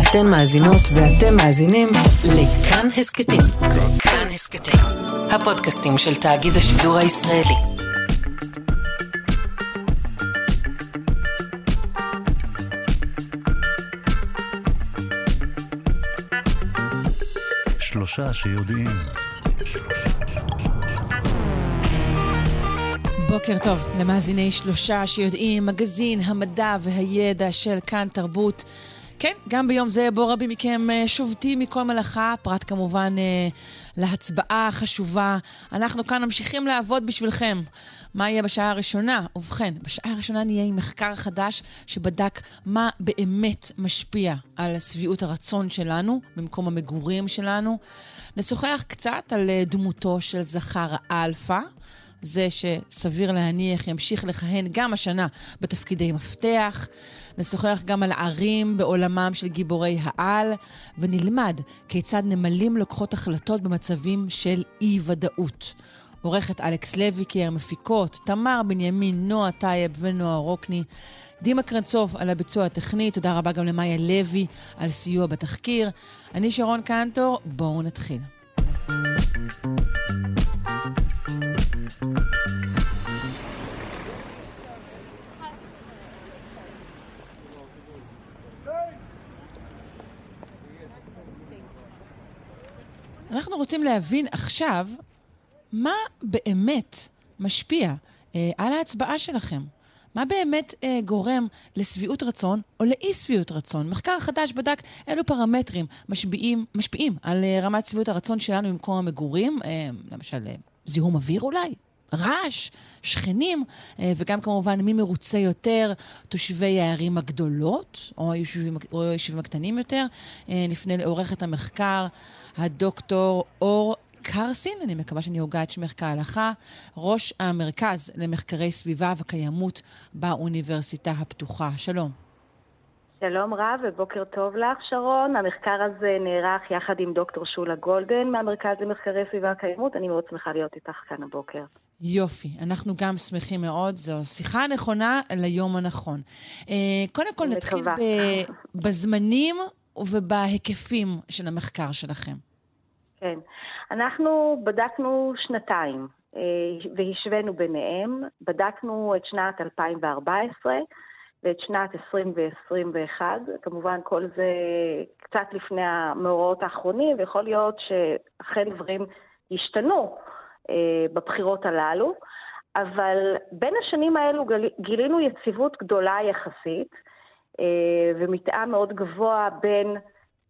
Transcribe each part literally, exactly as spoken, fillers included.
אתן מאזינות ואתם מאזינים לכאן הסקטים. כאן הסקטים, הפודקאסטים של תאגיד השידור הישראלי. שלושה שיודעים. בוקר טוב למאזיני שלושה שיודעים, מגזין המדע והידע של כאן תרבות. כן, גם ביום זה בו רבים מכם שובתים מכל מלאכה, פרט כמובן להצבעה החשובה. אנחנו כאן ממשיכים לעבוד בשבילכם. מה יהיה בשעה הראשונה? ובכן, בשעה הראשונה נהיה עם מחקר חדש שבדק מה באמת משפיע על סביעות הרצון שלנו, במקום המגורים שלנו. נשוחח קצת על דמותו של זכר האלפא, זה שסביר להניח ימשיך לכהן גם השנה בתפקידי מפתח. נשוחח גם על ערים בעולמם של גיבורי העל, ונלמד כיצד נמלים לוקחות החלטות במצבים של אי-ודאות. עורכת אלכס לויקר, מפיקות תמר בנימין, נועה טייב ונועה רוקני. דימה קרנצוב על הביצוע הטכני, תודה רבה גם למאיה לוי על סיוע בתחקיר. אני שרון קנטור, בואו נתחיל. אנחנו רוצים להבין עכשיו מה באמת משפיע אה, על ההצבעה שלכם. מה באמת אה, גורם לסביעות רצון או לאי סביעות רצון. מחקר חדש בדק אילו פרמטרים משפיעים, משפיעים על אה, רמת סביעות הרצון שלנו במקום המגורים, אה, למשל אה, זיהום אוויר אולי, רעש, שכנים, אה, וגם כמובן מי מרוצה יותר, תושבי הערים הגדולות או היישובים, או היישובים הקטנים יותר. אה, נפנה לעורכת המחקר, הדוקטור אור קרסין, אני מקווה שאני הוגה את שמך כהלכה, ראש המרכז למחקרי סביבה וקיימות באוניברסיטה הפתוחה. שלום. שלום רב ובוקר טוב לך שרון. המחקר הזה נערך יחד עם דוקטור שולה גולדן מהמרכז למחקרי סביבה וקיימות. אני מאוד שמחה להיות איתך כאן הבוקר. יופי, אנחנו גם שמחים מאוד, זו שיחה נכונה ליום הנכון. קודם כל נתחיל בזמנים ובהיקפים של המחקר שלכם. כן, אנחנו בדקנו שנתיים והשווינו ביניהם. בדקנו את שנת אלפיים וארבע עשרה ואת שנת עשרים ועשרים ואחת. כמובן כל זה קצת לפני המאורעות האחרונים, ויכול להיות שאכן דברים ישתנו בבחירות הללו. אבל בין השנים האלו גילינו יציבות גדולה יחסית, ומתאם מאוד גבוה בין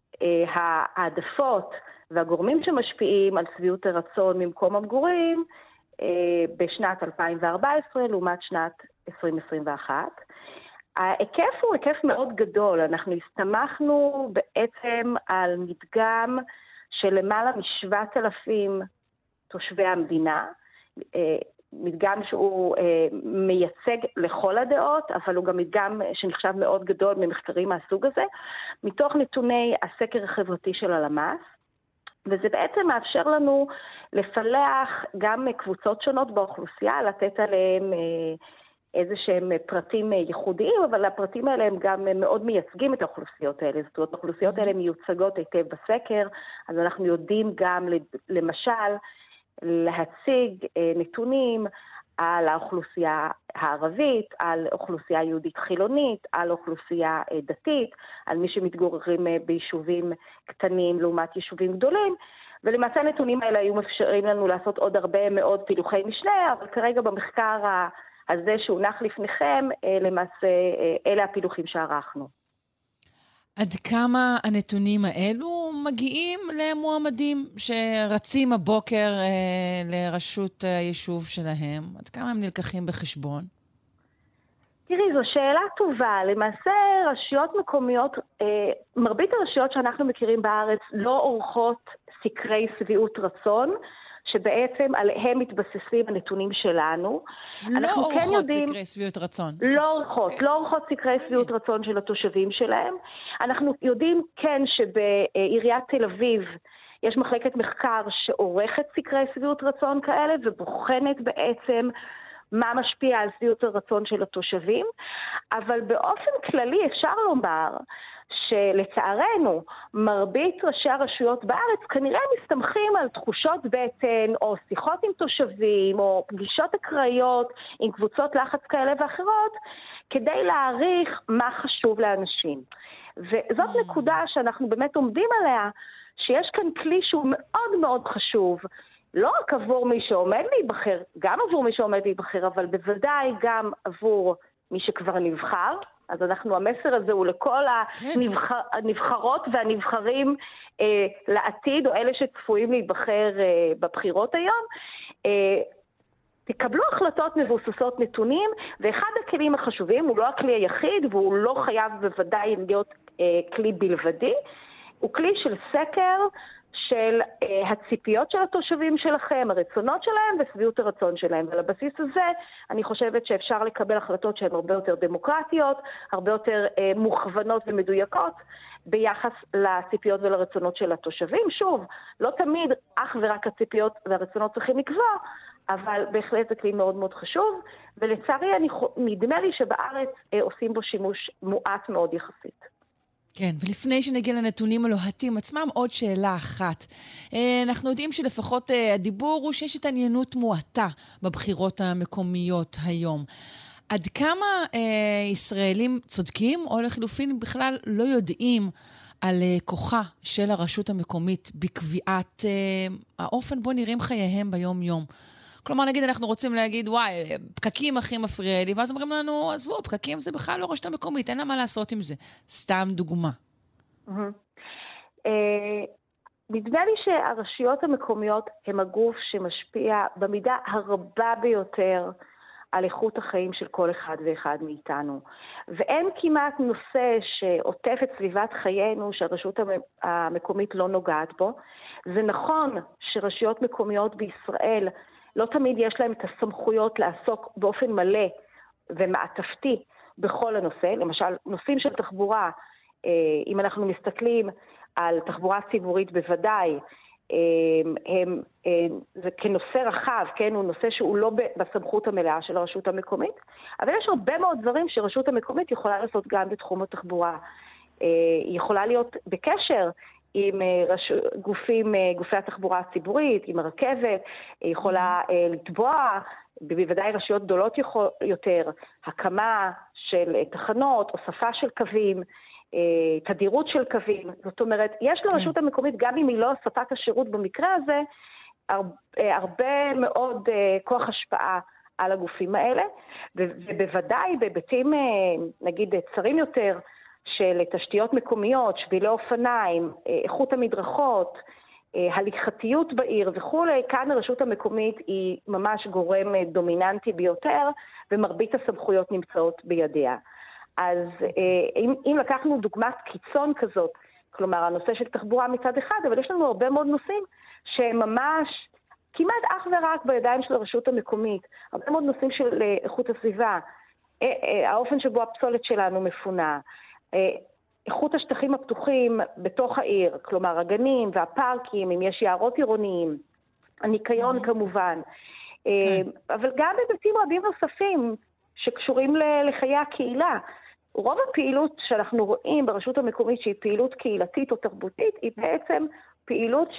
העדפות והגורמים שמשפיעים על סביעות הרצון ממקום המגורים בשנת אלפיים וארבע עשרה לעומת שנת עשרים עשרים ואחת. ההיקף הוא היקף מאוד גדול. אנחנו הסתמכנו בעצם על מדגם של למעלה משבעת אלפים תושבי המדינה, מדגם שהוא מייצג לכל הדעות, אבל הוא גם מדגם שנחשב מאוד גדול ממחקרים מהסוג הזה, מתוך נתוני הסקר החברתי של הלמ"ס. וזה בעצם מאפשר לנו לפלח גם קבוצות שונות באוכלוסייה, לתת עליהם איזה שהם פרטים ייחודיים, אבל הפרטים האלה הם גם מאוד מייצגים את האוכלוסיות האלה. זאת אומרת, האוכלוסיות האלה מיוצגות היטב בסקר, אז אנחנו יודעים גם למשל להציג נתונים על האוכלוסייה הערבית, על אוכלוסייה יהודית חילונית, על אוכלוסייה דתית, על מי שמתגוררים ביישובים קטנים לעומת יישובים גדולים, ולמעשה הנתונים האלה היו מאפשרים לנו לעשות עוד הרבה מאוד פילוחי משנה, אבל כרגע במחקר הזה שהונח לפניכם, למעשה אלה הפילוחים שערכנו. עד כמה הנתונים האלו מגיעים למועמדים שרצים הבוקר אה, לרשות היישוב שלהם? עד כמה הם נלקחים בחשבון? תראי, זו שאלה טובה. למעשה רשויות מקומיות, אה, מרבית הרשויות שאנחנו מכירים בארץ לא עורכות סקרי סביעות רצון, שבעצם עליהם מתבססים הנתונים שלנו. לא עורכות כן יודעים, סקרי סביעות רצון. לא עורכות, okay. לא עורכות סקרי סביעות רצון של התושבים שלהם. אנחנו יודעים כן שבעיריית תל אביב יש מחלקת מחקר שעורכת סקרי סביעות רצון כאלה, ובוחנת בעצם מה משפיע על סביעות הרצון של התושבים. אבל באופן כללי אפשר לומר שלצערנו מרבית ראשי הרשויות בארץ כנראה מסתמכים על תחושות בטן או שיחות עם תושבים או פגישות אקראיות עם קבוצות לחץ כאלה ואחרות כדי להעריך מה חשוב לאנשים. וזאת נקודה שאנחנו באמת עומדים עליה, שיש כאן כלי שהוא מאוד מאוד חשוב, לא רק עבור מי שעומד להיבחר, גם עבור מי שעומד להיבחר, אבל בוודאי גם עבור מי שכבר נבחר. אז אנחנו, המסר הזה הוא לכל הנבחר, הנבחרות והנבחרים אה, לעתיד, או אלה שצפויים להיבחר אה, בבחירות היום. אה, תקבלו החלטות מבוססות נתונים, ואחד הכלים החשובים, הוא לא הכלי היחיד, והוא לא חייב בוודאי להיות אה, כלי בלבדי, הוא כלי של סקר, של uh, הציפיות של התושבים שלכם, הרצונות שלהם וסביעות הרצון שלהם. ועל הבסיס הזה אני חושבת שאפשר לקבל החלטות שהן הרבה יותר דמוקרטיות, הרבה יותר uh, מוכוונות ומדויקות ביחס לציפיות ולרצונות של התושבים. שוב, לא תמיד אך ורק הציפיות והרצונות צריכים לקבוע, אבל בהחלט זה כלי מאוד מאוד חשוב, ולצערי אני, נדמה לי שבארץ uh, עושים בו שימוש מועט מאוד יחסית. כן, ולפני שנגיע לנתונים הלוהטים עצמם, עוד שאלה אחת. אנחנו יודעים שלפחות הדיבור הוא שיש התעניינות מועטה בבחירות המקומיות היום. עד כמה אה, ישראלים צודקים, או לחילופין בכלל לא יודעים על אה, כוחה של הרשות המקומית בקביעת אה, האופן בו נראים חייהם ביום-יום? כלומר, נגיד, אנחנו רוצים להגיד, וואי, פקקים הכי מפריע לי, ואז אומרים לנו, עזבו, פקקים זה בכלל לא רשות המקומית, אין לה מה לעשות עם זה. סתם דוגמה. נדמה לי שהרשויות המקומיות הם הגוף שמשפיע במידה הרבה ביותר על איכות החיים של כל אחד ואחד מאיתנו. ואין כמעט נושא שעוטף את סביבת חיינו שהרשות המקומית לא נוגעת בו. זה נכון שרשויות מקומיות בישראל לא תמיד יש להם את הסמכויות לעסוק באופן מלא ומעטפתי בכל הנושא. למשל, נושאים של תחבורה, אם אנחנו מסתכלים על תחבורה ציבורית בוודאי, הם, זה כנושא רחב, כן? הוא נושא שהוא לא בסמכות המלאה של הרשות המקומית, אבל יש הרבה מאוד דברים שרשות המקומית יכולה לעשות גם בתחום התחבורה. היא יכולה להיות בקשר עם גופים, גופי התחבורה הציבורית, עם הרכבת, היא יכולה לתבוע, בוודאי רשויות גדולות יותר, הקמה של תחנות, הוספה של קווים, תדירות של קווים. זאת אומרת, יש לרשות המקומית, גם אם היא לא ספק השירות במקרה הזה, הרבה מאוד כוח השפעה על הגופים האלה, ובוודאי בהיבטים, נגיד, צרים יותר, של תשתיות מקומיות, שבילי אופניים, איכות המדרכות, הליכתיות בעיר וכו', כאן הרשות המקומית היא ממש גורם דומיננטי ביותר, ומרבית הסמכויות נמצאות בידיה. אז אם, אם לקחנו דוגמת קיצון כזאת, כלומר הנושא של תחבורה מצד אחד, אבל יש לנו הרבה מאוד נושאים שממש כמעט אך ורק בידיים של הרשות המקומית, הרבה מאוד נושאים של איכות הסביבה, האופן שבו הפסולת שלנו מפונה, איכות השטחים הפתוחים בתוך העיר, כלומר הגנים והפארקים, אם יש יערות עירוניים, הניקיון כמובן, אבל גם בבתים רבים נוספים שקשורים לחיי הקהילה. רוב הפעילות שאנחנו רואים ברשות המקומית שהיא פעילות קהילתית או תרבותית, היא בעצם פעילות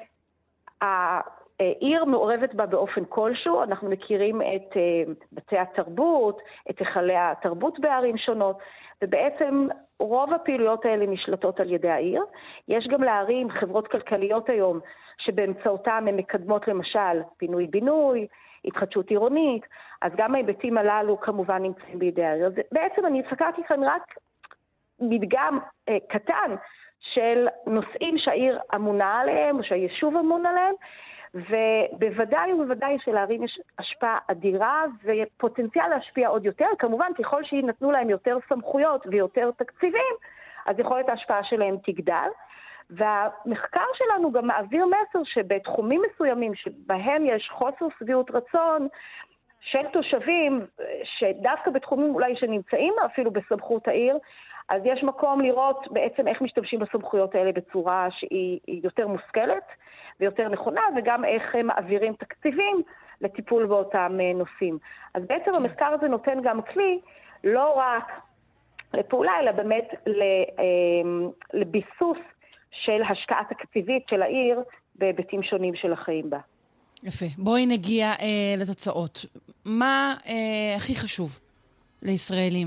שהעיר מעורבת בה באופן כלשהו. אנחנו מכירים את בתי התרבות, את היכלי התרבות בערים שונות, ובעצם רוב הפעילויות האלה נשלטות על ידי העיר. יש גם לערים חברות כלכליות היום שבאמצעותם הן מקדמות למשל פינוי-בינוי, התחדשות עירונית, אז גם ההיבטים הללו כמובן נמצאים בידי העיר. בעצם אני סקרתי כאן רק מדגם אה, קטן של נושאים שהעיר אמונה עליהם, או שהיישוב אמון עליהם, ובוודאי ובוודאי שלערים יש השפעה אדירה ופוטנציאל להשפיע עוד יותר. כמובן, ככל שיינתנו להם יותר סמכויות ויותר תקציבים, אז יכולת ההשפעה שלהם תגדל. והמחקר שלנו גם מעביר מסר שבתחומים מסוימים שבהם יש חוסר שביעות רצון של תושבים, שדווקא בתחומים אולי שנמצאים אפילו בסמכות העיר, אז יש מקום לראות בעצם איך משתמשים בסמכויות האלה בצורה שהיא יותר מושכלת ויותר נכונה, וגם איך מעבירים תקציבים לטיפול באותם נושאים. אז בעצם המחקר הזה נותן גם כלי לא רק לפעולה, אלא באמת לביסוס של השקעה תקציבית של העיר בהיבטים שונים של החיים בה. יפה. בואי נגיע אה, לתוצאות. מה אה, הכי חשוב לישראלים?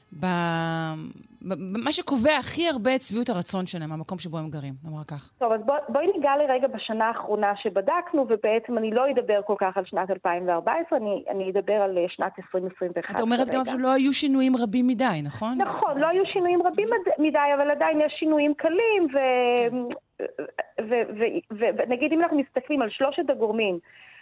במה שקובע הכי הרבה את שביעות הרצון שלהם, המקום שבו הם גרים, נאמר כך. טוב, אז בוא, בואי ניגע לרגע בשנה האחרונה שבדקנו, ובעצם אני לא אדבר כל כך על שנת אלפיים וארבע עשרה, אני, אני אדבר על שנת עשרים עשרים ואחת. את אומרת גם שלא היו שינויים רבים מדי, נכון? נכון, לא היו שינויים רבים מדי, אבל עדיין יש שינויים קלים, ו... ונגיד אם אנחנו מסתכלים על שלושת הגורמים,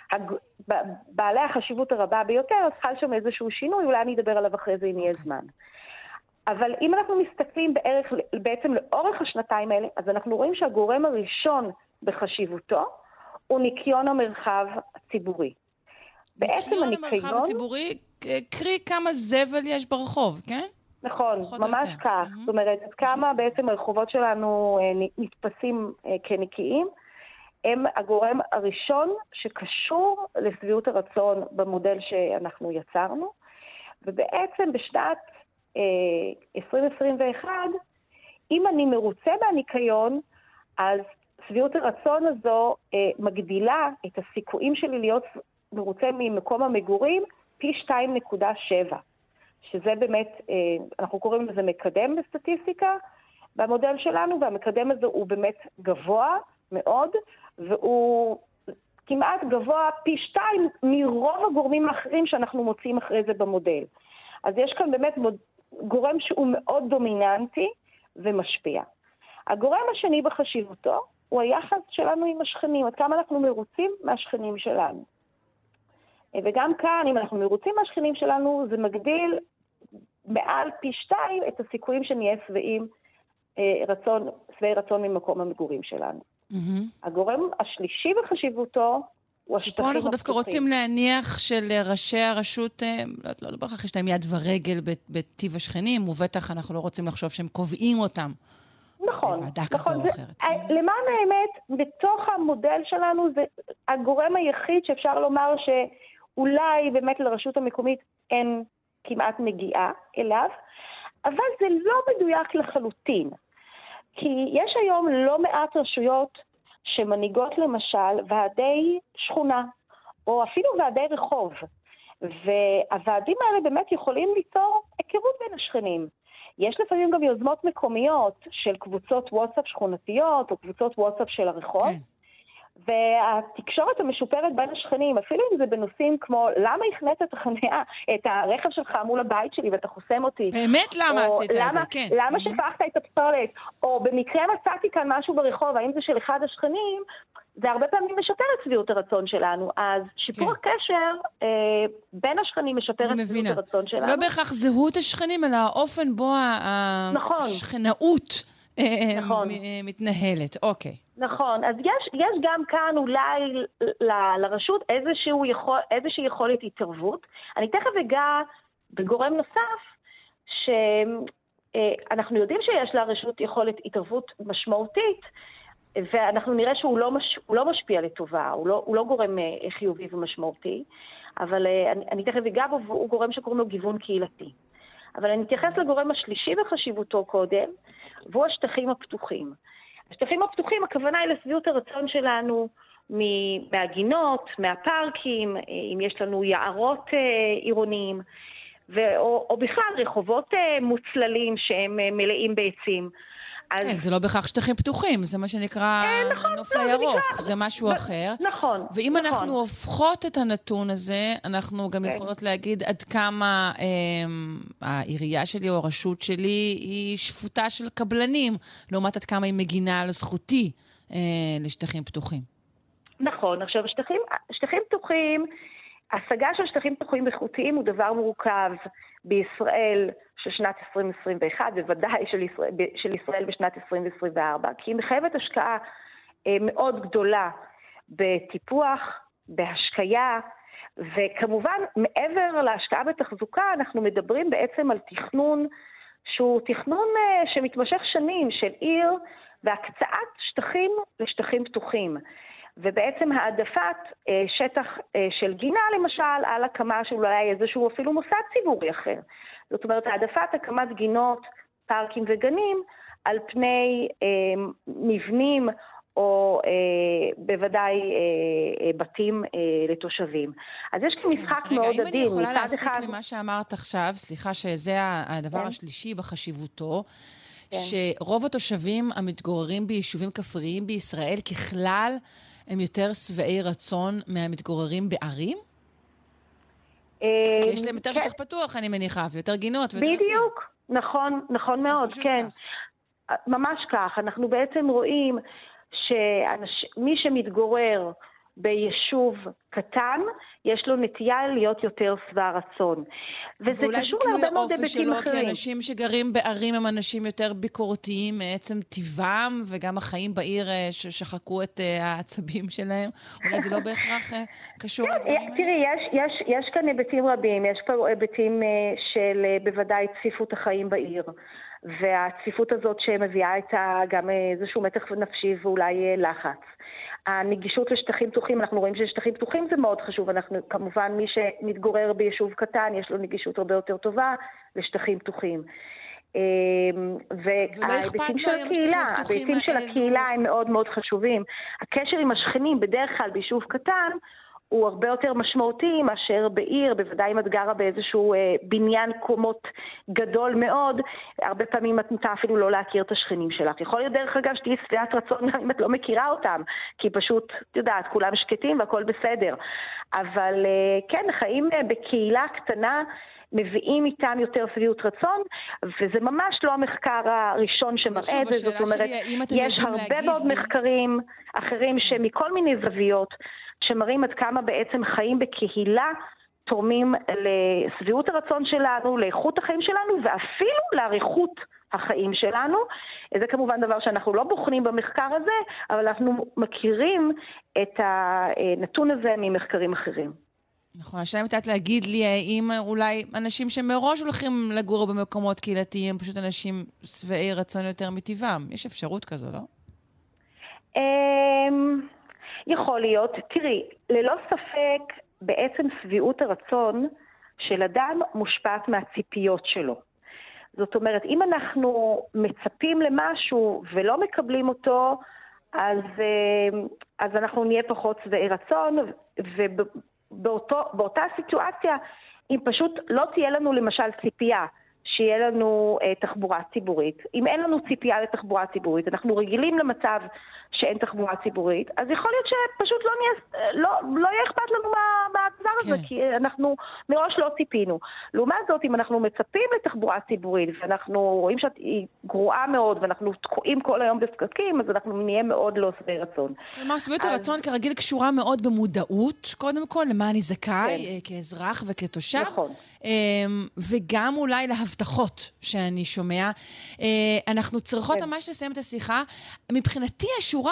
בעלי החשיבות הרבה ביותר, אז חל שם איזשהו שינוי, אולי אני אדבר עליו אחרי זה אם יהיה זמן. אבל אם אנחנו מסתכלים בערך, בעצם לאורך השנתיים האלה, אז אנחנו רואים שהגורם הראשון בחשיבותו הוא ניקיון המרחב הציבורי. ניקיון המרחב הציבורי, קרי כמה זבל יש ברחוב, כן? נכון, ממש כך. זאת אומרת, כמה בעצם הרחובות שלנו נתפסים כנקיים, הם הגורם הראשון שקשור לשביעות הרצון במודל שאנחנו יצרנו, ובעצם בשנת עשרים עשרים ואחת, אם אני מרוצה מהניקיון, אז שביעות הרצון הזו מגדילה את הסיכויים שלי להיות מרוצה ממקום המגורים פי שתיים נקודה שבע. שזה באמת, אנחנו קוראים לזה מקדם בסטטיסטיקה במודל שלנו, והמקדם הזה הוא באמת גבוה מאוד, והוא כמעט גבוה פי שתיים מרוב הגורמים האחרים שאנחנו מוצאים אחרי זה במודל. אז יש כאן באמת גורם שהוא מאוד דומיננטי ומשפיע. הגורם השני בחשיבותו הוא היחס שלנו עם השכנים, עד כמה אנחנו מרוצים מהשכנים שלנו. וגם כאן, אם אנחנו מרוצים מהשכנים שלנו, זה מגדיל מעל פי שתיים את הסיכויים שנהיה שבעים רצון, שבעי רצון ממקום המגורים שלנו. Mm-hmm. הגורם השלישי בחשיבותו הוא השטחים הפתוחים. אנחנו דווקא רוצים להניח שלראשי הרשות, לא, לא, לא בכך יש להם יד ורגל בטיב השכנים, ובטח אנחנו לא רוצים לחשוב שהם קובעים אותם. נכון, נכון. זה, למען האמת, בתוך המודל שלנו, זה הגורם היחיד שאפשר לומר שאולי באמת לרשות המקומית אין כמעט נגיעה אליו, אבל זה לא מדויק לחלוטין. כי יש היום לא מעט רשויות שמנהיגות למשל ועדי שכונה, או אפילו ועדי רחוב. והוועדים האלה באמת יכולים ליצור היכרות בין השכנים. יש לפעמים גם יוזמות מקומיות של קבוצות וואטסאפ שכונתיות, או קבוצות וואטסאפ של הרחוב. כן. והתקשורת המשופרת בין השכנים, אפילו אם זה בנושאים כמו, למה הכנית את החניה, את הרכב שלך מול הבית שלי ואתה חוסם אותי? באמת למה עשית את זה? כן. למה שפכת את הפסולת? או במקרה מצאתי כאן משהו ברחוב, האם זה של אחד השכנים? זה הרבה פעמים משפר את שביעות הרצון שלנו. אז שיפור הקשר בין השכנים משפר את שביעות הרצון שלנו. זה לא בהכרח זהות השכנים, אלא האופן בו השכנאות מתנהלת. אוקיי. נכון, אז יש, יש גם כאן אולי ל, לרשות איזשהו יכול, איזושהי יכולת התערבות. אני תכף אגע בגורם נוסף, שאנחנו יודעים שיש לרשות יכולת התערבות משמעותית, ואנחנו נראה שהוא לא, מש, הוא לא משפיע לטובה, הוא לא, הוא לא גורם חיובי ומשמעותי, אבל אני, אני תכף אגע בו, והוא גורם שקוראים לו גיוון קהילתי. אבל אני אתייחס לגורם השלישי בחשיבותו קודם, והוא השטחים הפתוחים. השטחים הפתוחים, הכוונה היא לשביעות הרצון שלנו מהגינות, מהפארקים, אם יש לנו יערות עירוניים, או, או בכלל רחובות מוצללים שהם מלאים בעצים. כן, אז... זה לא בכך שטחים פתוחים, זה מה שנקרא נכון, נוף לא, לירוק, זה, נקרא... זה משהו ב... אחר. נכון. ואם נכון. אנחנו הופכות את הנתון הזה, אנחנו גם כן. יכולות להגיד עד כמה אה, העירייה שלי או הרשות שלי היא שפוטה של קבלנים, לעומת עד כמה היא מגינה על זכותי אה, לשטחים פתוחים. נכון, עכשיו שטחים, שטחים פתוחים, השגה של שטחים פתוחים איכותיים הוא דבר מורכב בישראל של שנת עשרים עשרים ואחת, בוודאי של ישראל, של ישראל בשנת עשרים עשרים וארבע, כי היא מחייבת השקעה אה, מאוד גדולה בטיפוח, בהשקיה, וכמובן מעבר להשקעה בתחזוקה, אנחנו מדברים בעצם על תכנון שהוא תכנון אה, שמתמשך שנים של עיר, והקצאת שטחים לשטחים פתוחים. ובעצם העדפת שטח של גינה למשל על הקמה של אולי איזשהו אפילו מוסד ציבורי אחר. זאת אומרת, העדפת הקמת גינות, פארקים וגנים על פני אה, מבנים או אה, בוודאי אה, בתים אה, לתושבים. אז יש כאן משחק רגע, מאוד אם אני עדין. יכולה להסיק אחד... ממה שאמרת עכשיו, סליחה שזה הדבר כן. השלישי בחשיבותו, כן. שרוב התושבים המתגוררים ביישובים כפריים בישראל ככלל הם יותר שבעי רצון מהמתגוררים בערים? כי יש להם יותר כן. שטח פטוח, אני מניחה, ויותר גינות ויותר עצים. בדיוק, נכון, נכון מאוד, כן. כך. ממש כך, אנחנו בעצם רואים שמי שמתגורר ביישוב קטן, יש לו נטייה להיות יותר שבע רצון. וזה קשור להרבה מאוד היבטים אחרים. כי אנשים שגרים בערים הם אנשים יותר ביקורתיים מעצם טבעם, וגם החיים בעיר ששחקו את העצבים שלהם. אולי זה לא בהכרח קשור לדברים האלה? תראי, יש, יש, יש כאן היבטים רבים. יש פה היבטים של בוודאי צפיפות החיים בעיר. והצפיפות הזאת שמביאה איתה גם איזשהו מתח נפשי ואולי לחץ. הנגישות לשטחים פתוחים, אנחנו רואים ששטחים פתוחים זה מאוד חשוב, אנחנו כמובן מי שמתגורר ביישוב קטן יש לו נגישות הרבה יותר טובה לשטחים פתוחים. וההיבטים של הקהילה, ההיבטים של הקהילה הם מאוד מאוד חשובים. הקשר עם השכנים בדרך כלל ביישוב קטן הוא הרבה יותר משמעותי מאשר בעיר, בוודאי אם את גרה באיזשהו אה, בניין קומות גדול מאוד, הרבה פעמים את נוטה אפילו לא להכיר את השכנים שלך. יכול להיות דרך אגב שתהיי שבעת רצון אם את לא מכירה אותם, כי פשוט, את יודעת, כולם שקטים והכל בסדר. אבל אה, כן, חיים אה, בקהילה קטנה, מביאים איתם יותר שביעות רצון, וזה ממש לא המחקר הראשון שמראה את זה, זאת אומרת, יש הרבה מאוד מחקרים אחרים שמכל מיני זוויות, שמראים עד כמה בעצם חיים בקהילה תורמים לסביעות הרצון שלנו, לאיכות החיים שלנו, ואפילו לאריכות החיים שלנו. זה כמובן דבר שאנחנו לא בוחנים במחקר הזה, אבל אנחנו מכירים את הנתון הזה ממחקרים אחרים. נכון, השאלה אם את להגיד לי, האם אולי אנשים שמראש הולכים לגור במקומות קהילתיים, פשוט אנשים שבעי רצון יותר מטבעם. יש אפשרות כזו, לא? יכול להיות. תראי, ללא ספק, בעצם שביעות הרצון של אדם מושפעת מהציפיות שלו. זאת אומרת, אם אנחנו מצפים למשהו ולא מקבלים אותו, אז, אז אנחנו נהיה פחות שבעי רצון, ובאותה סיטואציה, אם פשוט לא תהיה לנו למשל ציפייה, שיהיה לנו אה, תחבורה ציבורית. אם אין לנו ציפייה לתחבורה ציבורית, אנחנו רגילים למצב שאין תחבורה ציבורית, אז יכול להיות שפשוט לא, נהיה, לא, לא יהיה אכפת לנו מה, מהדבר כן. הזה, כי אנחנו מראש לא ציפינו. לעומת זאת, אם אנחנו מצפים לתחבורה ציבורית, ואנחנו רואים שהיא גרועה מאוד, ואנחנו תקועים כל היום בפקקים, אז אנחנו נהיה מאוד לא שבעי רצון. כלומר, שביעות אז... הרצון כרגיל קשורה מאוד במודעות, קודם כל, למה אני זכאי, כן. כאזרח וכתושב. נכון. וגם אולי להבטחות שאני שומע. אנחנו צריכות כן. ממש לסיים את השיחה. מבחינתי השורה,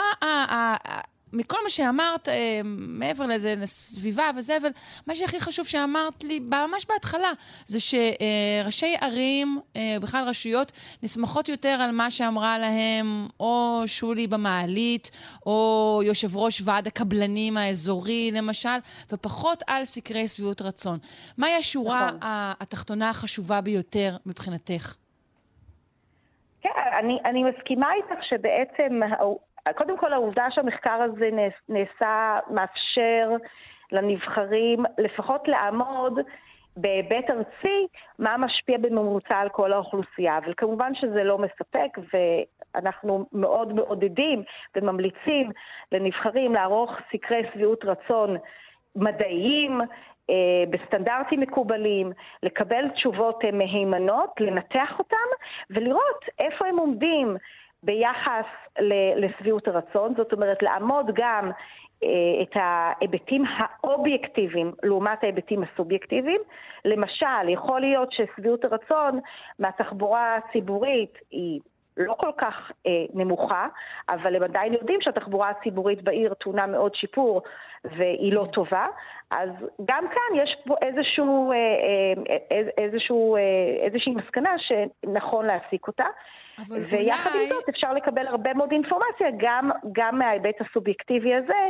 מכל מה שאמרת, מעבר לזה סביבה וזה, אבל מה שהכי חשוב שאמרת לי, ממש בהתחלה, זה שראשי ערים, בכלל רשויות, נסמכות יותר על מה שאמרה להם, או שולי במעלית, או יושב ראש ועד הקבלנים האזורי, למשל, ופחות על סקרי סביעות רצון. מהי השורה נכון. התחתונה החשובה ביותר מבחינתך? כן, אני, אני מסכימה איתך שבעצם... קודם כל, העובדה שהמחקר הזה נעשה מאפשר לנבחרים לפחות לעמוד בהיבט ארצי מה משפיע בממוצע על כל האוכלוסייה. אבל כמובן שזה לא מספק, ואנחנו מאוד מעודדים וממליצים לנבחרים לערוך סקרי שביעות רצון מדעיים, בסטנדרטים מקובלים, לקבל תשובות מהימנות, לנתח אותם ולראות איפה הם עומדים ביחס לסביעות הרצון, זאת אומרת לעמוד גם אה, את ההיבטים האובייקטיביים לעומת ההיבטים הסובייקטיביים. למשל, יכול להיות שסביעות הרצון מהתחבורה הציבורית היא לא כל כך אה, נמוכה, אבל הם עדיין יודעים שהתחבורה הציבורית בעיר טעונה מאוד שיפור והיא לא טובה, אז גם כאן יש פה איזשהו, אה, אה, איזשהו, אה, איזושהי מסקנה שנכון להסיק אותה. ויחד אולי... עם זאת אפשר לקבל הרבה מאוד אינפורמציה, גם, גם מההיבט הסובייקטיבי הזה,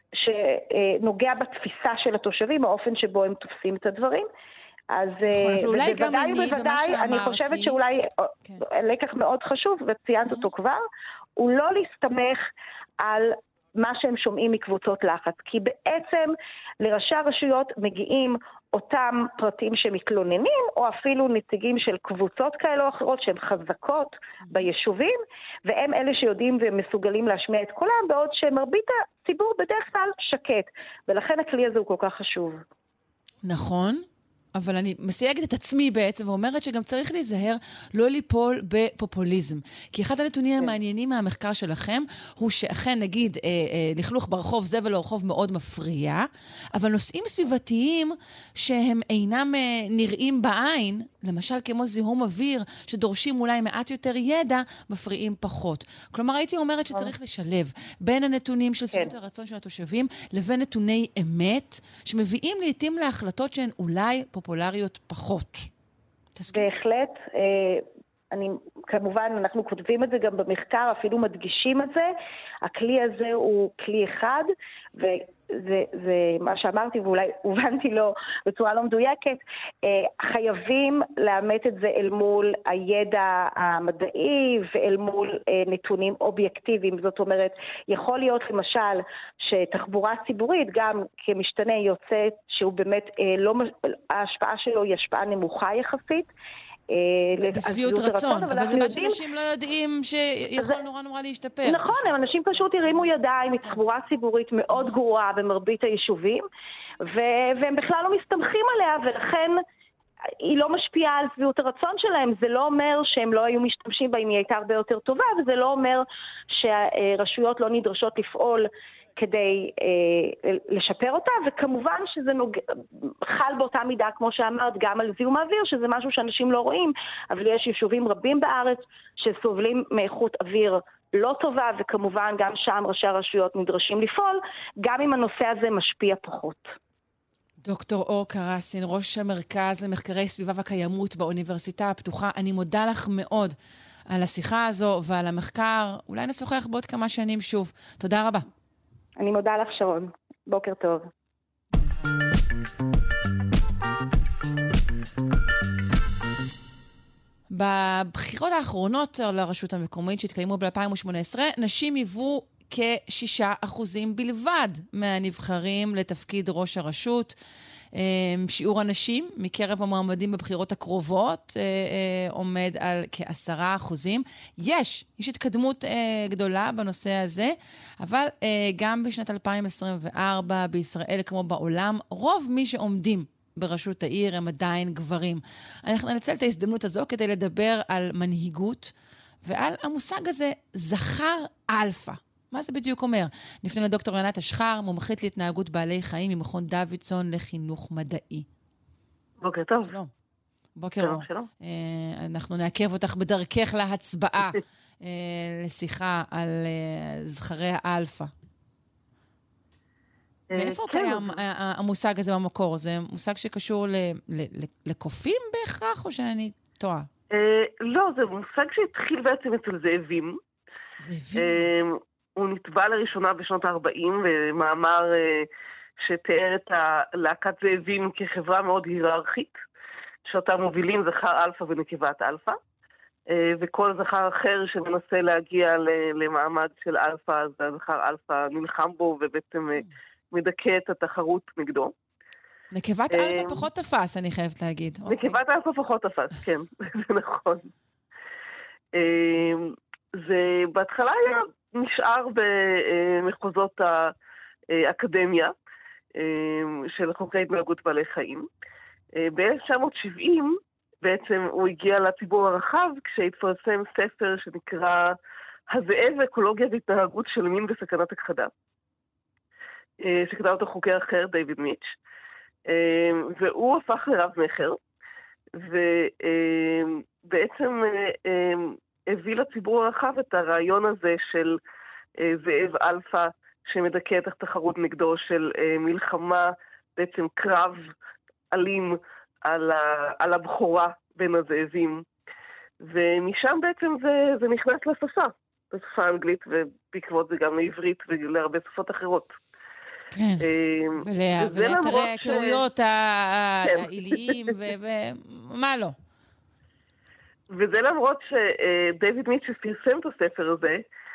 שנוגע בתפיסה של התושבים, האופן שבו הם תופסים את הדברים. אז אולי גם אני, במה שאמרתי... אני חושבת שאולי לקח מאוד חשוב, וציינת אותו כבר, הוא לא להסתמך על מה שהם שומעים מקבוצות לחץ, כי בעצם לראשי הרשויות מגיעים אותם פרטים שמתלוננים, או אפילו נציגים של קבוצות כאלה או אחרות שהן חזקות ביישובים, והם אלה שיודעים ומסוגלים להשמיע את קולם, בעוד שמרבית הציבור בדרך כלל שקט, ולכן הכלי הזה הוא כל כך חשוב. נכון. אבל אני מסייגת את עצמי בעצם, ואומרת שגם צריך להיזהר לא ליפול בפופוליזם. כי אחד הנתונים המעניינים מהמחקר שלכם, הוא שאכן נגיד אה, אה, לכלוך ברחוב זבל או רחוב מאוד מפריע, אבל נושאים סביבתיים שהם אינם אה, נראים בעין, למשל כמו זיהום אוויר, שדורשים אולי מעט יותר ידע, מפריעים פחות. כלומר, הייתי אומרת שצריך לשלב בין הנתונים של סביבות הרצון של התושבים, לבין נתוני אמת, שמביאים לעתים להחלטות שהן אולי פופולריות פחות. בהחלט. אני, כמובן, אנחנו כותבים את זה גם במחקר, אפילו מדגישים את זה. הכלי הזה הוא כלי אחד, וזה זה מה שאמרתי, ואולי הובנתי לו בצורה לא מדויקת. חייבים לאמת את זה אל מול הידע המדעי, ואל מול נתונים אובייקטיביים. זאת אומרת, יכול להיות למשל שתחבורה ציבורית, גם כמשתנה יוצאת, שהוא באמת, לא, ההשפעה שלו היא השפעה נמוכה יחסית, בסביעות רצון, אבל זה מה שאנשים לא יודעים שיכול נורא נורא להשתפר. נכון, אנשים פשוט הרימו ידיים מתחבורה ציבורית מאוד גרועה במרבית היישובים, והם בכלל לא מסתמכים עליה, ולכן היא לא משפיעה על סביעות הרצון שלהם. זה לא אומר שהם לא היו משתמשים בה אם היא הייתה הרבה יותר טובה, וזה לא אומר שהרשויות לא נדרשות לפעול כדי אה, לשפר אותה, וכמובן שזה נוג... חל באותה מידה, כמו שאמרת, גם על זיהום האוויר, שזה משהו שאנשים לא רואים, אבל יש יישובים רבים בארץ שסובלים מאיכות אוויר לא טובה, וכמובן גם שם ראשי הרשויות נדרשים לפעול, גם אם הנושא הזה משפיע פחות. דוקטור אור קרסין, ראש המרכז למחקרי סביבה וקיימות באוניברסיטה הפתוחה, אני מודה לך מאוד על השיחה הזו ועל המחקר. אולי נשוחח בעוד כמה שנים שוב. תודה רבה. אני מודה לך שרון. בוקר טוב. בבחירות האחרונות לרשות המקומית שהתקיימו ב-אלפיים שמונה עשרה, נשים היוו כשישה אחוזים בלבד מהנבחרים לתפקיד ראש הרשות. שיעור הנשים מקרב המועמדים בבחירות הקרובות עומד על כעשרה אחוזים. יש, יש התקדמות גדולה בנושא הזה, אבל גם בשנת אלפיים עשרים וארבע בישראל כמו בעולם, רוב מי שעומדים בראשות העיר הם עדיין גברים. אנחנו ננצל את ההזדמנות הזו כדי לדבר על מנהיגות ועל המושג הזה זכר אלפא. מה זה בדיוק אומר? נפנה לדוקטור יונת אשחר, מומחית להתנהגות בעלי חיים ממכון דוידסון לחינוך מדעי. בוקר טוב. שלום. בוקר טוב. שלום. אנחנו נעכב אותך בדרכך להצבעה לשיחה על זכרי האלפא. מאיפה קיים המושג הזה במקור? זה מושג שקשור לקופים בהכרח, או שאני טועה? לא, זה מושג שהתחיל בעצם אצל זאבים. זאבים? הוא נטבע לראשונה בשנות ה-ארבעים, במאמר שתיאר את להקת זאבים כחברה מאוד היררכית, שאותה מובילים זכר אלפא ונקבת אלפא, וכל זכר אחר שמנסה להגיע למעמד של אלפא, אז הזכר אלפא נלחם בו ובעצם מדכא את התחרות נגדו. נקבת אלפא פחות תפס, אני חייבת להגיד. נקבת אלפא פחות תפס, כן, זה נכון. זה בהתחלה היה נשאר במחוזות האקדמיה של חוקרי התנהגות בעלי חיים. ב-אלף תשע מאות שבעים בעצם הוא הגיע לציבור הרחב כשהתפרסם ספר שנקרא הזאב, אקולוגיה והתנהגות של מין בסכנת הכחדה, שכתב אותו חוקר אחר, דיוויד מיץ', והוא הפך לרב מכר, ובעצם הביא לציבור הרחב את הרעיון הזה של זאב אלפא שמדכא את התחרות נגדו, של מלחמה, בעצם קרב אלים על, ה, על הבחורה בין הזאבים. ומשם בעצם זה, זה נכנס לשפה, לשפה האנגלית, ובעקבות זה גם לעברית ולהרבה שפות אחרות. כן, ולאתרי ההיכרויות העיליים, ומה לא. וזה למרות שדייוויד מיטשל פרסם את הספר הזה,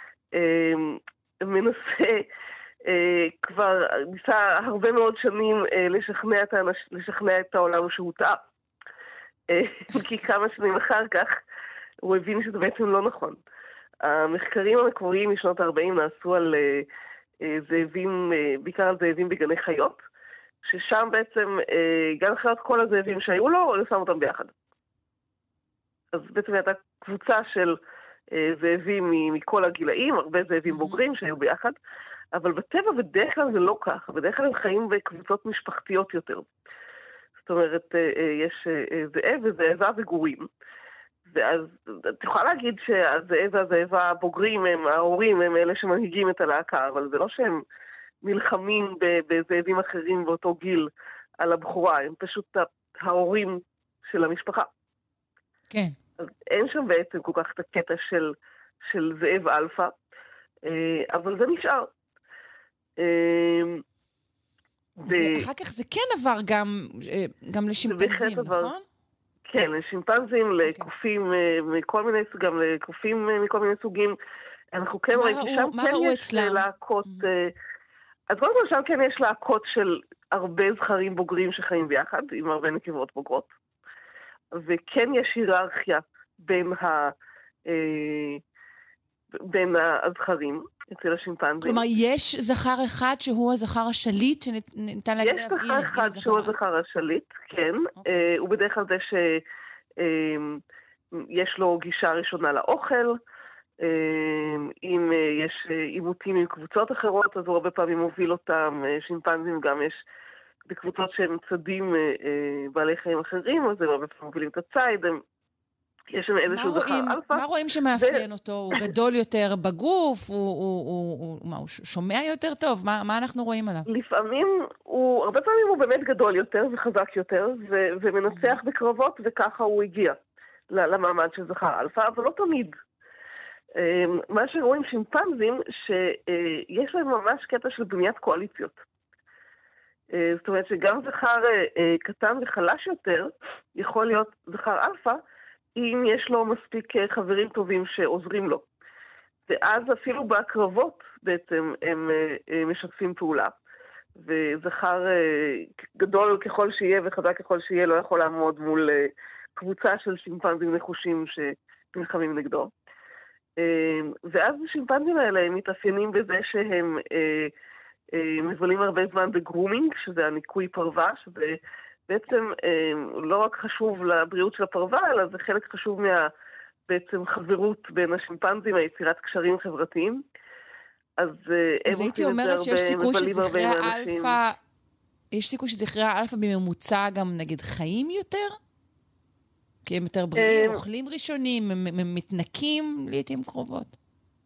מנסה, כבר ניסה הרבה מאוד שנים לשכנע את, האנש, לשכנע את העולם שהוא טעה. כי כמה שנים אחר כך הוא הבין שזה בעצם לא נכון. המחקרים המקוריים משנות ה-ארבעים נעשו על זאבים, בעיקר על זאבים בגני חיות, ששם בעצם גן חיות כל הזאבים שהיו לו, הוא שם אותם ביחד. אז בעצם הייתה קבוצה של זאבים מכל הגילאים, הרבה זאבים בוגרים שהיו ביחד, אבל בטבע בדרך כלל זה לא כך, בדרך כלל הם חיים בקבוצות משפחתיות יותר. זאת אומרת, יש זאב וזאבה וגורים, ואז את יכולה להגיד שהזאב והזאבה הבוגרים הם ההורים, הם אלה שמנהיגים את הלהקה, אבל זה לא שהם נלחמים בזאבים אחרים באותו גיל על הבחורה, הם פשוט ההורים של המשפחה. כן. אז אין שם בעצם כל כך את הקטע של, של זאב אלפא, אבל זה נשאר. ואחר כך זה כן עבר גם, גם לשימפנזים, נכון? כן, לשימפנזים, לקופים מכל מיני סוגים, לקופים מכל מיני סוגים. אנחנו כן רואים ששם כן יש להקות, אז קודם כל שם כן יש להקות של הרבה זכרים בוגרים שחיים ביחד, עם הרבה נקבות בוגרות. וכן יש היררכיה בין ה... בין הזכרים אצל השימפנזים. כלומר, יש זכר אחד שהוא הזכר השליט שניתן להגיד... יש זכר אחד שהוא הזכר השליט, כן. הוא בדרך כלל זה שיש לו גישה ראשונה לאוכל, אם יש עימותים עם קבוצות אחרות, אז הוא הרבה פעמים מוביל אותם. שימפנזים גם יש בקבוצות שהם צדים בעלי חיים אחרים, אז הם הרבה פעמים מובילים את הצייד, הם יש שם איזשהו זכר אלפא. מה רואים שמאפיין אותו? הוא גדול יותר בגוף? הוא שומע יותר טוב? מה אנחנו רואים עליו? לפעמים, הרבה פעמים הוא באמת גדול יותר וחזק יותר, ומנצח בקרבות, וככה הוא הגיע למעמד של זכר אלפא, אבל לא תמיד. מה שרואים שימפנזים, שיש להם ממש קטע של בניית קואליציות. זאת אומרת שגם זכר קטן וחלש יותר, יכול להיות זכר אלפא, אם יש לו מספיק חברים טובים שעוזרים לו. ואז אפילו בהקרבות בעצם הם משתפים פעולה. וזכר גדול ככל שיהיה וחזק ככל שיהיה לא יכול לעמוד מול קבוצה של שימפנזים נחושים שנלחמים נגדו. ואז השימפנזים האלה הם מתאפיינים בזה שהם מבלים הרבה זמן בגרומינג, שזה הניקוי פרווה, שזה בעצם לא רק חשוב לבריאות של הפרווה, אלא זה חלק חשוב מה בעצם חברות בין השימפנזים, היצירת קשרים חברתיים. אז אז הייתי אומרת שיש סיכוי שזכרי האלפא, יש סיכוי שזכרי האלפא בממוצע גם נגיד חיים יותר? כי הם יותר בריאים, אוכלים ראשונים, הם מתנקים לעתים קרובות.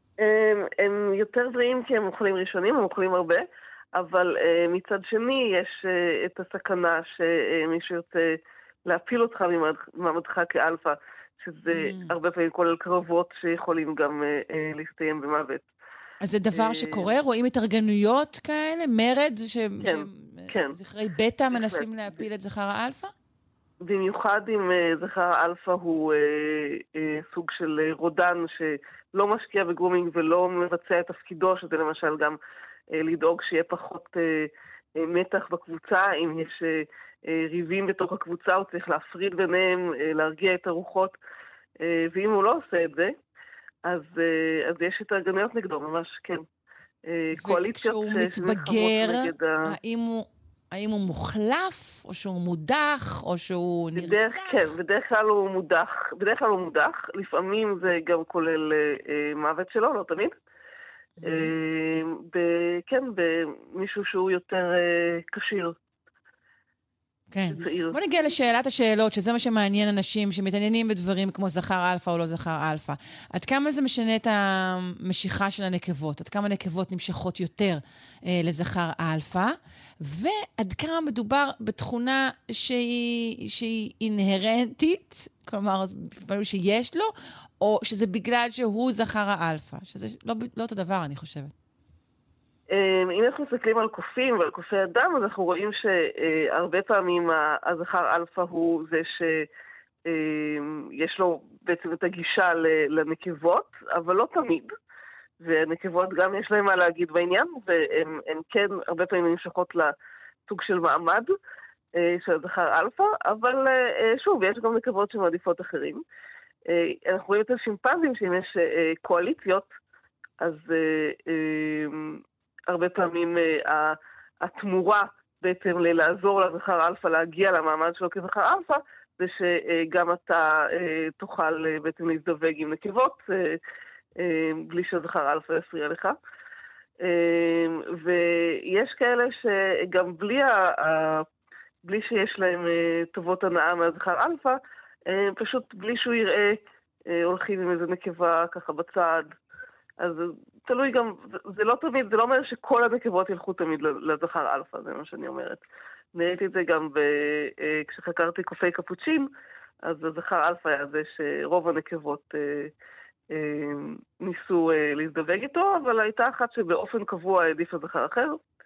הם יותר בריאים כי הם אוכלים ראשונים, הם אוכלים הרבה, אבל uh, מצד שני יש uh, את הסכנה שמישהו יוצא להפיל אותך ממעמדך כאלפא, שזה mm. הרבה פעמים כולל קרבות שיכולים גם uh, uh, להסתיים במוות. אז זה דבר uh, שקורה? רואים התארגנויות כאלה? מרד? ש... כן, ש... כן. זכרי בטא מנסים להפיל את זכר האלפא? במיוחד אם uh, זכר האלפא הוא uh, uh, סוג של uh, רודן שלא משקיע בגרומינג ולא מבצע את תפקידו, שזה למשל גם לדאוג שיהיה פחות אה, מתח בקבוצה, אם יש אה, ריבים בתוך הקבוצה, הוא צריך להפריד ביניהם, אה, להרגיע את הרוחות, אה, ואם הוא לא עושה את זה, אז, אה, אז יש התארגנויות נגדו, ממש כן. אה, וכשהוא מתבגר, נגד ה... האם, הוא, האם הוא מוחלף, או שהוא מודח, או שהוא בדרך, נרצח? כן, בדרך כלל הוא מודח, בדרך כלל הוא מודח, לפעמים זה גם כולל אה, מוות שלו, לא תמיד. כן, במישהו שהוא יותר קשיר. כן. בוא נגיע לשאלת השאלות, שזה מה שמעניין אנשים שמתעניינים בדברים כמו זכר אלפא או לא זכר אלפא. עד כמה זה משנה את המשיכה של הנקבות? עד כמה נקבות נמשכות יותר אה, לזכר אלפא? ועד כמה מדובר בתכונה שהיא, שהיא אינהרנטית, כלומר, שיש לו, או שזה בגלל שהוא זכר האלפא, שזה לא, לא אותו דבר, אני חושבת. אם אנחנו מסתכלים על קופים ועל קופי אדם, אז אנחנו רואים שהרבה פעמים הזכר אלפא הוא זה שיש לו בעצם את הגישה לנקבות, אבל לא תמיד. והנקבות גם יש להם מה להגיד בעניין, והן כן הרבה פעמים נמשכות לסוג של מעמד של הזכר אלפא, אבל שוב, יש גם נקבות שמעדיפות אחרים. אנחנו רואים את השימפנזים שאם יש קואליציות, אז הרבה פעמים התמורה בעצם לעזור לזכר אלפא להגיע למעמד שלו כזכר אלפא, זה שגם אתה תוכל בעצם להזדווג עם נקבות, בלי שהזכר אלפא יפריע לך. ויש כאלה שגם בלי, ה... בלי שיש להם טובות הנאה מהזכר אלפא, פשוט בלי שהוא יראה, הולכים עם איזה נקבה ככה בצד. אז תלוי גם, זה לא תמיד, זה לא אומר שכל הנקבות ילכו תמיד לזכר אלפא, זה מה שאני אומרת. נראיתי את זה גם ב... כשחקרתי קופי קפוצ'ין, אז הזכר אלפא היה זה שרוב הנקבות ניסו להזדווג איתו, אבל הייתה אחת שבאופן קבוע העדיפה זכר אחר,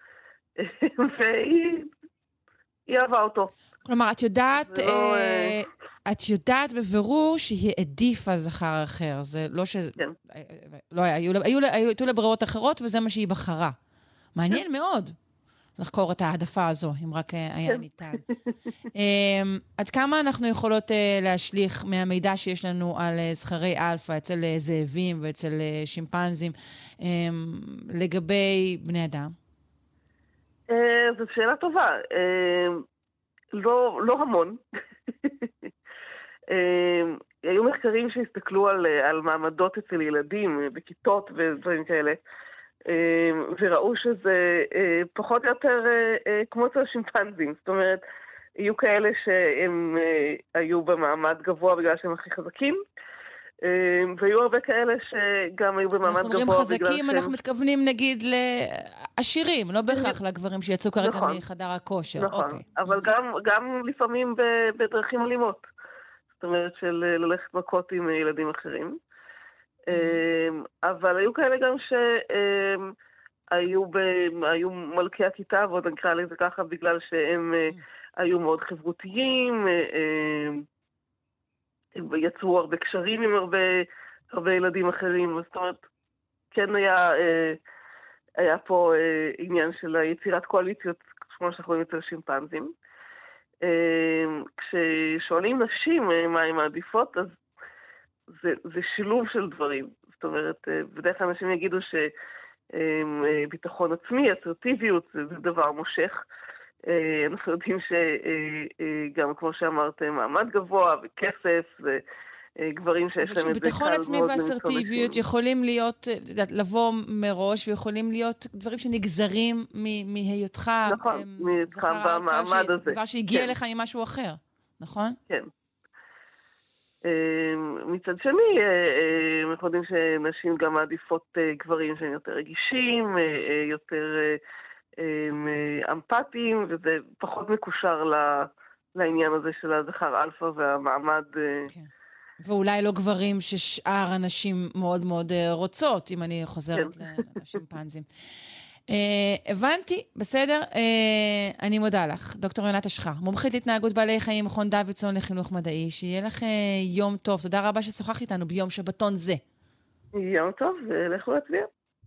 והיא אהבה אותו. כלומר, את יודעת, את יודעת בבירור שהיא העדיפה זכר אחר, זה לא ש... כן. לא, היו לה ברירות אחרות, וזה מה שהיא בחרה. מעניין מאוד לחקור את העדפה הזו, אם רק היה ניתן. עד כמה אנחנו יכולות להשליך מהמידע שיש לנו על זכרי אלפא אצל זאבים ואצל שימפנזים לגבי בני אדם? זאת שאלה טובה. לא, לא המון. היו מחקרים שהסתכלו על, על מעמדות אצל ילדים בכיתות ודברים כאלה, וראו שזה פחות או יותר כמו אצל השימפנזים. זאת אומרת, היו כאלה שהם היו במעמד גבוה בגלל שהם הכי חזקים, והיו הרבה כאלה שגם היו במעמד גבוה בגלל שהם... אנחנו אומרים חזקים, אנחנו מתכוונים נגיד לעשירים, לא בהכרח לגברים שיצאו כרגע מחדר הכושר. נכון, אבל גם לפעמים בדרכים אלימות. זאת אומרת של ללכת מכות עם ילדים אחרים. אבל היו כאלה גם שהיו מלכי הכיתה, ועוד נקרא לזה ככה, בגלל שהם היו מאוד חברותיים, יצרו הרבה קשרים עם הרבה, הרבה ילדים אחרים. זאת אומרת, כן היה, היה פה עניין של יצירת קואליציות, כמו שאנחנו רואים אצל שימפנזים. כששואלים נשים מה הן מעדיפות, אז זה, זה שילוב של דברים. זאת אומרת, בדרך כלל אנשים יגידו שביטחון עצמי, אסרטיביות, זה, זה דבר מושך. אנחנו יודעים שגם, כמו שאמרתם, מעמד גבוה וכסף וגברים שיש להם את זה ביטחון עצמי ואסרטיביות יכולים להיות, לבוא מראש, ויכולים להיות דברים שנגזרים מהיותך זכר במעמד הזה. דבר שהגיע לך ממשהו אחר, נכון? כן. מצד שני, אנחנו יודעים שנשים גם מעדיפות גברים שהם יותר רגישים, יותר אמפתיים, וזה פחות מקושר לעניין הזה של הזכר אלפא והמעמד. כן. ואולי לא גברים ששאר אנשים מאוד מאוד רוצות, אם אני חוזרת לשימפנזים. הבנתי, בסדר. אני מודה לך, דוקטור יונת אשחר, מומחית להתנהגות בעלי חיים, מכון דוידסון לחינוך מדעי. שיהיה לך יום טוב. תודה רבה ששוחחת איתנו ביום שבתון זה. יום טוב, ולכו להצביע.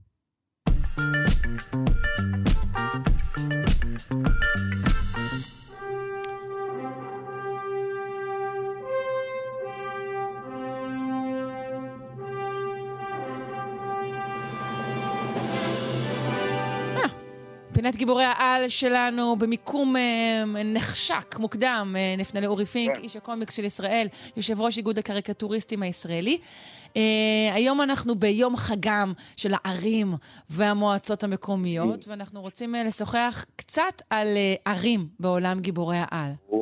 פינת גיבורי העל שלנו במיקום נחשק, מוקדם, נפנה לאורי פינק, איש הקומיקס של ישראל, יושב ראש איגוד הקריקטוריסטים הישראלי. היום אנחנו ביום חגם של הערים והמועצות המקומיות, ואנחנו רוצים לשוחח קצת על ערים בעולם גיבורי העל.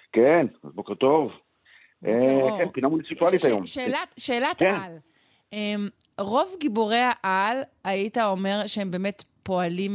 כן, אז בוקר טוב. כן, פינה מוניציפלית היום. שאלת על. רוב גיבורי העל, היית אומר שהם באמת פועלים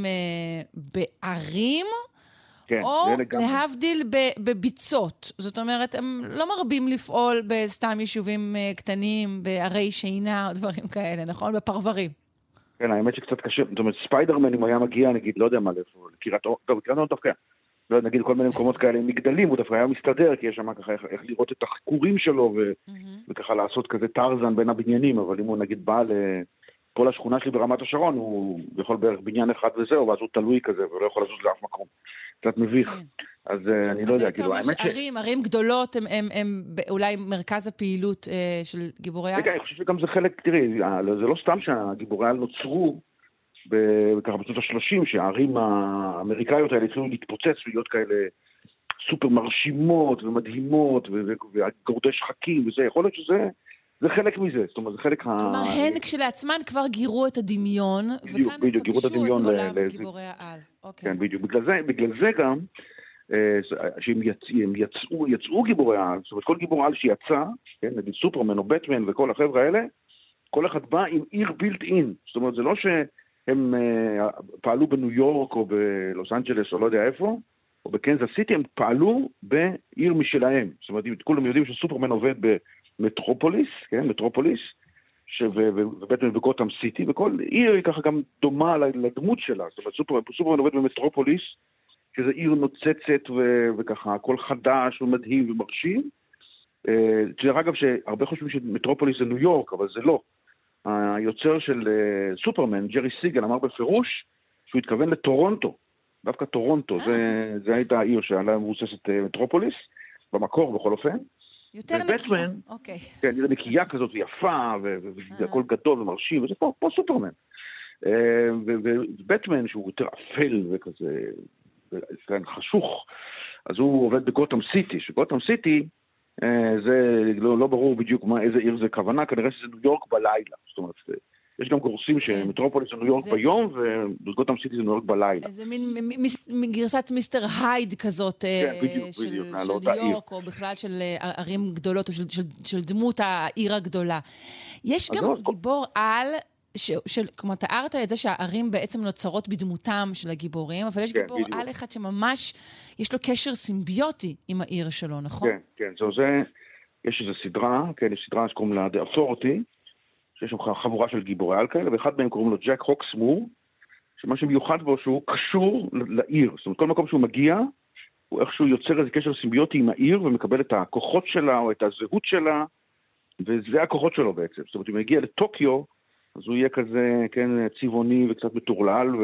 בערים, או להבדיל בביצות. זאת אומרת, הם לא מרבים לפעול בסתם יישובים קטנים, בערי שינה או דברים כאלה, נכון? בפרברים. כן, האמת שקצת קשה. זאת אומרת, ספיידרמן, אם היה מגיע, נגיד, לא יודע מה, לקריית אונו, טוב, קריית אונו דווקא. לא, נגיד, כל מיני מקומות כאלה עם מגדלים, הוא דווקא היה מסתדר, כי יש שם ככה איך, איך לראות את החקורים שלו, ו, mm-hmm. וככה לעשות כזה טרזן בין הבניינים, אבל אם הוא נגיד בא לפה לשכונה שלי ברמת השרון, הוא יכול בערך בניין אחד וזהו, ואז הוא תלוי כזה, ולא יכול לזוז לאף מקום. קצת מביך. Okay. אז uh, אני לא יודע, כאילו, האמת ש... ערים, ערים גדולות, הם, הם, הם אולי מרכז הפעילות uh, של גיבורי העל? רגע, אני חושב שגם זה חלק, תראי, זה לא סתם שהגיבורי העל נוצרו, וככה בשנות ה-שלושים, שהערים האמריקאיות האלה התחילו להתפוצץ ולהיות כאלה סופר מרשימות ומדהימות וגורדי שחקים וזה, יכול להיות שזה זה חלק מזה, זאת אומרת, זה חלק ה... כלומר, הן כשלעצמן כבר גירו את הדמיון, וכאן הם פגשו את עולם גיבורי העל. כן, בדיוק. בגלל זה גם, שהם יצאו, יצאו גיבורי העל, זאת אומרת, כל גיבור העל שיצא, נגיד סופרמן או בטמן וכל החבר'ה האלה, כל אחד בא עם עיר בילט אין, זאת אומרת, זה לא ש... הם uh, פעלו בניו יורק או בלוס אנג'לס או לא יודע איפה, או בקנזס סיטי, הם פעלו בעיר משלהם. זאת אומרת, כולם יודעים שסופרמן עובד במטרופוליס, כן, מטרופוליס, ובטמן בגותם סיטי, וכל עיר היא ככה גם דומה לדמות שלה. זאת אומרת, סופרמן, סופרמן עובד במטרופוליס, שזה עיר נוצצת ו- וככה, הכל חדש ומדהים ומרשים. דרך אגב, שהרבה חושבים שמטרופוליס זה ניו יורק, אבל זה לא. היוצר של סופרמן, ג'רי סיגל, אמר בפירוש שהוא התכוון לטורונטו. דווקא טורונטו, זה, זה הייתה העיר שעליה מבוססת מטרופוליס, במקור בכל אופן. יותר נקייה, אוקיי. כן, עיר נקייה כזאת ויפה, והכל גדול ומרשים, וזה פה, פה סופרמן. ובטמן, שהוא יותר אפל וכזה, חשוך, אז הוא עובד בגותם סיטי, שגותם סיטי, זה לא, לא ברור בדיוק מה, איזה עיר זה כוונה, כנראה שזה ניו יורק בלילה. זאת אומרת, יש גם גורסים שמטרופוליס זה ניו יורק זה... ביום, ובגותם סיטי זה ניו יורק בלילה. זה מין גרסת מיסטר הייד כזאת, כן, בדיוק, של, בדיוק, של ניו יורק, או בכלל של ערים גדולות, או של, של, של דמות העיר הגדולה. יש גם לא, גיבור על... ש, של, כמו תיארת את זה שהערים בעצם נוצרות בדמותם של הגיבורים, אבל יש כן, גיבור בדיוק. על אחד שממש יש לו קשר סימביוטי עם העיר שלו, נכון? כן, כן, זו זה, יש איזו סדרה, כן, יש סדרה שקוראים לה The Authority, שיש שם חבורה של גיבורי על כאלה, ואחד מהם קוראים לו ג'ק הוקסמור, שמה שמיוחד בו שהוא קשור לעיר, זאת אומרת, כל מקום שהוא מגיע, הוא איכשהו יוצר איזה קשר סימביוטי עם העיר, ומקבל את הכוחות שלה, או את הזהות שלה, וזה הכוחות שלו בעצם, זאת אומרת, אם הוא מגיע לטוקיו, אז הוא יהיה כזה, כן, צבעוני וקצת מטורלל, ו...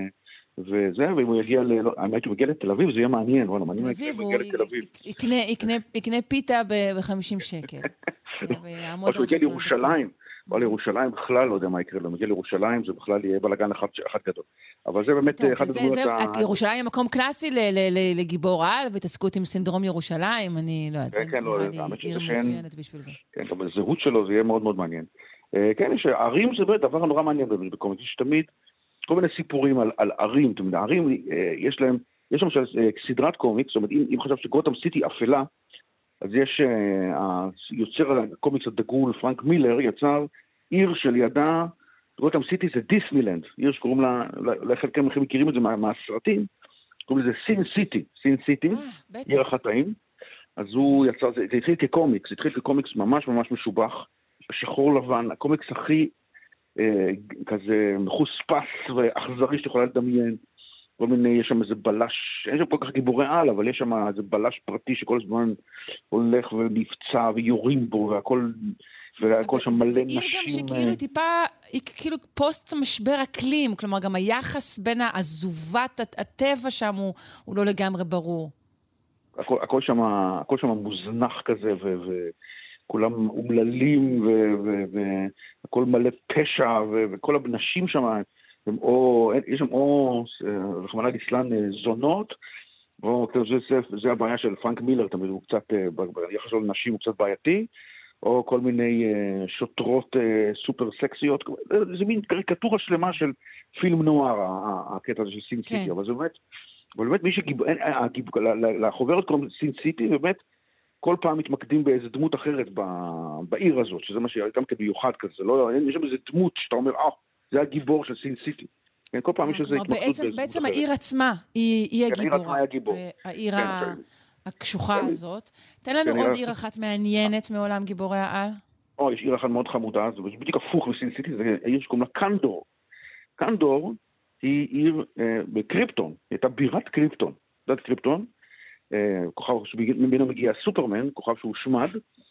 וזה, ואם הוא יגיע ל... האמת, הוא מגיע לתל אביב, זה יהיה מעניין, וואלה, מעניין הוא יגיע לתל אביב. יקנה פיתה ב-חמישים שקל. או שהוא יגיע לירושלים, או לירושלים בכלל, לא יודע מה יקרה לו, הוא מגיע לירושלים, זה בכלל יהיה בלגן אחד גדול. אבל זה באמת אחד הדמות... ירושלים היא מקום קלאסי לגיבור על, והתעסקות עם סינדרום ירושלים, אני לא יודעת, זה נראה לי עיר מצוינת בשביל זה. כן, אבל הזהות שלו זה יהיה מאוד מאוד מעניין. כן, הערים זה דבר נורא מעניין בקומיקס, יש תמיד כל מיני סיפורים על, על ערים, זאת אומרת, הערים, יש להם, יש למשל סדרת קומיקס, זאת אומרת, אם, אם חשב שגותם סיטי אפלה, אז יש, יוצר הקומיקס הדגול, פרנק מילר, יצר עיר של ידה, גותם סיטי זה דיסנילנד, עיר שקוראים לה, אולי חלקם מכירים את זה מה, מהסרטים, קוראים לזה סין סיטי, סין סיטי, עיר החטאים, אז הוא יצר, זה, זה התחיל כקומיקס, זה התחיל כקומיקס ממש ממש משובח, שחור לבן, הקומיקס הכי אה, כזה מחוספס ואכזרי שיכולה לדמיין, כל מיני, יש שם איזה בלש, אין שם כל כך גיבורי על, אבל יש שם איזה בלש פרטי שכל הזמן הולך ונפצע ויורים בו, והכל, והכל שם מלא נשים. זה עיר גם שכאילו טיפה, היא כאילו פוסט משבר אקלים, כלומר גם היחס בין העזובת הטבע שם הוא, הוא לא לגמרי ברור. הכל, הכל שם, הכל שם מוזנח כזה ו... ו כולם אומללים, והכל מלא פשע, וכל הנשים שם, יש שם או, רחמנא ליצלן, זונות, זה הבעיה של פרנק מילר, תמיד הוא קצת, ביחס שלו לנשים הוא קצת בעייתי, או כל מיני שוטרות סופר סקסיות, זה מין קריקטורה שלמה של פילם נואר, הקטע הזה של סין סיטי, אבל זה באמת, אבל באמת מי שגיב... לחוברת קוראים סין סיטי, ובאמת כל פעם מתמקדים באיזה דמות אחרת ב... בעיר הזאת, שזה מה שגם כביוחד כזה, לא, יש שם איזה דמות שאתה אומר, אה, זה הגיבור של סין סיטי. כן, כל פעם יש איזה התמקדות באיזה דמות אחרת. בעצם העיר עצמה היא הגיבורה. העיר עצמה היא הגיבור. העיר הקשוחה הזאת. תן לנו עוד עיר אחת מעניינת מעולם גיבורי העל. או, יש עיר אחת מאוד חמודה, זה בדיוק הפוך לסין סיטי, זה עיר שקוראים לה קנדור. קנדור היא עיר בקריפטון, היא הייתה בירת קריפטון. יודעת קריפטון? כוכב ממנו מגיע סופרמן, כוכב שהוא שמד,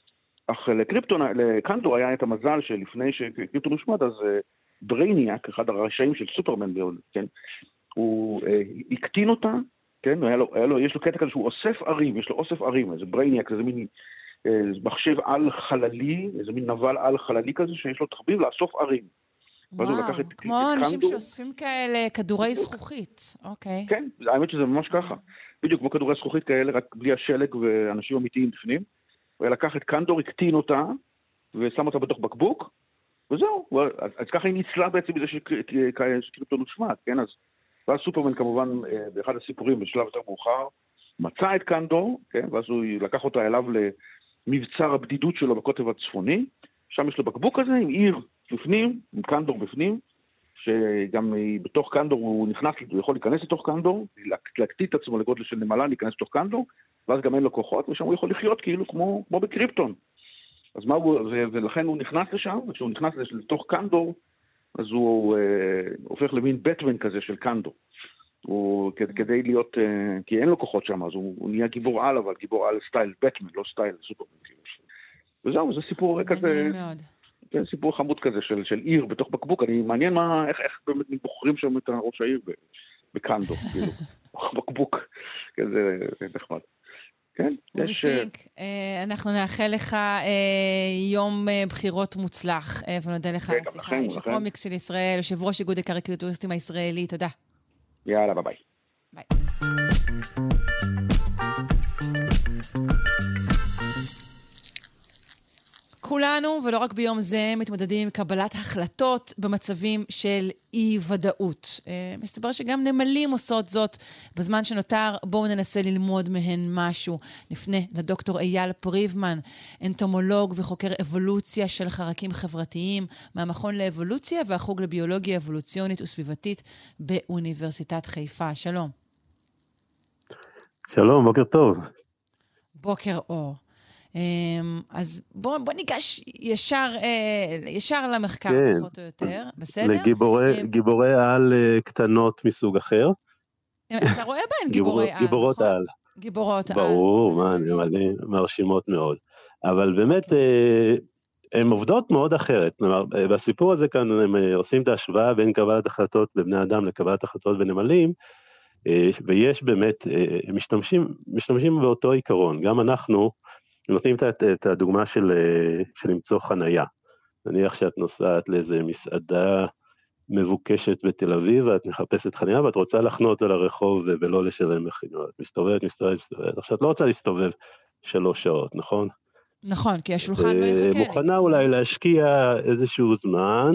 אך לקריפטון, לקנדור היה את המזל שלפני שקריפטון הוא שמד, אז ברייניאק, אחד הרשעים של סופרמן, כן, הוא הקטין אותה, כן, היה לו, היה לו, יש לו קטע כזה שהוא אוסף ערים, יש לו אוסף ערים, איזה ברייניאק, איזה מין מחשב על חללי, איזה מין נבל על חללי כזה, שיש לו תחביב לאסוף ערים. וואו, כמו אנשים שאוספים כאלה כדורי זכוכית, אוקיי. כן, האמת שזה ממש ככה. בדיוק כמו כדורי זכוכית כאלה, רק בלי השלג ואנשים אמיתיים בפנים. הוא לקח את קנדור, הקטין אותה, ושם אותה בתוך בקבוק, וזהו. אז, אז ככה היא ניצלה בעצם בזה שקריפטון הושמד, כן? אז ואז סופרמן כמובן, באחד הסיפורים, בשלב יותר מאוחר, מצא את קנדור, כן? ואז הוא לקח אותה אליו למבצר הבדידות שלו בקוטב הצפוני, שם יש לו בקבוק הזה עם עיר בפנים, עם קנדור בפנים, שגם בתוך קנדור הוא נכנס, הוא יכול להיכנס לתוך קנדור, להקטיא את עצמו לגודל של נמלה, להיכנס לתוך קנדור, ואז גם אין לו כוחות, ושם הוא יכול לחיות כאילו כמו, כמו בקריפטון. אז מה הוא, ולכן הוא נכנס לשם, וכשהוא נכנס לתוך קנדור, אז הוא אה, הופך למין בטמן כזה של קנדור. הוא, כדי, כדי להיות, אה, כי אין לו כוחות שם, אז הוא, הוא נהיה גיבור על, אבל גיבור על סטייל בטמן, לא סטייל סופרמן. כאילו. וזהו, זה סיפור כזה... כן, סיפור חמוד כזה של, של עיר בתוך בקבוק, אני מעניין מה, איך, איך באמת בוחרים שם את ראש העיר בקנדור, כאילו, בקבוק, כזה נחמד. כן, יש... פינק, אנחנו נאחל לך יום בחירות מוצלח, ונודה לך על השיחה. איש הקומיקס של ישראל, יושב ראש איגוד הקריקטוריסטים הישראלי, תודה. יאללה, ביי ביי. ביי. כולנו, ולא רק ביום זה, מתמודדים עם קבלת החלטות במצבים של אי-ודאות. מסתבר שגם נמלים עושות זאת. בזמן שנותר, בואו ננסה ללמוד מהן משהו. נפנה לדוקטור אייל פריבמן, אנטומולוג וחוקר אבולוציה של חרקים חברתיים, מהמכון לאבולוציה והחוג לביולוגיה אבולוציונית וסביבתית באוניברסיטת חיפה. שלום. שלום, בוקר טוב. בוקר אור. אז בוא, בוא ניגש ישר, ישר למחקר, כן. פחות או יותר, בסדר? לגיבורי, גיבורי על קטנות מסוג אחר. אתה רואה בהן גיבורי על, גיבורות נכון? על. גיבורות על. ברור, מה, הן מרשימות מאוד. אבל באמת, okay. הן עובדות מאוד אחרת. כלומר, בסיפור הזה כאן, הם עושים את ההשוואה בין קבלת החלטות בבני אדם לקבלת החלטות בנמלים, ויש באמת, הם משתמשים, משתמשים באותו עיקרון. גם אנחנו, נותנים את, את הדוגמה של, של למצוא חנייה. נניח שאת נוסעת לאיזה מסעדה מבוקשת בתל אביב, ואת מחפשת חנייה, ואת רוצה לחנות על הרחוב ולא לשלם מחיר. את מסתובבת, מסתובבת, מסתובבת. עכשיו, את לא רוצה להסתובב שלוש שעות, נכון? נכון, כי השולחן לא יחכה לי. מוכנה אולי להשקיע איזשהו זמן,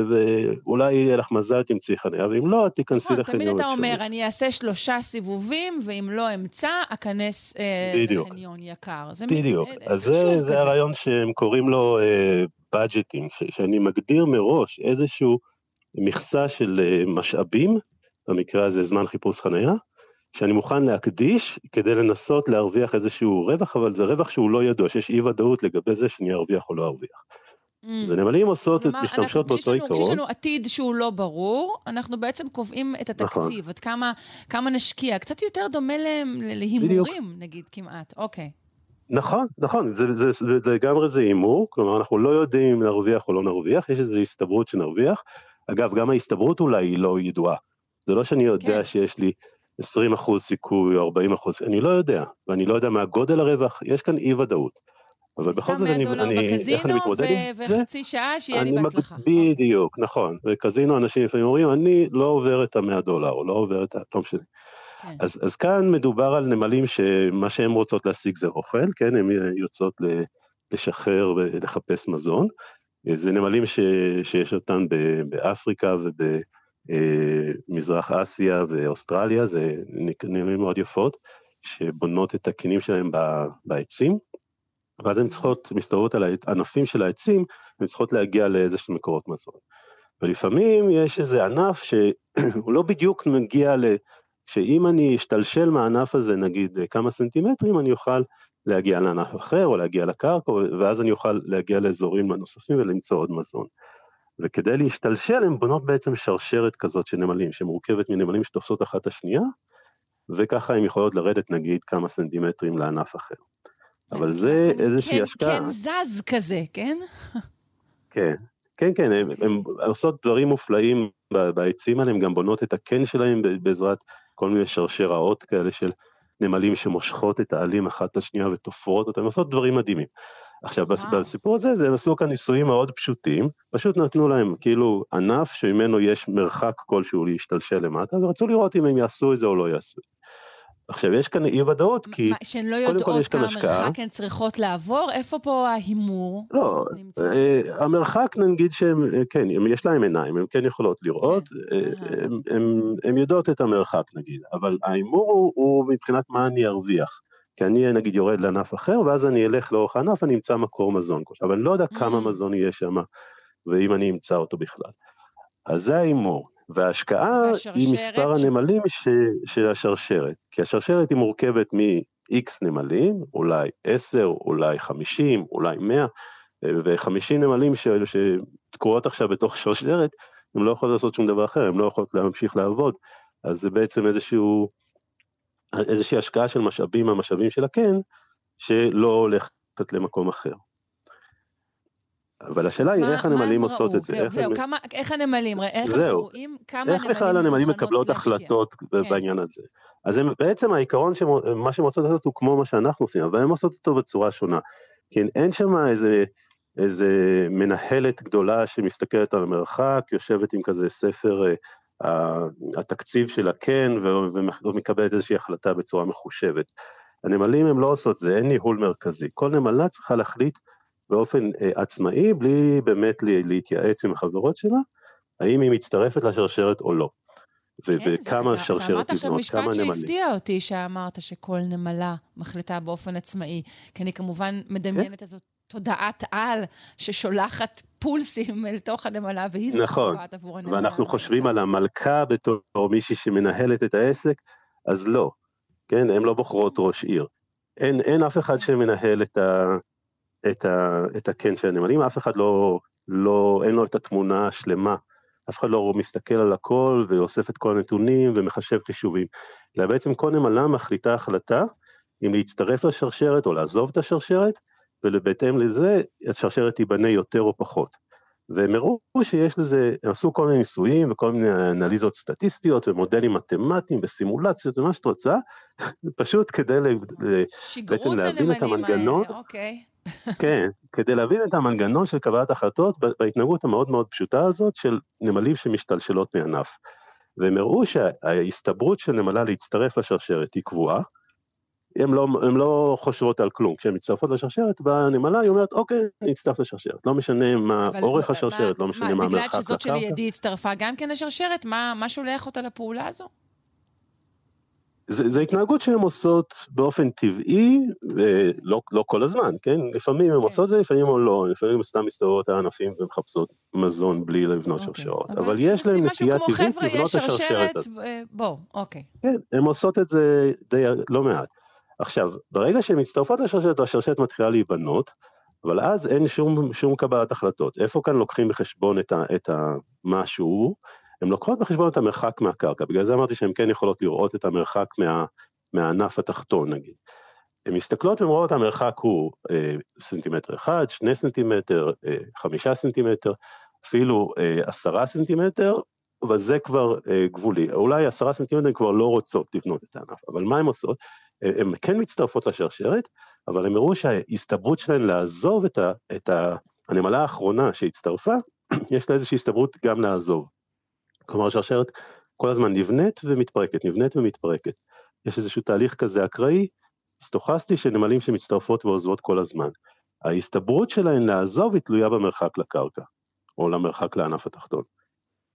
ואולי יהיה לך מזל תמצאי חניה, ואם לא, תיכנסי לחניון. תמיד אתה אומר, אני אעשה שלושה סיבובים, ואם לא אמצא, אכנס לחניון יקר. בדיוק, אז זה הרעיון שהם קוראים לו בדג'טינג, שאני מגדיר מראש איזשהו מכסה של משאבים, במקרה הזה זמן חיפוש חניה, שאני מוכן להקדיש כדי לנסות להרוויח איזשהו רווח, אבל זה רווח שהוא לא ידוע, שיש אי ודאות לגבי זה שאני ארוויח או לא ארוויח. אז הנמלים עושות את משתמשות באותו עיקרון. כשיש לנו עתיד שהוא לא ברור, אנחנו בעצם קובעים את התקציב, עד כמה נשקיע, קצת יותר דומה להימורים, נגיד, כמעט. אוקיי. נכון, נכון, זה לגמרי זה הימור, כלומר אנחנו לא יודעים אם נרוויח או לא נרוויח, יש איזו הסתברות שנרוויח, אגב, גם ההסתברות אולי היא לא ידועה, זה לא שאני יודע שיש לי עשרים אחוז סיכוי או ארבעים אחוז, אני לא יודע, ואני לא יודע מה גודל הרווח, יש כאן אי ודאות. אבל בכל זאת אני, אני, איך אני מתמודד עם זה? וחצי שעה שיהיה לי בהצלחה. בדיוק, נכון. וקזינו אנשים לפעמים אומרים, אני לא עובר את המאה דולר, או לא עובר את התום שלי. אז, אז כאן מדובר על נמלים שמה שהן רוצות להשיג זה אוכל, כן, הן יוצאות לשחרר ולחפש מזון. זה נמלים ש, שיש אותן באפריקה וב... מזרח אסיה ואוסטרליה, זה נמלים מאוד יפות, שבונות את הקינים שלהם בעצים, ואז הן צריכות, מסתובבות על הענפים של העצים, הן צריכות להגיע לאיזשהם מקורות מזון. ולפעמים יש איזה ענף שהוא לא בדיוק מגיע ל... שאם אני אשתלשל מהענף הזה, נגיד כמה סנטימטרים, אני אוכל להגיע לענף אחר, או להגיע לקרקע, ואז אני אוכל להגיע לאזורים הנוספים ולמצוא עוד מזון. וכדי להשתלשל, הן בונות בעצם שרשרת כזאת של נמלים, שמורכבת מנמלים שתופסות אחת השנייה, וככה הן יכולות לרדת נגיד כמה סנטימטרים לענף אחר. אבל זה איזושהי השקעה. כן זז כזה, כן? כן, כן, כן, הן עושות דברים מופלאים בעצים האלה, הן גם בונות את הקן שלהם בעזרת כל מיני שרשראות כאלה של נמלים שמושכות את העלים אחת לשנייה ותופרות אותם, הן עושות דברים מדהימים. עכשיו, בסיפור הזה, זה עשו כאן ניסויים מאוד פשוטים, פשוט נתנו להם כאילו ענף שממנו יש מרחק כלשהו להשתלשל למטה, ורצו לראות אם הם יעשו את זה או לא יעשו את זה. עכשיו, יש כאן אי ודאות, כי מה, שהן לא יודעות כמה מרחק הן צריכות לעבור? איפה פה ההימור? לא, אה, המרחק נגיד שהם, כן, יש להם עיניים, הם כן יכולות לראות, כן. אה, הם, הם, הם יודעות את המרחק נגיד, אבל ההימור הוא, הוא מבחינת מה אני ארוויח. כי אני נגיד יורד לענף אחר, ואז אני אלך לאורך הענף, אני אמצא מקור מזון, אבל אני לא יודע כמה מזון יהיה שם, ואם אני אמצא אותו בכלל. אז זה ההימור, וההשקעה היא מספר הנמלים ש... של השרשרת, כי השרשרת היא מורכבת מ-X נמלים, אולי עשר, אולי חמישים, אולי מאה, ו-חמישים נמלים ש... שתקועות עכשיו בתוך שרשרת, הם לא יכולים לעשות שום דבר אחר, הם לא יכולים להמשיך לעבוד, אז זה בעצם איזשהו... איזושהי השקעה של משאבים, המשאבים של הקן, שלא הולכת למקום אחר. אבל השאלה היא איך הנמלים עושות את זה. איך הנמלים, איך אנחנו רואים כמה הנמלים... איך בכלל הנמלים מקבלות החלטות בעניין הזה. אז בעצם העיקרון, מה שהן רוצות לעשות הוא כמו מה שאנחנו עושים, אבל הן עושות אותו בצורה שונה. כי אין שם איזה מנהלת גדולה שמסתכלת על המרחק, יושבת עם כזה ספר... התקציב של הקן, ומקבלת איזושהי החלטה בצורה מחושבת. הנמלים הם לא עושות זה, אין ניהול מרכזי. כל נמלה צריכה להחליט באופן עצמאי, בלי באמת להתייעץ עם החברות שלה, האם היא מצטרפת לשרשרת או לא. וכמה שרשרת לבנות, כמה נמלים. אתה אמרת עכשיו משפט שהפתיע אותי, שאמרת שכל נמלה מחליטה באופן עצמאי, כי אני כמובן מדמיינת הזאת, תודעת על ששולחת פולסים אל תוך הנמלה, והיא זאת קובעת עבור הנמלה. ואנחנו חושבים על המלכה בתור מישהי שמנהלת את העסק, אז לא, כן, הם לא בוחרות ראש עיר. אין, אין אף אחד שמנהל את ה, את ה, את הקן של הנמלים, אף אחד לא, לא, אין לו את התמונה השלמה, אף אחד לא מסתכל על הכל, ואוסף את כל הנתונים, ומחשב חישובים. אלא בעצם כל נמלה מחליטה החלטה, אם להצטרף לשרשרת, או לעזוב את השרשרת, ולבהתאם לזה, השרשרת תיבנה יותר או פחות. והם הראו שיש לזה, עשו כל מיני ניסויים, וכל מיני אנליזות סטטיסטיות, ומודלים מתמטיים, וסימולציות, ומה שאת רוצה, פשוט כדי בעצם להבין את המנגנון, אוקיי. כן, כדי להבין את המנגנון של קבלת החלטות, בהתנהגות המאוד מאוד פשוטה הזאת, של נמלים שמשתלשלות מענף. והם הראו שההסתברות של נמלה להצטרף לשרשרת היא קבועה, הן לא, לא חושבות על כלום, כשהן מצטרפות לשרשרת, בנמלה היא אומרת, אוקיי, אני אצטרף לשרשרת, לא משנה מה אורך השרשרת, לא משנה מה המרחק לקרקע. בגלל שזאת שלידי הצטרפה גם כן לשרשרת, מה, מה שולח אותה לפעולה הזו? זה, זה התנהגות שהן עושות באופן טבעי, ולא לא כל הזמן, כן? לפעמים הן עושות זה, לפעמים או לא, לפעמים סתם מסתובבות הענפים ומחפשות מזון בלי לבנות שרשרות, אבל יש להם נטייה טבעית לבנות את השרשרת הזאת. בוא, אוקיי. כן, הן עושות את זה די לא מעט. עכשיו, ברגע שהן מצטרפות לשרשרת, השרשרת מתחילה להיבנות, אבל אז אין שום, שום קבלת החלטות. איפה כאן לוקחים בחשבון את, ה, את המשהו? הם לוקחות בחשבון את המרחק מהקרקע, בגלל זה אמרתי שהן כן יכולות לראות את המרחק מה, מהענף התחתון, נגיד. הן מסתכלות ורואות המרחק הוא אה, סנטימטר אחד, שני סנטימטר, אה, חמישה סנטימטר, אפילו אה, עשרה סנטימטר, אבל זה כבר אה, גבולי. אולי עשרה סנטימטר כבר לא רוצות לבנות את הענף, אבל מה הן עושות? הן כן מצטרפות לשרשרת, אבל הם הראו שההסתברות שלהן לעזוב את, ה, את ה, הנמלה האחרונה שהצטרפה, יש לה איזושהי הסתברות גם לעזוב. כלומר, השרשרת כל הזמן נבנית ומתפרקת, נבנית ומתפרקת. יש איזשהו תהליך כזה אקראי, סטוכסטי, של נמלים שמצטרפות ועוזבות כל הזמן. ההסתברות שלהן לעזוב היא תלויה במרחק לקרקע, או למרחק לענף התחתון.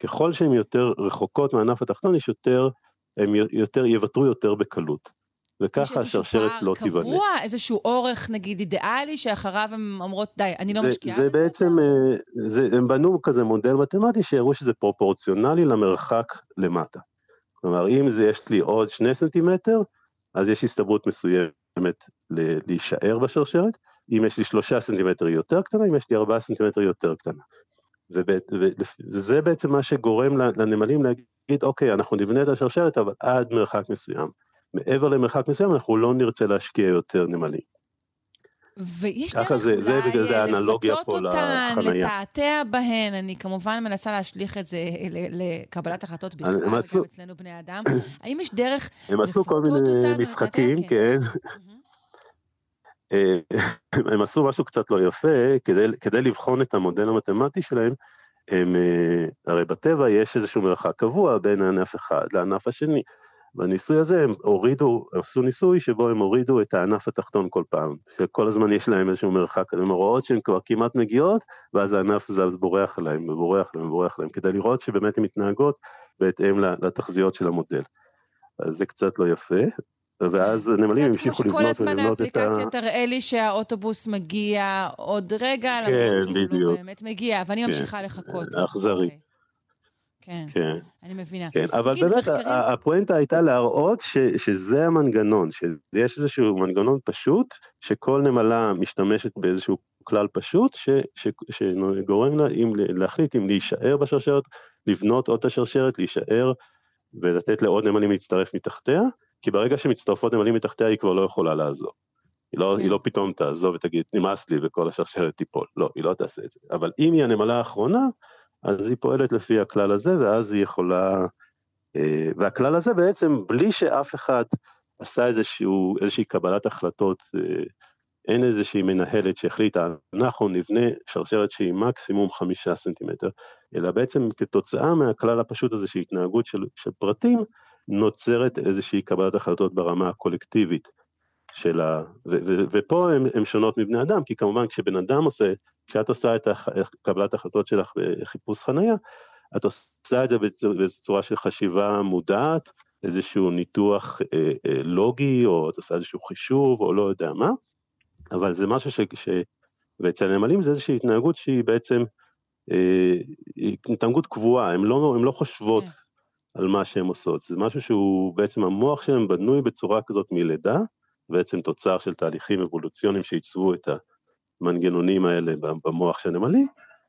ככל שהן יותר רחוקות מהענף התחתון, יש יותר, הם יותר יוותרו יותר בקלות. וככה השרשרת לא תיבנה. יש איזשהו פער קבוע, איזשהו אורך נגיד אידיאלי, שאחריו הן אומרות, די, אני לא משקיעה זה בזה בעצם, יותר? זה, הם בנו כזה מודל מתמטי, שהראו שזה פרופורציונלי למרחק למטה. כלומר, אם זה יש לי עוד שני סנטימטר, אז יש הסתברות מסוימת להישאר בשרשרת, אם יש לי שלושה סנטימטר יותר קטנה, אם יש לי ארבעה סנטימטר יותר קטנה. וזה בעצם מה שגורם לנמלים להגיד, אוקיי, אנחנו נבנה את השרשרת, אבל עד מרחק מסוים. מעבר למרחק מסוים, אנחנו לא נרצה להשקיע יותר נמלים. ויש דרך אולי לפתות אותן, לחנייה. לתעתע בהן, אני כמובן מנסה להשליך את זה לקבלת החלטות בכלל, וגם עשו... אצלנו בני אדם. האם יש דרך הם עשו כל מיני משחקים, כן. הם עשו משהו קצת לא יפה, כדי, כדי לבחון את המודל המתמטי שלהם, הם, הרי בטבע יש איזשהו מרחק קבוע בין הענף אחד לענף השני. בניסוי הזה הם הורידו, עשו ניסוי שבו הם הורידו את הענף התחתון כל פעם, שכל הזמן יש להם איזשהו מרחק, הם רואות שהן כבר כמעט מגיעות, ואז הענף זז בורח עליהם, בורח עליהם, בורח עליהם, כדי לראות שבאמת הן מתנהגות בהתאם לתחזיות של המודל. אז זה קצת לא יפה, ואז נמלים המשיכו לבנות ולבנות את ה... כל הזמן האפליקציה תראה לי שהאוטובוס מגיע עוד רגע, כן, בדיוק. הוא לא באמת מגיע, ואני ממשיכה לחכות. אכזרי. כן, כן. אני מבינה. כן, אבל באמת מחקרים... הפואנטה הייתה להראות ש, שזה המנגנון, שיש איזשהו מנגנון פשוט, שכל נמלה משתמשת באיזשהו כלל פשוט, ש, ש, שגורם לה אם, להחליט אם להישאר בשרשרת, לבנות עוד השרשרת, להישאר ולתת לעוד נמלים להצטרף מתחתיה, כי ברגע שמצטרפות נמלים מתחתיה היא כבר לא יכולה לעזוב. היא לא, כן. היא לא פתאום תעזוב ותגיד, נמאס לי וכל השרשרת תיפול. לא, היא לא תעשה את זה. אבל אם היא הנמלה האחרונה, אז היא פועלת לפי הכלל הזה, ואז היא יכולה, והכלל הזה בעצם, בלי שאף אחד עשה איזשהו, איזושהי קבלת החלטות, אין איזושהי מנהלת שהחליטה, אנחנו נבנה שרשרת שהיא מקסימום חמישה סנטימטר, אלא בעצם כתוצאה מהכלל הפשוט הזה, שהיא התנהגות של, של פרטים, נוצרת איזושהי קבלת החלטות ברמה הקולקטיבית שלה, ו, ו, ופה הם, הם שונות מבני אדם, כי כמובן כשבן אדם עושה, כשאת עושה את קבלת החלטות שלך בחיפוש חנייה, את עושה את זה בצורה של חשיבה מודעת, איזשהו ניתוח אה, אה, לוגי, או את עושה איזשהו חישוב, או לא יודע מה, אבל זה משהו ש... ש... ואצל הנמלים זה איזושהי התנהגות שהיא בעצם, אה, התנהגות קבועה, הן לא, הן לא חושבות על מה שהן עושות, זה משהו שהוא בעצם המוח שלהם בנוי בצורה כזאת מלידה, בעצם תוצר של תהליכים אבולוציוניים שעיצבו את המנגנונים האלה במוח של הנמלים,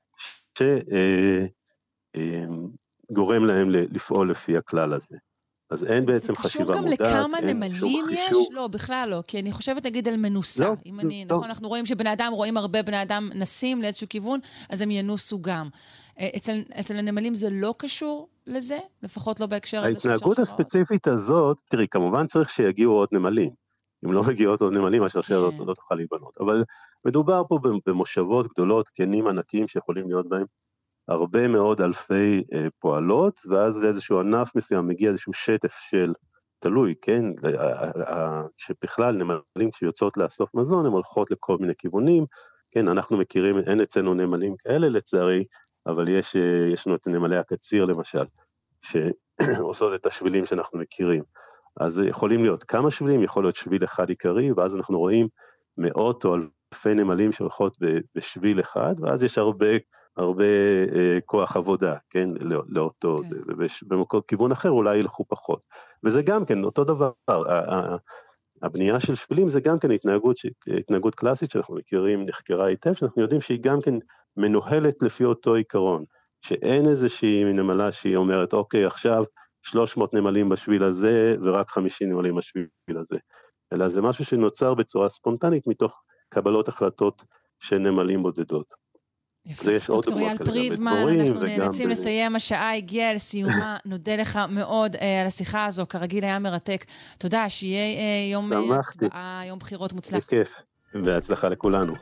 שגורם להם לפעול לפי הכלל הזה. אז אין בעצם חשיבה מודעת. זה קשור גם לכמה נמלים יש? לא, בכלל לא, כי אני חושבת נגיד על מנוסה. לא, אם אני, לא. נכון, אנחנו רואים שבני אדם, רואים הרבה בני אדם נסים לאיזשהו כיוון, אז הם ינוסו גם. אצל, אצל הנמלים זה לא קשור לזה? לפחות לא בהקשר הזה של שרשראות? ההתנהגות הספציפית הזאת, תראי, כמובן צריך שיגיעו עוד נמלים. אם לא מגיעות עוד נמלים, השרשרת לא תוכל להיבנות. אבל מדובר פה במושבות גדולות, קנים ענקים שיכולים להיות בהם הרבה מאוד אלפי אה, פועלות, ואז לאיזשהו ענף מסוים מגיע איזשהו שטף של תלוי, כן? שבכלל נמלים שיוצאות לאסוף מזון, הן הולכות לכל מיני כיוונים, כן? אנחנו מכירים, אין אצלנו נמלים כאלה לצערי, אבל יש, יש לנו את נמלי הקציר למשל, שעושות את השבילים שאנחנו מכירים. אז יכולים להיות כמה שבילים, יכול להיות שביל אחד עיקרי, ואז אנחנו רואים מאות או אלפי נמלים שהולכות בשביל אחד, ואז יש הרבה, הרבה אה, כוח עבודה, כן, לא, לאותו, okay. במקום כיוון אחר אולי ילכו פחות. וזה גם כן, אותו דבר, הבנייה של שבילים זה גם כן התנהגות, התנהגות קלאסית שאנחנו מכירים, נחקרה היטב, שאנחנו יודעים שהיא גם כן מנוהלת לפי אותו עיקרון, שאין איזושהי נמלה שהיא אומרת, אוקיי, עכשיו שלוש מאות נמלים בשביל הזה, ורק חמישים נמלים בשביל הזה. אלא זה משהו שנוצר בצורה ספונטנית, מתוך קבלות החלטות של נמלים בודדות. יפה. דוקטור אייל פרידמן, אנחנו נאלצים לסיים, השעה הגיעה לסיומה, נודה לך מאוד על השיחה הזו, כרגיל היה מרתק. תודה, שיהיה יום הצבעה, יום בחירות מוצלח. בכיף, והצלחה לכולנו.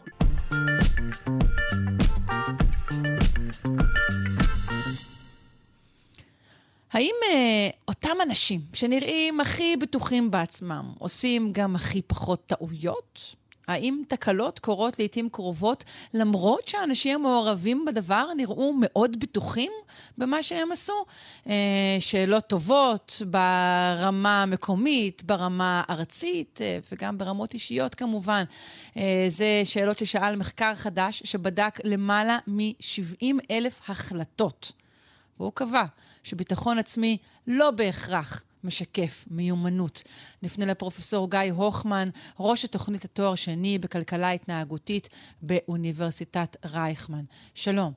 האם אה, אותם אנשים שנראים הכי בטוחים בעצמם, עושים גם הכי פחות טעויות? האם תקלות קורות לעתים קרובות, למרות שהאנשים המעורבים בדבר נראו מאוד בטוחים במה שהם עשו? שאלות טובות ברמה המקומית, ברמה ארצית, וגם ברמות אישיות כמובן. זה שאלות ששאל מחקר חדש שבדק למעלה מ-שבעים אלף החלטות. והוא קבע שביטחון עצמי לא בהכרח משקף מיומנות. נפנה לפרופסור גיא הוכמן, ראש התוכנית התואר שני בכלכלה התנהגותית באוניברסיטת רייכמן. שלום.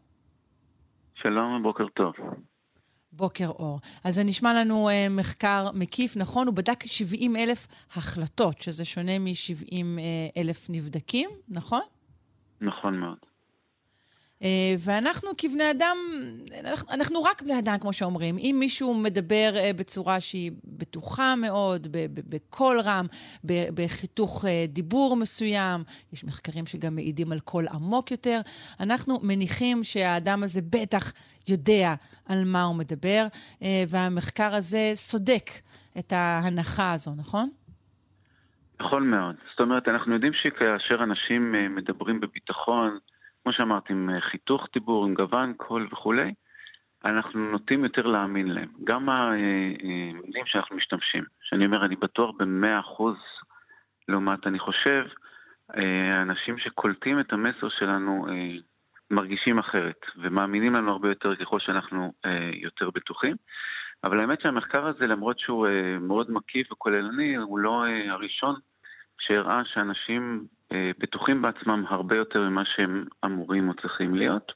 שלום, בוקר טוב. בוקר אור. אז זה נשמע לנו uh, מחקר מקיף, נכון? הוא בדק שבעים אלף החלטות, שזה שונה מ-שבעים אלף נבדקים, נכון? נכון מאוד. Uh, ואנחנו כבני אדם, אנחנו, אנחנו רק בני אדם, כמו שאומרים. אם מישהו מדבר uh, בצורה שהיא בטוחה מאוד, בקול רם, בחיתוך uh, דיבור מסוים, יש מחקרים שגם מעידים על קול עמוק יותר, אנחנו מניחים שהאדם הזה בטח יודע על מה הוא מדבר, uh, והמחקר הזה סודק את ההנחה הזו, נכון? נכון מאוד. זאת אומרת, אנחנו יודעים שכאשר אנשים uh, מדברים בביטחון, כמו שאמרתי, עם חיתוך דיבור, עם גוון, קול וכו', אנחנו נוטים יותר להאמין להם. גם המילים שאנחנו משתמשים, שאני אומר, אני בטוח ב-מאה אחוז לעומת, אני חושב, אנשים שקולטים את המסר שלנו מרגישים אחרת, ומאמינים לנו הרבה יותר ככל שאנחנו יותר בטוחים. אבל האמת שהמחקר הזה, למרות שהוא מאוד מקיף וכוללני, הוא לא הראשון שהראה שאנשים בטוחים בעצמם הרבה יותר ממה שהם אמורים או צריכים להיות.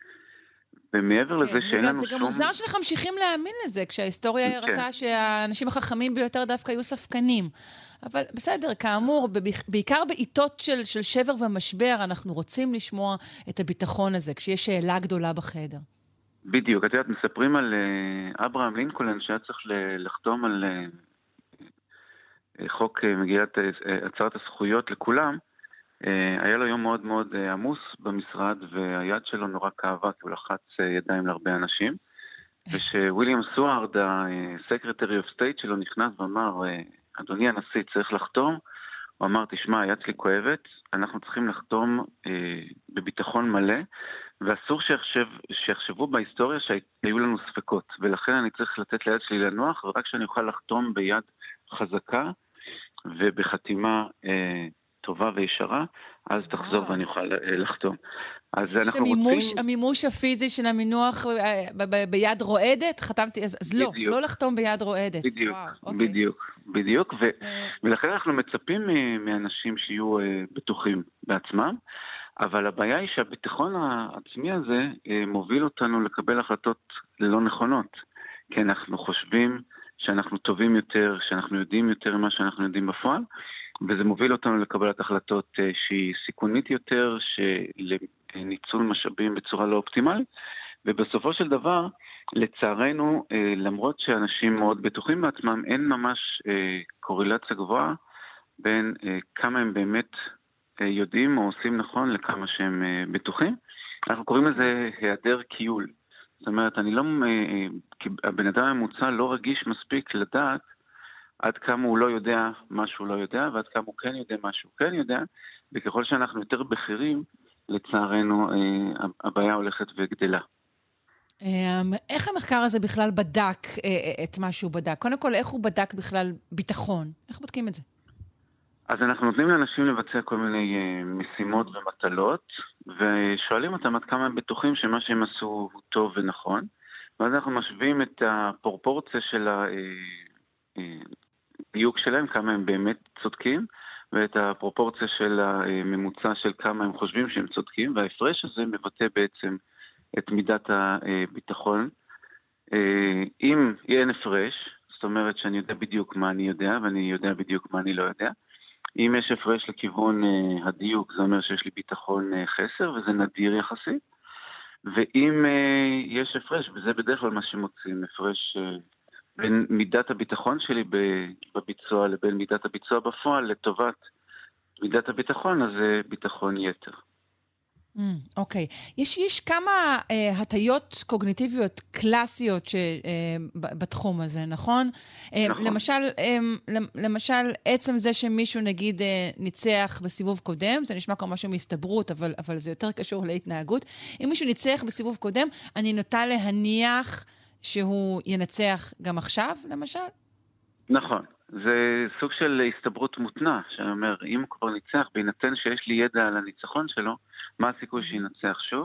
ומעבר כן, לזה שאין לנו שום... זה גם מוזר שאנחנו ממשיכים להאמין לזה, כשההיסטוריה כן. הראתה שהאנשים החכמים ביותר דווקא היו ספקנים. אבל בסדר, כאמור, בעיקר בעיתות של, של שבר ומשבר, אנחנו רוצים לשמוע את הביטחון הזה, כשיש שאלה גדולה בחדר. בדיוק, את יודעת, מספרים על uh, אברהם לינקולן, שהיה צריך לחתום על uh, חוק uh, מגילת uh, הצהרת הזכויות לכולם, היה לו יום מאוד מאוד עמוס במשרד, והיד שלו נורא כאבה, כי הוא לחץ ידיים להרבה אנשים. ושוויליאם סוארד, הסקרטרי אוף סטייט שלו, נכנס ואמר, אדוני הנשיא, צריך לחתום. הוא אמר, תשמע, היד שלי כואבת, אנחנו צריכים לחתום בביטחון מלא, ואסור שיחשב, שיחשבו בהיסטוריה שהיו לנו ספקות, ולכן אני צריך לתת ליד שלי לנוח, ורק שאני אוכל לחתום ביד חזקה, ובחתימה טובה וישרה, אז תחזור ואני אוכל לחתום. אז אנחנו רוצים... המימוש הפיזי של המינוח ביד רועדת, חתמתי, אז לא, לא לחתום ביד רועדת. בדיוק, בדיוק, בדיוק, ולכן אנחנו מצפים מאנשים שיהיו בטוחים בעצמם, אבל הבעיה היא שהביטחון העצמי הזה מוביל אותנו לקבל החלטות לא נכונות, כי אנחנו חושבים שאנחנו טובים יותר, שאנחנו יודעים יותר ממה שאנחנו יודעים בפועל, וזה מוביל אותנו לקבלת החלטות שהיא סיכונית יותר, לניצול משאבים בצורה לא אופטימלית, ובסופו של דבר, לצערנו, למרות שאנשים מאוד בטוחים בעצמם, אין ממש קורלציה גבוהה בין כמה הם באמת יודעים או עושים נכון לכמה שהם בטוחים. אנחנו קוראים לזה היעדר קיול. זאת אומרת, אני לא, הבן אדם הממוצע לא רגיש מספיק לדעת עד כמה הוא לא יודע מה שהוא לא יודע, ועד כמה הוא כן יודע מה שהוא כן יודע, וככל שאנחנו יותר בכירים, לצערנו, הבעיה הולכת וגדלה. איך המחקר הזה בכלל בדק את מה שהוא בדק? קודם כל, איך הוא בדק בכלל ביטחון? איך בודקים את זה? אז אנחנו נותנים לאנשים לבצע כל מיני משימות ומטלות, ושואלים אותם עד כמה הם בטוחים שמה שהם עשו הוא טוב ונכון, ואז אנחנו משווים את הפרופורציה של ה... דיוק שלהם, כמה הם באמת צודקים, ואת הפרופורציה של הממוצע של כמה הם חושבים שהם צודקים, וההפרש הזה מבטא בעצם את מידת הביטחון. אם אין הפרש, זאת אומרת שאני יודע בדיוק מה אני יודע, ואני יודע בדיוק מה אני לא יודע. אם יש הפרש לכיוון הדיוק, זה אומר שיש לי ביטחון חסר, וזה נדיר יחסית. ואם יש הפרש, וזה בדרך כלל מה שמוצאים, הפרש בין מידת הביטחון שלי בביצוע לבין מידת הביצוע בפועל לטובת מידת הביטחון, אז זה ביטחון יתר. אוקיי. יש, יש כמה אה, הטיות קוגניטיביות קלאסיות ש, אה, בתחום הזה, נכון? אה, נכון. למשל, אה, למשל, עצם זה שמישהו נגיד אה, ניצח בסיבוב קודם, זה נשמע כמו משהו מהסתברות, אבל, אבל זה יותר קשור להתנהגות. אם מישהו ניצח בסיבוב קודם, אני נוטה להניח שהוא ינצח גם עכשיו, למשל? נכון. זה סוג של הסתברות מותנה, שאני אומר, אם הוא כבר ניצח, בהינתן שיש לי ידע על הניצחון שלו, מה הסיכוי שינצח שוב?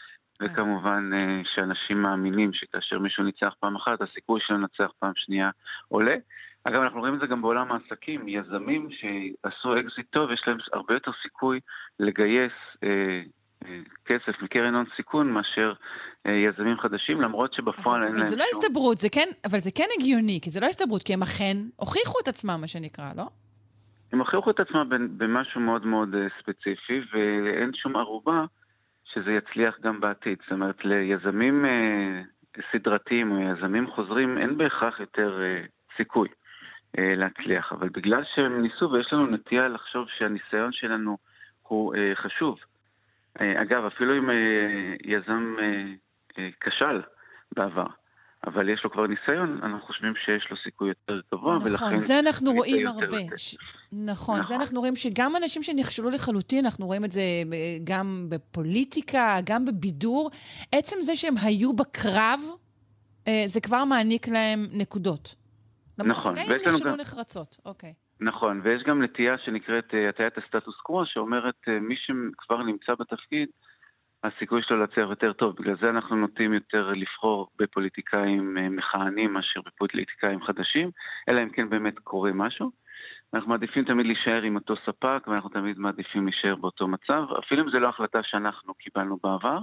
וכמובן שאנשים מאמינים שכאשר מישהו ניצח פעם אחת, הסיכוי שלו לנצח פעם שנייה עולה. אגב, אנחנו רואים את זה גם בעולם העסקים. יזמים שעשו אקזיט טוב, יש להם הרבה יותר סיכוי לגייס אה, אה, כסף מקרן הון סיכון מאשר אה, יזמים חדשים, למרות שבפועל אין להם שום... אבל זה לא הסתברות, זה כן, אבל זה כן הגיוני, כי זה לא הסתברות, כי הם אכן הוכיחו את עצמם, מה שנקרא, לא? הם הוכיחו את עצמם במשהו מאוד מאוד ספציפי, ואין שום ערובה שזה יצליח גם בעתיד. זאת אומרת, ליזמים אה, סדרתיים או יזמים חוזרים, אין בהכרח יותר אה, סיכוי אה, להצליח. אבל בגלל שהם ניסו, ויש לנו נטייה לחשוב שהניסיון שלנו הוא אה, חשוב. אה, אגב, אפילו אם אה, יזם אה, אה, כשל בעבר, אבל יש לו כבר ניסיון, אנחנו חושבים שיש לו סיכוי יותר גבוה, נכון, ולכן... זה אנחנו רואים הרבה. ש... נכון, נכון, זה אנחנו רואים שגם אנשים שנכשלו לחלוטין, אנחנו רואים את זה גם בפוליטיקה, גם בבידור, עצם זה שהם היו בקרב, זה כבר מעניק להם נקודות. נכון. גם אם נכשלו נחרצות, אוקיי. נכון, ויש גם נטייה שנקראת הטיית הסטטוס קוו, שאומרת מי שכבר נמצא בתפקיד, הסיכוי שלו להצליח יותר טוב. בגלל זה אנחנו נוטים יותר לבחור בפוליטיקאים מכהנים מאשר בפוליטיקאים חדשים, אלא אם כן באמת קורה משהו. אנחנו מעדיפים תמיד להישאר עם אותו ספק, ואנחנו תמיד מעדיפים להישאר באותו מצב, אפילו אם זה לא החלטה שאנחנו קיבלנו בעבר,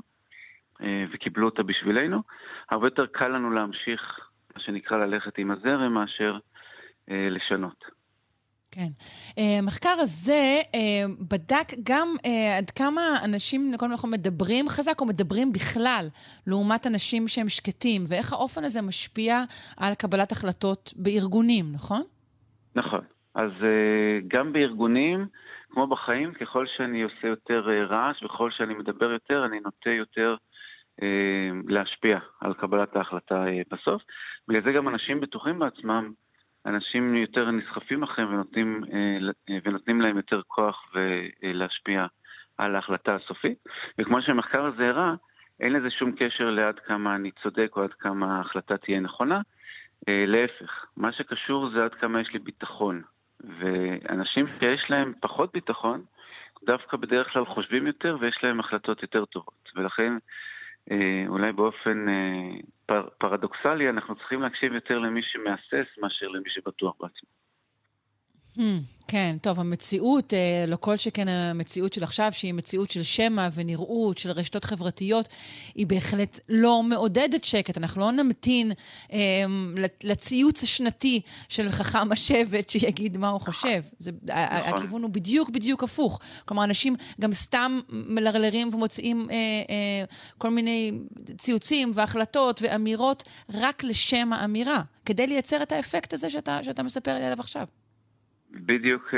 וקיבלו אותה בשבילנו. הרבה יותר קל לנו להמשיך, מה שנקרא ללכת עם הזרם, מאשר לשנות. כן. המחקר הזה בדק גם עד כמה אנשים, כל אנחנו מדברים חזק או מדברים בכלל, לעומת אנשים שהם שקטים, ואיך האופן הזה משפיע על קבלת החלטות בארגונים, נכון? נכון. אז גם בארגונים, כמו בחיים, ככל שאני עושה יותר רעש, וככל שאני מדבר יותר, אני נוטה יותר להשפיע על קבלת ההחלטה בסוף. בגלל זה גם אנשים בטוחים בעצמם, אנשים יותר נסחפים אחריהם ונותנים, ונותנים להם יותר כוח ולהשפיע על ההחלטה הסופית. וכמו שהמחקר הזה הראה, אין לזה שום קשר לעד כמה אני צודק או עד כמה ההחלטה תהיה נכונה. להפך, מה שקשור זה עד כמה יש לי ביטחון. ואנשים שיש להם פחות ביטחון, דווקא בדרך כלל חושבים יותר ויש להם החלטות יותר טובות. ולכן, אולי באופן פר, פרדוקסלי, אנחנו צריכים להקשיב יותר למי שמאסס מאשר למי שבטוח בעצמו. כן, טוב, המציאות, לא כל שכן המציאות של עכשיו, שהיא מציאות של שמע ונראות, של רשתות חברתיות, היא בהחלט לא מעודדת שקט. אנחנו לא נמתין אה, לציוץ השנתי של חכם השבט שיגיד מה הוא חושב. זה, הכיוון הוא בדיוק בדיוק הפוך. כלומר, אנשים גם סתם מלרלרים ומוצאים אה, אה, כל מיני ציוצים והחלטות ואמירות רק לשם האמירה, כדי לייצר את האפקט הזה שאתה, שאתה מספר עליו עכשיו. בדיוק,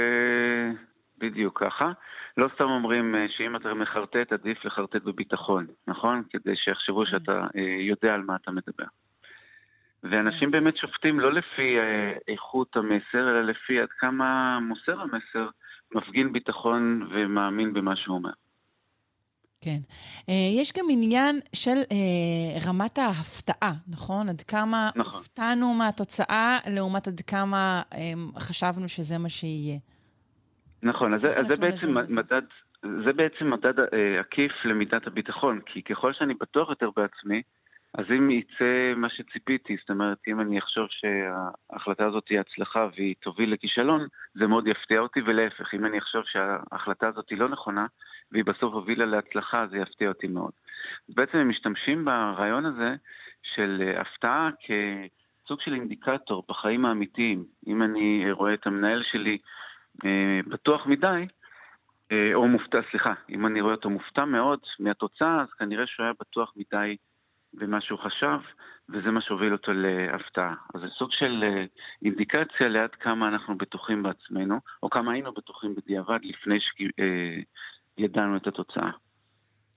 בדיוק ככה. לא סתם אומרים שאם אתה מחרטט, עדיף לחרטט בביטחון, נכון? כדי שיחשבו שאתה יודע על מה אתה מדבר. ואנשים באמת שופטים לא לפי איכות המסר, אלא לפי עד כמה מוסר המסר מפגין ביטחון ומאמין במה שהוא אומר. כן. יש גם עניין של רמת ההפתעה, נכון? עד כמה הופתענו מהתוצאה, לעומת עד כמה חשבנו שזה מה שיהיה. נכון, אז זה בעצם מדד, זה בעצם מדד עקיף למידת הביטחון, כי ככל שאני בטוח יותר בעצמי, אז אם יצא מה שציפיתי, זאת אומרת, אם אני אחשוב שההחלטה הזאת היא הצלחה והיא תוביל לכישלון, זה מאוד יפתיע אותי, ולהפך, אם אני אחשוב שההחלטה הזאת היא לא נכונה, והיא בסוף הובילה להצלחה, זה יפתיע אותי מאוד. בעצם הם משתמשים ברעיון הזה של הפתעה כסוג של אינדיקטור בחיים האמיתיים. אם אני רואה את המנהל שלי אה, בטוח מדי, אה, או מופתע, סליחה, אם אני רואה אותו מופתע מאוד מהתוצאה, אז כנראה שהוא היה בטוח מדי במה שהוא חשב, וזה מה שהוביל אותו להפתעה. אז זה סוג של אה, אינדיקציה לעד כמה אנחנו בטוחים בעצמנו, או כמה היינו בטוחים בדיעבד לפני ש... אה, ידענו את התוצאה.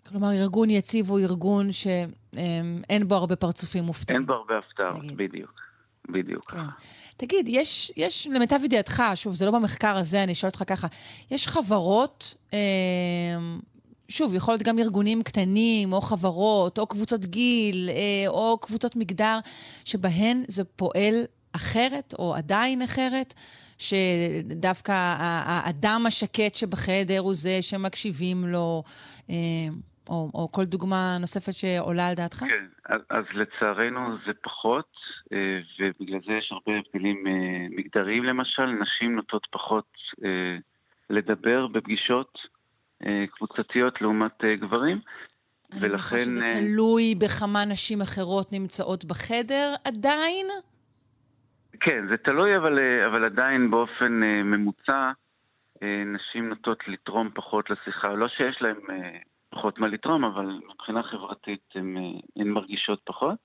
כלומר, ארגון יציב הוא ארגון שאין בו הרבה פרצופים מופתעים. אין בו הרבה הפתעות, בדיוק. בדיוק. כן. תגיד, יש, יש, למיטב ידיעתך, שוב, זה לא במחקר הזה, אני אשאל אותך ככה, יש חברות, שוב, יכול להיות גם ארגונים קטנים, או חברות, או קבוצות גיל, או קבוצות מגדר, שבהן זה פועל אחרת, או עדיין אחרת, שדווקא האדם השקט שבחדר הוא זה שמקשיבים לו, או, או כל דוגמה נוספת שעולה על דעתך? כן, אז, אז לצערנו זה פחות, ובגלל זה יש הרבה הבדלים מגדריים למשל, נשים נוטות פחות לדבר בפגישות קבוצתיות לעומת גברים, אני ולכן... מניחה שזה תלוי בכמה נשים אחרות נמצאות בחדר עדיין? כן, זה תלוי, אבל, אבל עדיין באופן ממוצע, נשים נוטות לתרום פחות לשיחה. לא שיש להם פחות מה לתרום, אבל מבחינה חברתית הן, הן מרגישות פחות.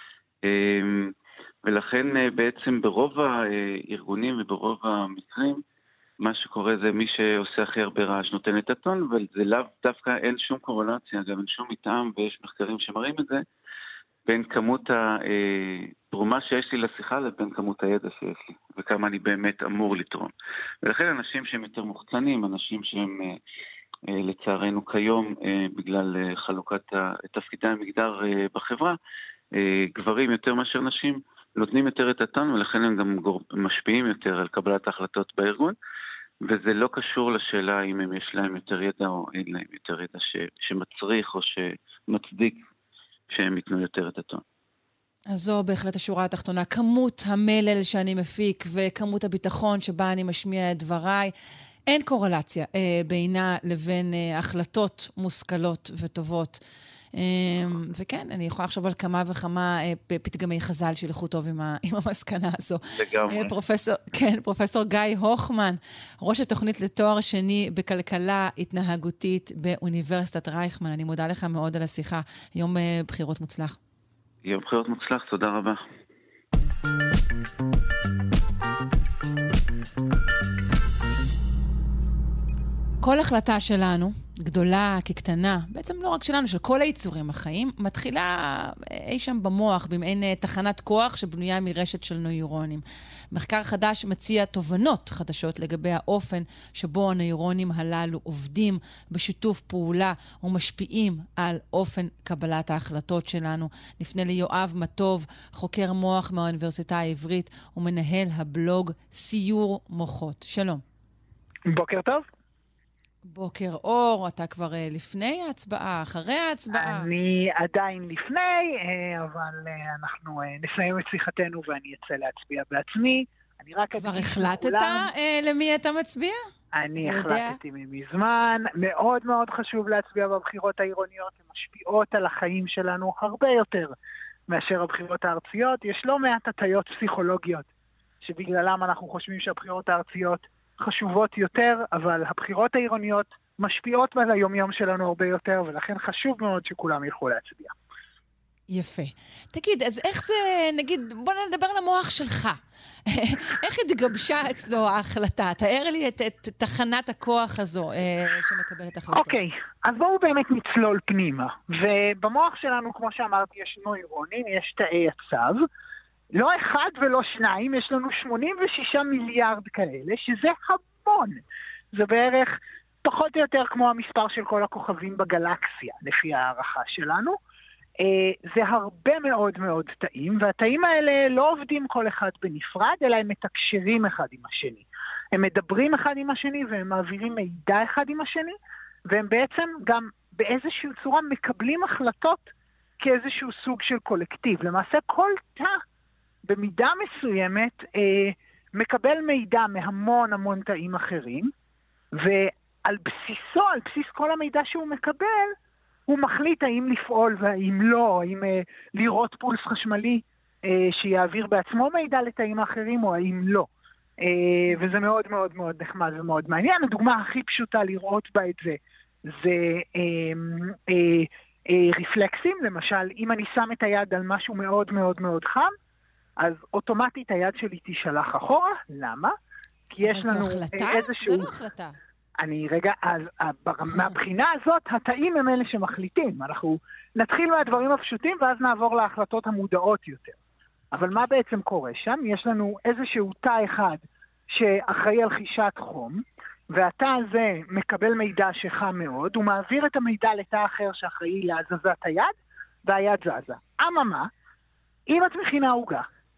ולכן בעצם ברוב הארגונים וברוב המקרים, מה שקורה זה מי שעושה הכי הרבה רעש נותן את הטון, אבל זה לאו דווקא אין שום קורלציה, גם אין שום מטעם, ויש מחקרים שמראים את זה, בין כמות התרומה שיש לי לשיחה לבין כמות הידע שיש לי, וכמה אני באמת אמור לתרום. ולכן אנשים שהם יותר מוחצנים, אנשים שהם לצערנו כיום, בגלל חלוקת תפקידי המגדר בחברה, גברים יותר מאשר נשים, נותנים יותר את הטון, ולכן הם גם משפיעים יותר על קבלת ההחלטות בארגון, וזה לא קשור לשאלה אם הם יש להם יותר ידע או אין להם יותר ידע ש, שמצריך או שמצדיק שהם ייתנו יותר את הטון. אז זו בהחלט השורה התחתונה. כמות המלל שאני מפיק וכמות הביטחון שבה אני משמיע את דבריי, אין קורלציה אה, בינה לבין אה, החלטות מושכלות וטובות. וכן, אני יכולה לחשוב על כמה וכמה פתגמי חז"ל שילכו טוב עם המסקנה הזו. לגמרי. פרופסור, כן, פרופסור גיא הוכמן, ראש התוכנית לתואר שני בכלכלה התנהגותית באוניברסיטת רייכמן. אני מודה לך מאוד על השיחה. יום בחירות מוצלח. יום בחירות מוצלח, תודה רבה. כל החלטה שלנו, גדולה כקטנה, בעצם לא רק שלנו, של כל היצורים החיים, מתחילה אי שם במוח, במעין תחנת כוח שבנויה מרשת של נוירונים. מחקר חדש מציע תובנות חדשות לגבי האופן שבו הנוירונים הללו עובדים בשיתוף פעולה ומשפיעים על אופן קבלת ההחלטות שלנו. נפנה ליואב מטוב, חוקר מוח מהאוניברסיטה העברית ומנהל הבלוג סיור מוחות. שלום. בוקר טוב. בוקר אור, אתה כבר לפני ההצבעה, אחרי ההצבעה? אני עדיין לפני, אבל אנחנו נסיים את שיחתנו ואני אצא להצביע בעצמי. אני רק כבר החלטת למי אתה מצביע? אני החלטתי מזמן. מאוד מאוד חשוב להצביע בבחירות העירוניות, הן משפיעות על החיים שלנו הרבה יותר מאשר הבחירות הארציות. יש לא מעט הטיות פסיכולוגיות שבגללם אנחנו חושבים שהבחירות הארציות חשובות יותר, אבל הבחירות העירוניות משפיעות על היומיום שלנו הרבה יותר, ולכן חשוב מאוד שכולם ילכו להצביע. יפה. תגיד, אז איך זה, נגיד, בוא נדבר על המוח שלך. איך התגבשה אצלו ההחלטה? תאר לי את, את תחנת הכוח הזו אה, שמקבלת החלטות. אוקיי, אז בואו באמת נצלול פנימה. ובמוח שלנו, כמו שאמרתי, יש נוירונים, יש תאי עצב, לא אחד ולא שניים, יש לנו שמונים ושישה מיליארד כאלה, שזה המון. זה בערך פחות או יותר כמו המספר של כל הכוכבים בגלקסיה, לפי הערכה שלנו. זה הרבה מאוד מאוד תאים, והתאים האלה לא עובדים כל אחד בנפרד, אלא הם מתקשרים אחד עם השני. הם מדברים אחד עם השני, והם מעבירים מידע אחד עם השני, והם בעצם גם באיזושהי צורה מקבלים החלטות כאיזשהו סוג של קולקטיב. למעשה כל תא, במידה מסוימת, אה, מקבל מידע מהמון המון תאים אחרים, ועל בסיסו, על בסיס כל המידע שהוא מקבל, הוא מחליט האם לפעול והאם לא, האם אה, לראות פולס חשמלי אה, שיעביר בעצמו מידע לתאים אחרים או האם לא. אה, וזה מאוד מאוד מאוד נחמד ומאוד מעניין. הדוגמה הכי פשוטה לראות בה את זה, זה אה, אה, אה, רפלקסים. למשל, אם אני שם את היד על משהו מאוד מאוד מאוד חם, אז אוטומטית היד שלי תשלח אחורה. למה? כי יש לנו החלטה? איזשהו... זה לא החלטה. אני רגע, אז מהבחינה הזאת, התאים הם אלה שמחליטים. אנחנו נתחיל מהדברים הפשוטים, ואז נעבור להחלטות המודעות יותר. אבל מה בעצם קורה שם? יש לנו איזשהו תא אחד שאחראי על חישת חום, והתא הזה מקבל מידע שחם מאוד, הוא מעביר את המידע לתא אחר שאחראי להזזת היד, והיד זזה. אממה, אם את מכינה עוגה,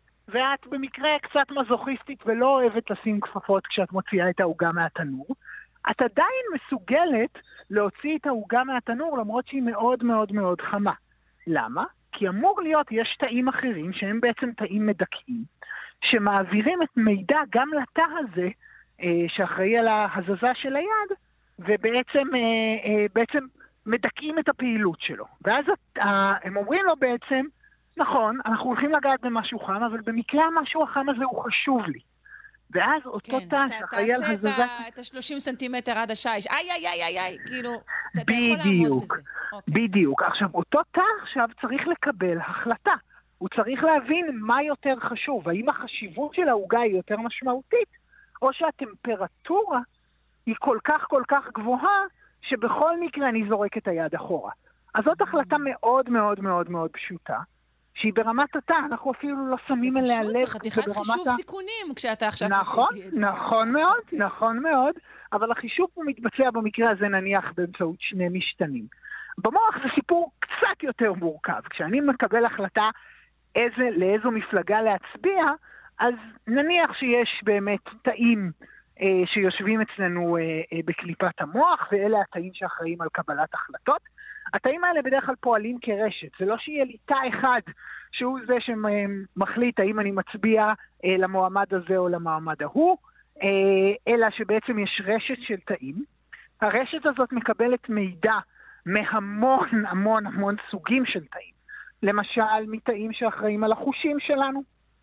ואת במקרה קצת מזוכיסטית ולא אוהבת לשים כפפות כשאת מוציאה את העוגה מהתנור, את עדיין מסוגלת להוציא את העוגה מהתנור למרות שהיא מאוד מאוד מאוד חמה. למה? כי אמור להיות, יש תאים אחרים שהם בעצם תאים מדכאים, שמעבירים את מידע גם לתא הזה אה, שאחראי על ההזזה של היד, ובעצם אה, אה, בעצם מדכאים את הפעילות שלו. ואז אה, הם אומרים לו בעצם, נכון, אנחנו הולכים לגעת במשהו חם, אבל במקרה המשהו החם הזה הוא חשוב לי. ואז אותו תא שאחראי על הזזה... תעשה את ה-שלושים סנטימטר עד השיש. איי, איי, איי, איי, איי, כאילו, אתה יכול לעמוד בזה. בדיוק. עכשיו, אותו תא עכשיו צריך לקבל החלטה. הוא צריך להבין מה יותר חשוב. האם החשיבות של העוגה היא יותר משמעותית, או שהטמפרטורה היא כל כך כל כך גבוהה, שבכל מקרה אני זורק את היד אחורה. אז זאת החלטה מאוד מאוד מאוד מאוד פשוטה. שהיא ברמת התא, אנחנו אפילו לא שמים אליה לב. זה פשוט, זה חתיכת חישוב סיכונים כשאתה עכשיו נכון, נכון מאוד, נכון מאוד, אבל החישוב הוא מתבצע במקרה הזה נניח באמצעות שני משתנים. במוח זה סיפור קצת יותר מורכב. כשאני מקבל החלטה איזה, לאיזו מפלגה להצביע, אז נניח שיש באמת תאים אה, שיושבים אצלנו אה, אה, בקליפת המוח, ואלה התאים שאחראים על קבלת החלטות. התאים האלה בדרך כלל פועלים כרשת. זה לא שיהיה לי תא אחד שהוא זה שמחליט האם אני מצביע אה, למועמד הזה או למועמד ההוא, אה, אלא שבעצם יש רשת של תאים. הרשת הזאת מקבלת מידע מהמון המון המון סוגים של תאים. למשל, מתאים שאחראים על החושים שלנו,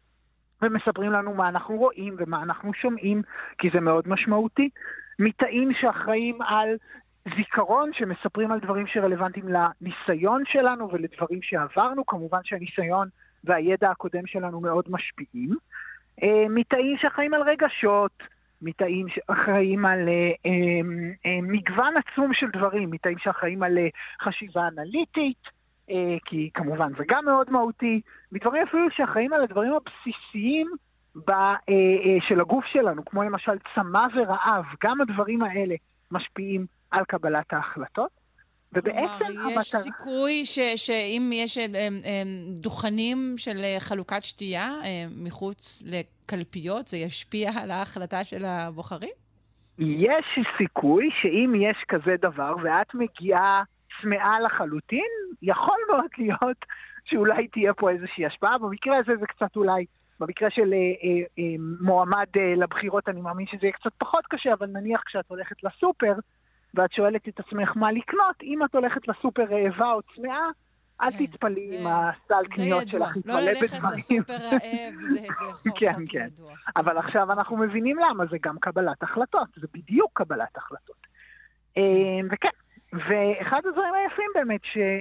ומספרים לנו מה אנחנו רואים ומה אנחנו שומעים, כי זה מאוד משמעותי. מתאים שאחראים על זיכרון, שמספרים על דברים שרלוונטיים לניסיון שלנו ולדברים שעברנו. כמובן שהניסיון והידע הקודם שלנו מאוד משפיעים. מתאים שאחראים על רגשות, מתאים שאחראים על אה, אה, מגוון עצום של דברים, מתאים שאחראים על חשיבה אנליטית, אה, כי כמובן זה גם מאוד מהותי, מדברים אפילו שאחראים על הדברים הבסיסיים ב, אה, אה, של הגוף שלנו, כמו למשל צמא ורעב, גם הדברים האלה משפיעים על קבלת ההחלטות. ובעצם יש המטר... סיכוי ש, שאם יש הם, הם, דוכנים של חלוקת שתייה מחוץ לקלפיות, זה ישפיע על ההחלטה של הבוחרים? יש סיכוי שאם יש כזה דבר ואת מגיעה צמאה לחלוטין, יכול מאוד להיות שאולי תהיה פה איזושהי השפעה. במקרה הזה זה קצת אולי, במקרה של אה, אה, אה, מועמד אה, לבחירות, אני מאמין שזה יהיה קצת פחות קשה, אבל נניח כשאת הולכת לסופר, ואת שואלת את עצמך מה לקנות, אם את הולכת לסופר רעבה או צמאה, אל תתפלי עם הסל קניות שלך. לא ללכת לסופר רעב, זה חוק ידוע. אבל עכשיו אנחנו מבינים למה, זה גם קבלת החלטות, זה בדיוק קבלת החלטות. וכן, ואחד הדברים היפים באמת,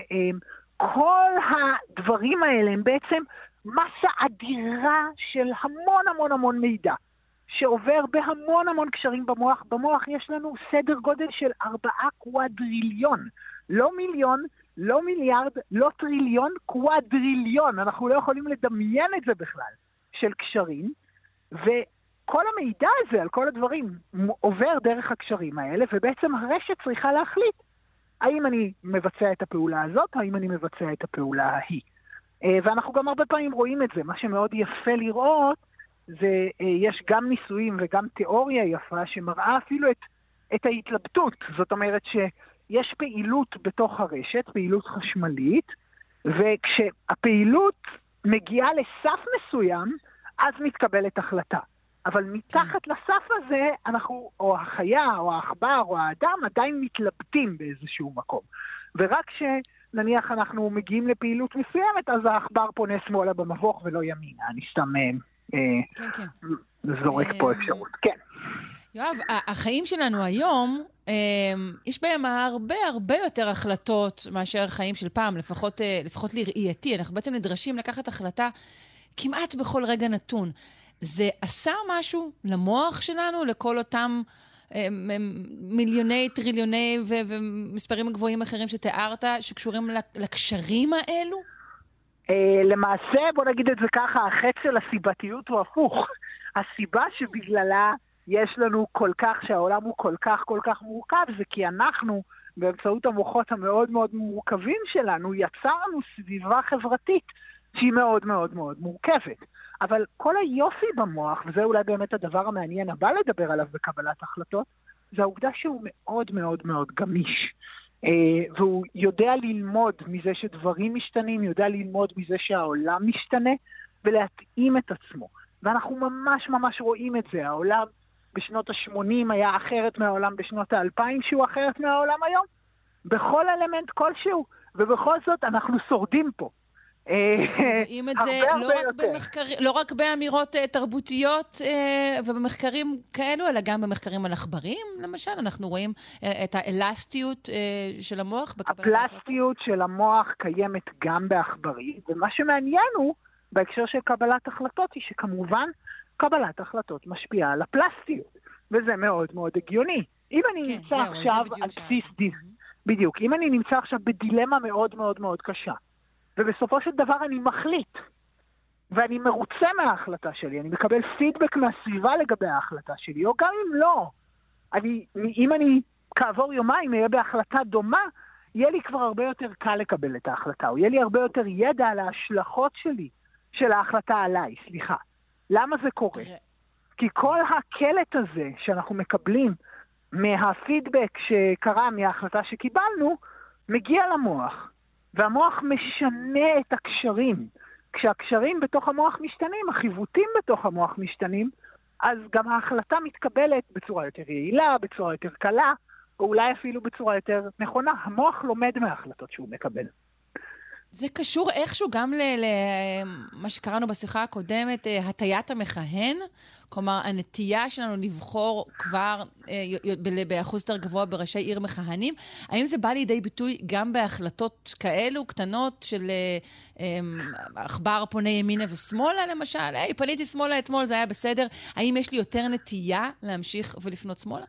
שכל הדברים האלה הם בעצם מסה אדירה של המון המון המון מידע. שעובר בהמון המון קשרים במוח. במוח יש לנו סדר גודל של ארבעה קוואדריליון. לא מיליון, לא מיליארד, לא טריליון, קוואדריליון. אנחנו לא יכולים לדמיין את זה בכלל, של קשרים. וכל המידע הזה על כל הדברים עובר דרך הקשרים האלה, ובעצם הרשת צריכה להחליט האם אני מבצע את הפעולה הזאת, האם אני מבצע את הפעולה ההיא. ואנחנו גם הרבה פעמים רואים את זה. מה שמאוד יפה לראות, זה, יש גם ניסויים וגם תיאוריה יפה שמראה אפילו את, את ההתלבטות. זאת אומרת שיש פעילות בתוך הרשת, פעילות חשמלית, וכשהפעילות מגיעה לסף מסוים, אז מתקבלת החלטה. אבל מתחת לסף הזה, אנחנו, או החיה, או העכבר, או האדם, עדיין מתלבטים באיזשהו מקום. ורק שנניח אנחנו מגיעים לפעילות מסוימת, אז העכבר פונה שמאלה במבוך ולא ימינה. אני סתם... כן, כן. זורק פה אפשרות, כן. יואב, החיים שלנו היום, יש בהם הרבה הרבה יותר החלטות מאשר חיים של פעם, לפחות, לפחות לראייתי. אנחנו בעצם נדרשים לקחת החלטה כמעט בכל רגע נתון. זה עשה משהו למוח שלנו, לכל אותם מיליוני, טריליוני ומספרים גבוהים אחרים שתיארת, שקשורים לקשרים האלו? למעשה, בוא נגיד את זה ככה, החץ של הסיבתיות הוא הפוך. הסיבה שבגללה יש לנו כל כך, שהעולם הוא כל כך כל כך מורכב, זה כי אנחנו, באמצעות המוחות המאוד מאוד מורכבים שלנו, יצרנו סביבה חברתית שהיא מאוד מאוד מאוד מורכבת. אבל כל היופי במוח, וזה אולי באמת הדבר המעניין הבא לדבר עליו בקבלת החלטות, זה העובדה שהוא מאוד מאוד מאוד גמיש. והוא יודע ללמוד מזה שדברים משתנים, יודע ללמוד מזה שהעולם משתנה, ולהתאים את עצמו. ואנחנו ממש ממש רואים את זה. העולם בשנות ה-שמונים היה אחרת מהעולם בשנות ה-אלפיים, שהוא אחרת מהעולם היום. בכל אלמנט כלשהו. ובכל זאת אנחנו שורדים פה. רואים את זה לא רק, במחקר, לא רק באמירות תרבותיות ובמחקרים כאלו, אלא גם במחקרים על עכברים, למשל. אנחנו רואים את האלסטיות של המוח בקבלת ההחלטות. הפלסטיות של המוח קיימת גם בעכברים, ומה שמעניין הוא, בהקשר של קבלת החלטות, היא שכמובן קבלת החלטות משפיעה על הפלסטיות, וזה מאוד מאוד הגיוני. אם אני כן, נמצא זהו, עכשיו על בסיס דיס, בדיוק, אם אני נמצא עכשיו בדילמה מאוד מאוד מאוד קשה, ובסופו של דבר אני מחליט, ואני מרוצה מההחלטה שלי, אני מקבל פידבק מהסביבה לגבי ההחלטה שלי, או גם אם לא, אני, אם אני כעבור יומיים אהיה בהחלטה דומה, יהיה לי כבר הרבה יותר קל לקבל את ההחלטה, או יהיה לי הרבה יותר ידע על ההשלכות שלי, של ההחלטה עליי, סליחה. למה זה קורה? כי כל הקלט הזה שאנחנו מקבלים מהפידבק שקרה מההחלטה שקיבלנו, מגיע למוח. והמוח משנה את הקשרים. כשהקשרים בתוך המוח משתנים, החיווטים בתוך המוח משתנים, אז גם ההחלטה מתקבלת בצורה יותר יעילה, בצורה יותר קלה, או אולי אפילו בצורה יותר נכונה. המוח לומד מההחלטות שהוא מקבל. זה קשור איכשהו גם למה שקראנו בשיחה הקודמת, הטיית המכהן, כלומר הנטייה שלנו לבחור כבר באחוז יותר גבוה בראשי עיר מכהנים. האם זה בא לידי ביטוי גם בהחלטות כאלו קטנות של עכבר פונה ימינה ושמאלה למשל? היי, פניתי שמאלה אתמול, זה היה בסדר. האם יש לי יותר נטייה להמשיך ולפנות שמאלה?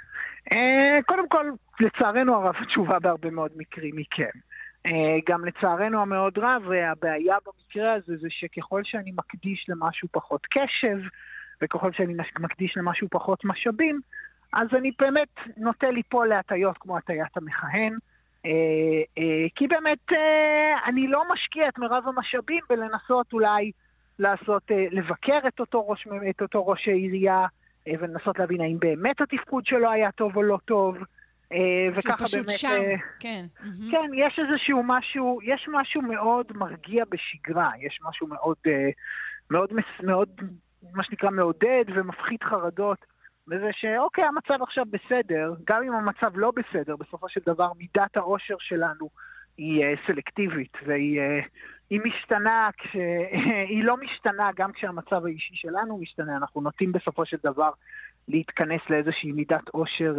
קודם כל, לצערנו הרב, התשובה בהרבה מאוד מקרים היא כן. גם לצערנו המאוד רב, והבעיה במקרה הזה זה שככל שאני מקדיש למשהו פחות קשב, וככל שאני מקדיש למשהו פחות משאבים, אז אני באמת נוטה ליפול להטיות כמו הטיית המכהן, כי באמת אני לא משקיע את מרב המשאבים בלנסות אולי לעשות, לבקר את אותו ראש, את אותו ראש העירייה, ולנסות להבין האם באמת התפקוד שלו היה טוב או לא טוב, וככה באמת, שם, כן. כן, יש איזשהו משהו, יש משהו מאוד מרגיע בשגרה, יש משהו מאוד, מאוד, מאוד, מה שנקרא מעודד ומפחית חרדות, וזה שאוקיי, המצב עכשיו בסדר, גם אם המצב לא בסדר, בסופו של דבר מידת העושר שלנו היא סלקטיבית, והיא היא משתנה, כש, היא לא משתנה גם כשהמצב האישי שלנו משתנה, אנחנו נוטים בסופו של דבר להתכנס לאיזושהי מידת עושר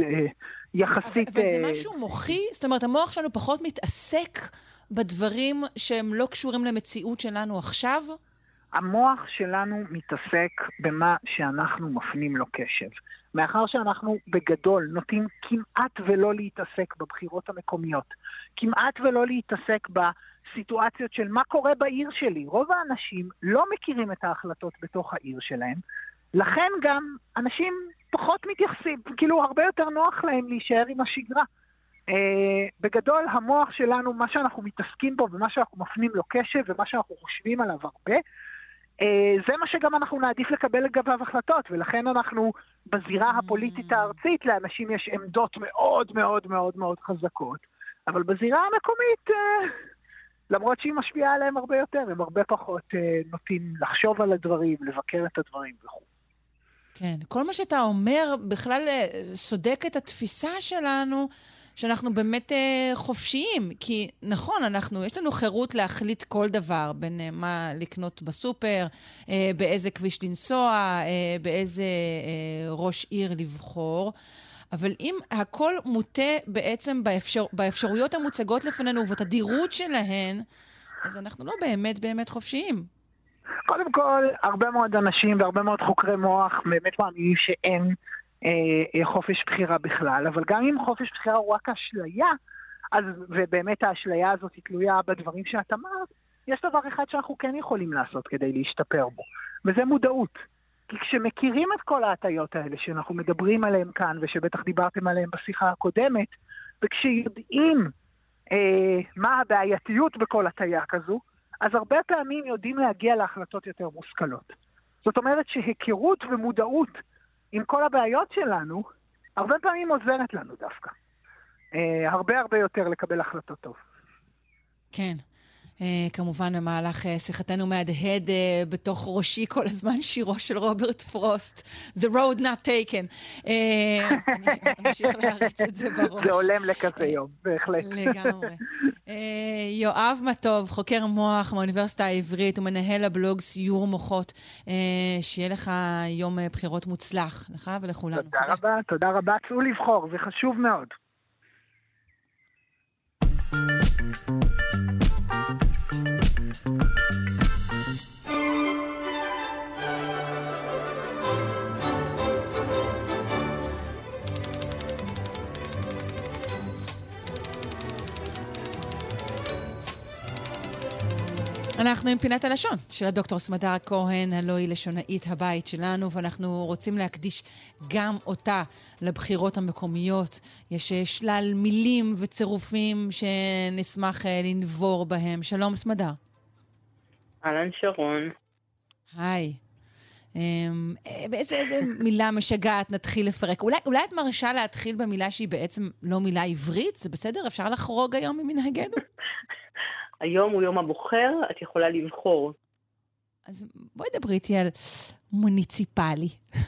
יחסית. אבל, אבל זה משהו מוחי? זאת אומרת, המוח שלנו פחות מתעסק בדברים שהם לא קשורים למציאות שלנו עכשיו? המוח שלנו מתעסק במה שאנחנו מפנים לו קשב. מאחר שאנחנו בגדול נוטים כמעט ולא להתעסק בבחירות המקומיות, כמעט ולא להתעסק בסיטואציות של מה קורה בעיר שלי. רוב האנשים לא מכירים את ההחלטות בתוך העיר שלהם, לכן גם אנשים פחות מתייחסים, כאילו הרבה יותר נוח להם להישאר עם השגרה. Uh, בגדול המוח שלנו, מה שאנחנו מתעסקים בו ומה שאנחנו מפנים לו קשב ומה שאנחנו חושבים עליו הרבה, uh, זה מה שגם אנחנו נעדיף לקבל לגביו החלטות, ולכן אנחנו בזירה הפוליטית הארצית לאנשים יש עמדות מאוד מאוד מאוד מאוד חזקות, אבל בזירה המקומית, uh, למרות שהיא משפיעה עליהם הרבה יותר, הם הרבה פחות uh, נוטים לחשוב על הדברים, לבקר את הדברים וכו'. כן, כל מה שאתה אומר בכלל סודק את התפיסה שלנו, שאנחנו באמת אה, חופשיים, כי נכון, אנחנו, יש לנו חירות להחליט כל דבר, בין אה, מה לקנות בסופר, אה, באיזה כביש לנסוע, אה, באיזה אה, ראש עיר לבחור, אבל אם הכל מוטה בעצם באפשר, באפשרויות המוצגות לפנינו ובתדירות שלהן, אז אנחנו לא באמת באמת חופשיים. קודם כל, הרבה מאוד אנשים והרבה מאוד חוקרי מוח באמת מאמינים שאין חופש בחירה בכלל, אבל גם אם חופש בחירה הוא רק אשליה, אז, ובאמת האשליה הזאת היא תלויה בדברים שאת אמרת, יש דבר אחד שאנחנו כן יכולים לעשות כדי להשתפר בו, וזה מודעות. כי כשמכירים את כל ההטיות האלה שאנחנו מדברים עליהם כאן, ושבטח דיברתם עליהם בשיחה הקודמת, וכשיודעים אה, מה הבעייתיות בכל הטיה כזו, אז הרבה פעמים יודעים להגיע להחלטות יותר מושכלות. זאת אומרת שהיכרות ומודעות עם כל הבעיות שלנו, הרבה פעמים עוזרת לנו דווקא. אה, הרבה הרבה יותר לקבל החלטות טוב. כן. Uh, כמובן, במהלך uh, שיחתנו מהדהד uh, בתוך ראשי כל הזמן שירו של רוברט פרוסט, The Road Not Taken. Uh, אני אמשיך להריץ את זה בראש. זה עולם לכזה יום, בהחלט. לגמרי. Uh, יואב מטוב, חוקר מוח מהאוניברסיטה העברית, ומנהל הבלוג סיור מוחות. Uh, שיהיה לך יום uh, בחירות מוצלח, לך ולכולנו. תודה רבה, תודה רבה. צאו לבחור, זה חשוב מאוד. אנחנו עם פינת הלשון של הדוקטור סמדר כהן, הלוא היא לשונאית הבית שלנו, ואנחנו רוצים להקדיש גם אותה לבחירות המקומיות. יש שלל מילים וצירופים שנשמח לנבור בהם. שלום סמדר. אהלן שרון. היי. באיזה איזה מילה משגעת נתחיל לפרק? אולי, אולי את מרשה להתחיל במילה שהיא בעצם לא מילה עברית? זה בסדר? אפשר לחרוג היום ממנהגנו? היום הוא יום הבוחר, את יכולה לבחור. אז בואי דברי איתי על מוניציפלי.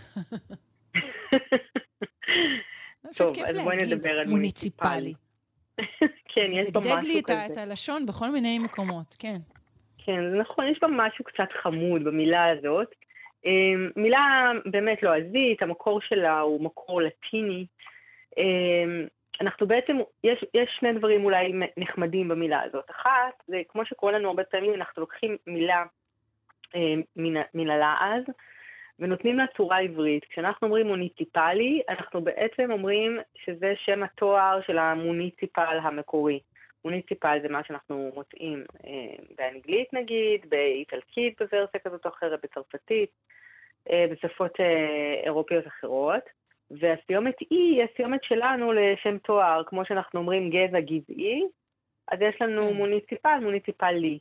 טוב, אז בואי נדבר על מוניציפלי. כן, יש בה משהו כזה. נדגדג לי את הלשון בכל מיני מקומות, כן. כן, זה נכון, יש בה משהו קצת חמוד במילה הזאת. מילה באמת לועזית, המקור שלה הוא מקור לטיני. אנחנו בעצם, יש, יש שני דברים אולי נחמדים במילה הזאת. אחת, זה כמו שקורה לנו הרבה פעמים, אנחנו לוקחים מילה אה, מן, מן הלעז, ונותנים לה צורה עברית. כשאנחנו אומרים מוניציפלי, אנחנו בעצם אומרים שזה שם התואר של המוניציפל המקורי. מוניציפל זה מה שאנחנו מוצאים אה, באנגלית נגיד, באיטלקית בוורסיה כזאת או אחרת, בצרפתית, אה, בשפות אה, אירופיות אחרות. והסיומת אי היא הסיומת שלנו לשם תואר, כמו שאנחנו אומרים גזע גזעי, אז יש לנו מוניציפל, מוניציפלי.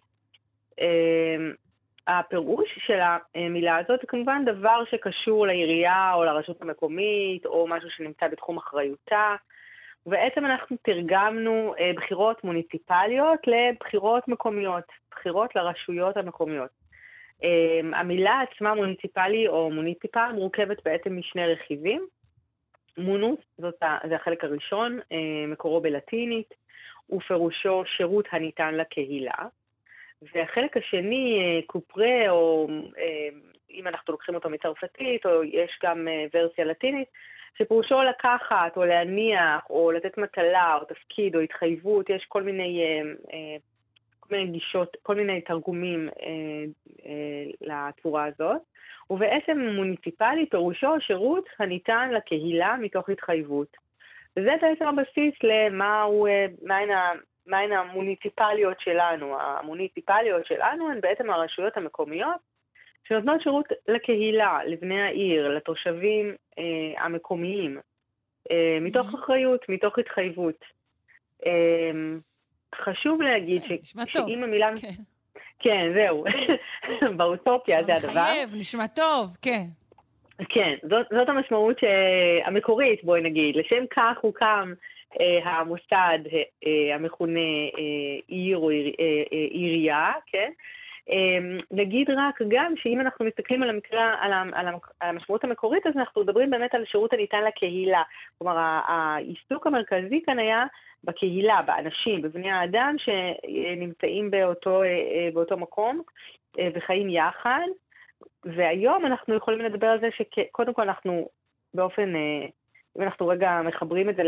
הפירוש של המילה הזאת זה כמובן דבר שקשור לעירייה או לרשות המקומית, או משהו שנמצא בתחום אחריותה, ובעצם אנחנו תרגמנו בחירות מוניציפליות לבחירות מקומיות, בחירות לרשויות המקומיות. המילה עצמה מוניציפלי או מוניציפל מורכבת בעצם משני רכיבים, מונוס, זאת, זה החלק הראשון, מקורו בלטינית, ופירושו שירות הניתן לקהילה. והחלק השני, קופרה, או אם אנחנו לוקחים אותו מצרפתית, או יש גם ורסיה לטינית, שפירושו לקחת, או להניח, או לתת מטלה, או תפקיד, או התחייבות, יש כל מיני, כל מיני גישות, כל מיני תרגומים לצורה הזאת. ובעצם מוניציפלי פירושו שירות הניתן לקהילה מתוך התחייבות. וזה בעצם הבסיס למהו, מהן המוניציפליות שלנו. המוניציפליות שלנו הן בעצם הרשויות המקומיות שנותנות שירות לקהילה, לבני העיר, לתושבים אה, המקומיים, אה, מתוך אחריות, מתוך התחייבות. אה, חשוב להגיד ש... שאם המילה... כן. כן, זהו. באוטופיה זה הדבר. מחייב, נשמע טוב, כן. כן, זאת, זאת המשמעות המקורית, בואי נגיד. לשם כך הוקם אה, המוסד אה, המכונה אה, עיר או עיר, אה, אה, עירייה, כן? אה, נגיד רק גם שאם אנחנו מסתכלים על המקרה, על, על, על המשמעות המקורית, אז אנחנו מדברים באמת על שירות הניתן לקהילה. כלומר, העיסוק המרכזי כאן היה בקהילה, באנשים, בבני האדם שנמצאים באותו, באותו מקום וחיים יחד. והיום אנחנו יכולים לדבר על זה שקודם כל אנחנו באופן אם אנחנו רגע מחברים את זה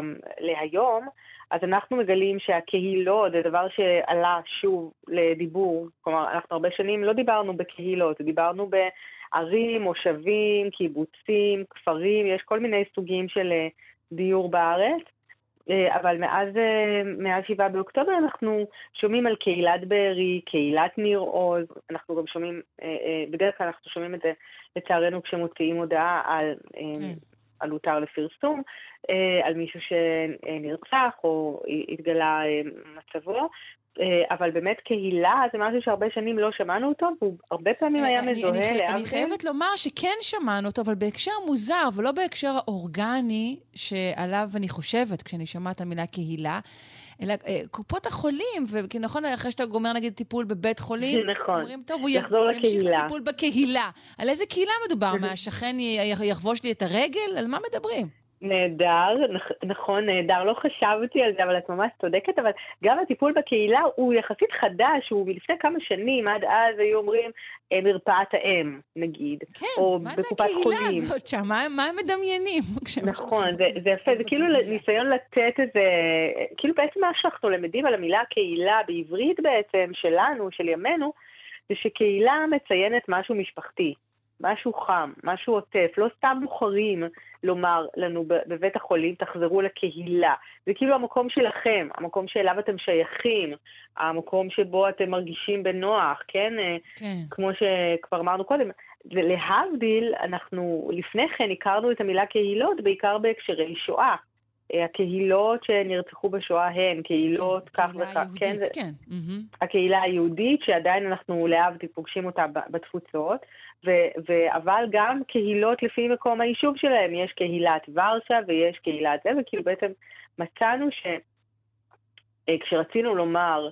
להיום, אז אנחנו מגלים שהקהילות זה דבר שעלה שוב לדיבור. כלומר, אנחנו הרבה שנים לא דיברנו בקהילות, דיברנו בערים, מושבים, קיבוצים, כפרים, יש כל מיני סוגים של דיור בארץ. אבל מאז, מאז שבעה באוקטובר אנחנו שומעים על קהילת בארי, קהילת ניר עוז, אנחנו גם שומעים, בדרך כלל אנחנו שומעים את זה לצערנו כשמוציאים הודעה על, על הותר לפרסום, על מישהו שנרצח או התגלה מצבו, אבל באמת קהילה זה משהו שהרבה שנים לא שמענו אותו, והוא הרבה פעמים היה מזוהה לאבן. אני חייבת לומר שכן שמענו אותו, אבל בהקשר מוזר, ולא בהקשר האורגני שעליו אני חושבת כשאני שומעת המילה קהילה, אלא קופות החולים, ונכון, אחרי שאתה גומר נגיד טיפול בבית חולים, נכון, אומרים, טוב, הוא ימשיך לטיפול בקהילה. על איזה קהילה מדובר? מהשכן יחבוש לי את הרגל? על מה מדברים? נהדר, נכון, נהדר, לא חשבתי על זה, אבל את ממש צודקת, אבל גם הטיפול בקהילה הוא יחסית חדש, הוא מלפני כמה שנים, עד אז היו אומרים מרפאת האם, נגיד, כן, או מה בקופת זה חולים. הקהילה הזאת שם? מה, מה הם מדמיינים? נכון, זה, זה יפה, זה כאילו ניסיון לתת איזה, כאילו בעצם מה שאנחנו למדים על המילה קהילה בעברית בעצם, שלנו, של ימינו, זה שקהילה מציינת משהו משפחתי. משהו חם, משהו עוטף, לא סתם בוחרים לומר לנו בבית החולים, תחזרו לקהילה. זה כאילו המקום שלכם, המקום שאליו אתם שייכים, המקום שבו אתם מרגישים בנוח, כן? כן. כמו שכבר אמרנו קודם, להבדיל, אנחנו לפני כן הכרנו את המילה קהילות, בעיקר בהקשרי שואה. הקהילות שנרצחו בשואה הן קהילות כך וכך. הקהילה היהודית, כן. הקהילה היהודית שעדיין אנחנו להבדיל פוגשים אותה בתפוצות, אבל גם קהילות לפי מקום היישוב שלהם. יש קהילת ורשה ויש קהילת זה, וכאילו בעצם מצאנו שכשרצינו לומר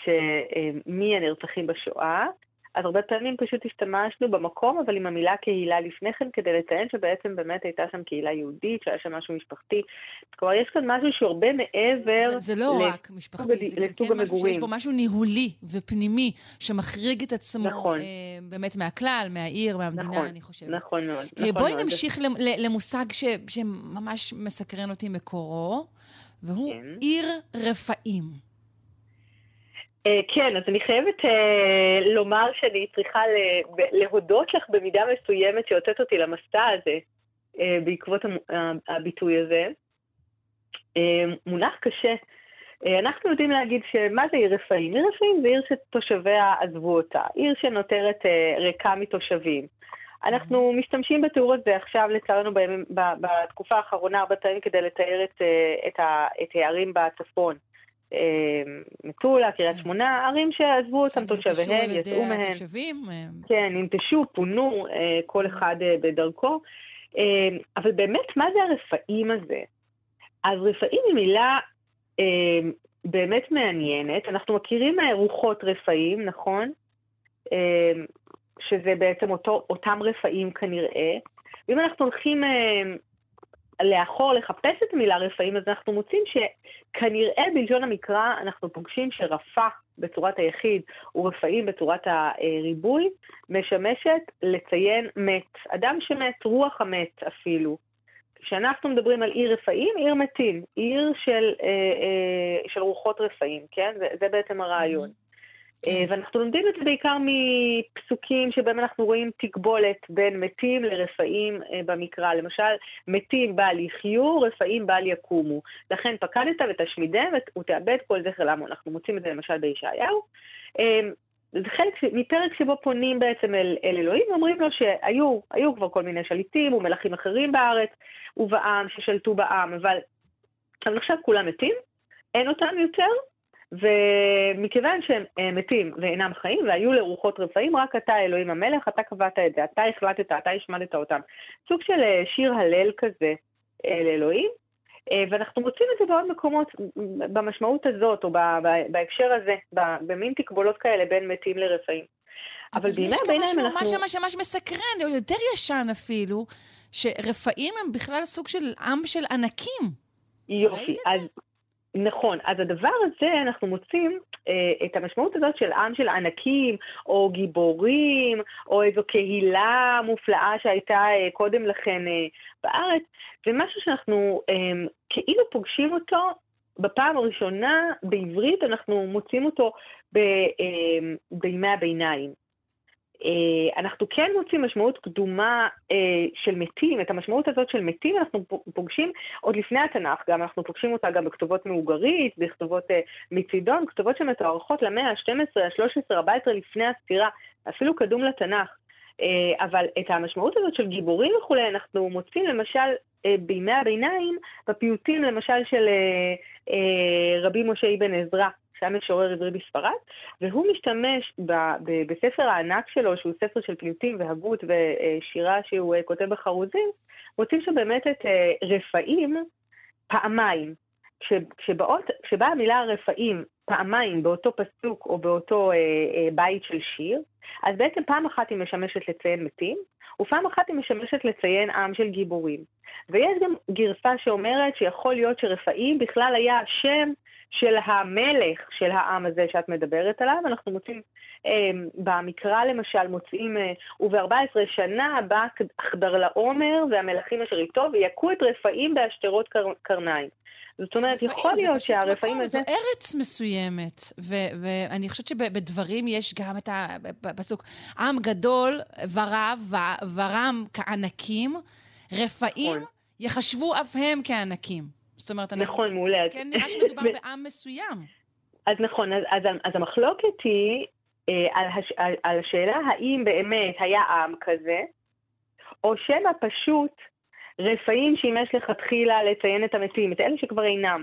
שמי הנרצחים בשואה, אז הרבה פעמים פשוט השתמשנו במקום, אבל עם המילה קהילה לפני כן, כדי לציין שבעצם באמת הייתה שם קהילה יהודית, שהיה שם משהו משפחתי. כלומר, יש כאן משהו שהוא הרבה מעבר... זה, זה לא רק משפחתי, זה גם כן משהו שיש בו משהו ניהולי ופנימי, שמחריג את עצמו נכון. אה, באמת מהכלל, מהעיר, מהמדינה, נכון, אני חושבת. נכון מאוד. אה, נכון בואי מאוד. נמשיך למושג ש, שממש מסקרן אותי מקורו, והוא כן. עיר רפאים. כן, אז אני חייבת uh, לומר שאני צריכה להודות לך במידה מסוימת שיוצאת אותי למסע הזה, uh, בעקבות הביטוי הזה. Uh, מונח קשה. Uh, אנחנו יודעים להגיד שמה זה עיר רפאים? עיר רפאים זה עיר שתושביה עזבו אותה, עיר שנותרת uh, ריקה מתושבים. אנחנו משתמשים בתיאור הזה עכשיו לצערנו בימים, בתקופה האחרונה הרבה פעמים כדי לתאר את, uh, את, ה, את הערים בצפון. מטולה, קריית שמונה, ערים שעזבו אותם תושביהם, יצאו מהן. כן, ננטשו, פונו, כל אחד בדרכו. אבל באמת, מה זה הרפאים הזה? אז רפאים היא מילה באמת מעניינת. אנחנו מכירים רוחות רפאים, נכון? שזה בעצם אותו, אותם רפאים כנראה. ואם אנחנו הולכים לאחור לחפש את המילה רפאים, אז אנחנו מוצאים שכנראה בלשון המקרא אנחנו פוגשים שרפא בצורת היחיד ורפאים בצורת הריבוי משמשת לציין מת. אדם שמת, רוח המת אפילו. כשאנחנו מדברים על עיר רפאים, עיר מתים, עיר של, של רוחות רפאים, כן? זה, זה בעצם הרעיון. ואנחנו לומדים את זה בעיקר מפסוקים שבהם אנחנו רואים תקבולת בין מתים לרפאים במקרא. למשל, מתים בל יחיו, רפאים בל יקומו. לכן פקדת ותשמידם ותאבד כל זכר לעמו. אנחנו מוצאים את זה למשל בישעיהו. זה חלק מפרק שבו פונים בעצם אל, אל אלוהים, ואומרים לו שהיו היו כבר כל מיני שליטים ומלכים אחרים בארץ ובעם ששלטו בעם, אבל, אבל עכשיו כולם מתים, אין אותם יותר, ומכיוון שהם מתים ואינם חיים, והיו לרוחות רפאים, רק אתה אלוהים המלך, אתה קבעת את זה, אתה החלטת, אתה השמדת אותם. סוג של שיר הלל כזה לאלוהים, ואנחנו מוצאים את זה בעוד מקומות במשמעות הזאת, או בהקשר הזה, במין תקבולות כאלה בין מתים לרפאים. אבל בימי הביניים אנחנו... יש ממש ממש מסקרן, או יותר ישן אפילו, שרפאים הם בכלל סוג של עם של ענקים. יופי, אז... נכון, אז הדבר הזה אנחנו מוצאים אה, את המשמעות הזאת של עם של ענקים, או גיבורים, או איזו קהילה מופלאה שהייתה אה, קודם לכן אה, בארץ, זה משהו שאנחנו אה, כאילו פוגשים אותו בפעם הראשונה בעברית, אנחנו מוצאים אותו ב, אה, בימי הביניים. אנחנו כן מוצאים משמעות קדומה של מתים, את המשמעות הזאת של מתים אנחנו פוגשים עוד לפני התנ"ך, גם אנחנו פוגשים אותה גם בכתובות מאוגרית, בכתובות מצידון, כתובות שמתוארכות למאה ה-שתים עשרה, ה-שלוש עשרה, ה-ארבע עשרה לפני הספירה, אפילו קדום לתנ"ך. אבל את המשמעות הזאת של גיבורים וכולי אנחנו מוצאים למשל בימי הביניים, בפיוטים למשל של רבי משה אבן עזרא, שהיה משורר עברי בספרד, והוא משתמש ב- ב- בספר הענק שלו, שהוא ספר של פיוטים והגות ושירה שהוא כותב בחרוזים, מוצאים שבאמת את רפאים פעמיים. כש- כשבאות, כשבאה המילה רפאים פעמיים באותו פסוק או באותו אה, אה, בית של שיר, אז בעצם פעם אחת היא משמשת לציין מתים, ופעם אחת היא משמשת לציין עם של גיבורים. ויש גם גרסה שאומרת שיכול להיות שרפאים בכלל היה השם של המלך של העם הזה שאת מדברת עליו. אנחנו מוצאים, אה, במקרא למשל מוצאים, אה, וב-ארבע עשרה שנה בא חדרלעומר והמלכים אשר איתו, ויקו את רפאים באשתרות קר... קרניים. זאת אומרת, יכול להיות שהרפאים הזה... זו ארץ מסוימת, ו- ואני חושבת שבדברים יש גם את הפסוק, עם גדול ורב ורם כענקים, רפאים יחשבו אף הם כענקים. זאת אומרת, נכון, מעולה. כן, נראה שמדובר בעם מסוים. אז נכון, אז, אז, אז המחלוקת היא אה, על, הש, על, על השאלה האם באמת היה עם כזה, או שמא פשוט רפאים שימש לכתחילה לציין את המתים, את אלה שכבר אינם.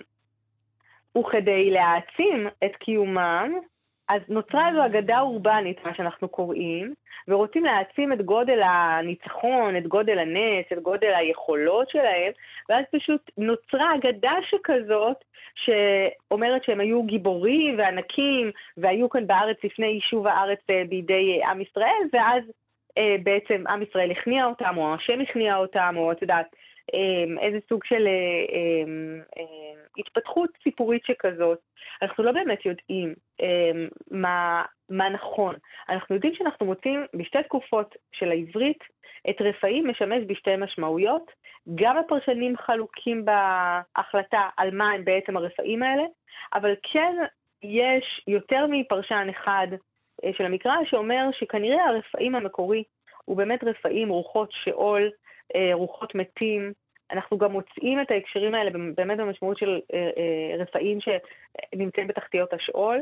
וכדי להעצים את קיומם, אז נוצרה איזו אגדה אורבנית, מה שאנחנו קוראים, ורוצים להעצים את גודל הניצחון, את גודל הנס, את גודל היכולות שלהם, ואז פשוט נוצרה אגדה שכזאת, שאומרת שהם היו גיבורים וענקים, והיו כאן בארץ לפני יישוב הארץ בידי עם ישראל, ואז אה, בעצם עם ישראל הכניע אותם, או השם הכניע אותם, או את יודעת, אה, איזה סוג של אה, אה, אה, התפתחות סיפורית שכזאת. אנחנו לא באמת יודעים אה, מה, מה נכון. אנחנו יודעים שאנחנו מוצאים בשתי תקופות של העברית, את רפאים משמש בשתי משמעויות, גם הפרשנים חלוקים בהחלטה על מה הם בעצם הרפאים האלה, אבל כן יש יותר מפרשן אחד של המקרא שאומר שכנראה הרפאים המקורי הוא באמת רפאים, רוחות שאול, רוחות מתים. אנחנו גם מוצאים את ההקשרים האלה באמת במשמעות של רפאים שנמצאים בתחתיות השאול,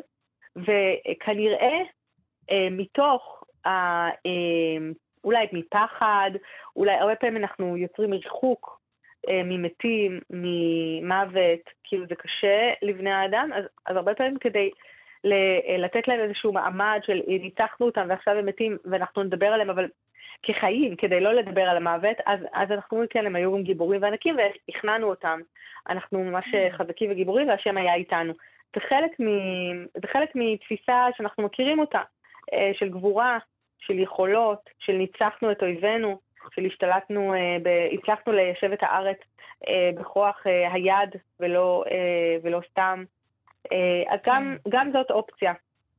וכנראה מתוך ה... אולי מפחד, אולי הרבה פעמים אנחנו יוצרים ריחוק אה, ממתים, ממוות, כאילו זה קשה לבני האדם, אז, אז הרבה פעמים כדי ל- לתת להם איזשהו מעמד של ניצחנו אותם ועכשיו הם מתים ואנחנו נדבר עליהם, אבל כחיים, כדי לא לדבר על המוות, אז, אז אנחנו אומרים כן, הם היו גם גיבורים וענקים והכנענו אותם. אנחנו ממש חזקים וגיבורים והשם היה איתנו. זה חלק, מ, זה חלק מתפיסה שאנחנו מכירים אותה, אה, של גבורה, של יכולות, של ניצחנו את אויבינו, של השתלטנו, הצלחנו ליישב את הארץ בכוח היד ולא, ולא סתם. אז גם, גם זאת אופציה.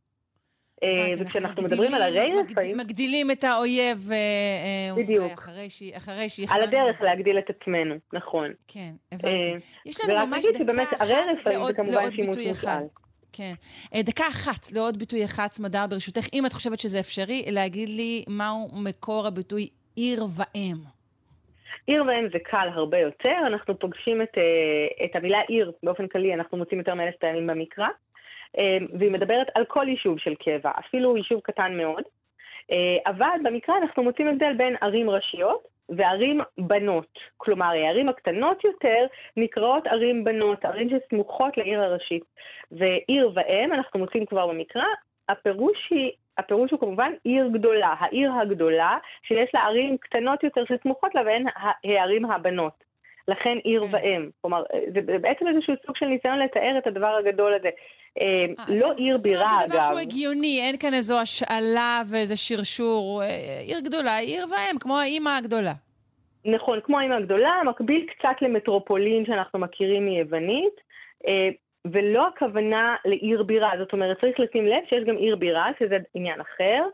וכשאנחנו מדברים על הרי רפאים... מגדילים את האויב בדיוק. אחרי שהיא... על הדרך להגדיל את עצמנו, נכון. כן, הבנתי. יש לנו ממש דקה אחת לעוד ביטוי אחד. כן. דקה אחת, לעוד ביטוי אחד, סמדר, ברשותך, אם את חושבת שזה אפשרי, להגיד לי מהו מקור הביטוי עיר ואם. עיר ואם זה קל הרבה יותר, אנחנו פוגשים את, את המילה עיר, באופן כללי, אנחנו מוצאים יותר מאלף פעמים במקרא, והיא מדברת על כל יישוב של קבע, אפילו יישוב קטן מאוד, אבל במקרא אנחנו מוצאים הבדל בין ערים ראשיות, וערים בנות, כלומר, הערים הקטנות יותר נקראות ערים בנות, ערים שסמוכות לעיר הראשית. ועיר ואם, אנחנו מוצאים כבר במקרא, הפירוש, היא, הפירוש הוא כמובן עיר גדולה, העיר הגדולה, שיש לה ערים קטנות יותר שסמוכות לה, והן הערים הבנות. לכן עיר ואם. כלומר, זה בעצם איזשהו סוג של ניסיון לתאר את הדבר הגדול הזה. לא עיר בירה, אגב. זה דבר שהוא הגיוני, אין כאן איזו השאלה ואיזה שרשור. עיר גדולה, עיר ואם, כמו האמא הגדולה. נכון, כמו האמא הגדולה, מקביל קצת למטרופולין שאנחנו מכירים מיוונית. ולא הכוונה לעיר בירה. זאת אומרת, צריך לשים לב שיש גם עיר בירה, שזה עניין אחר,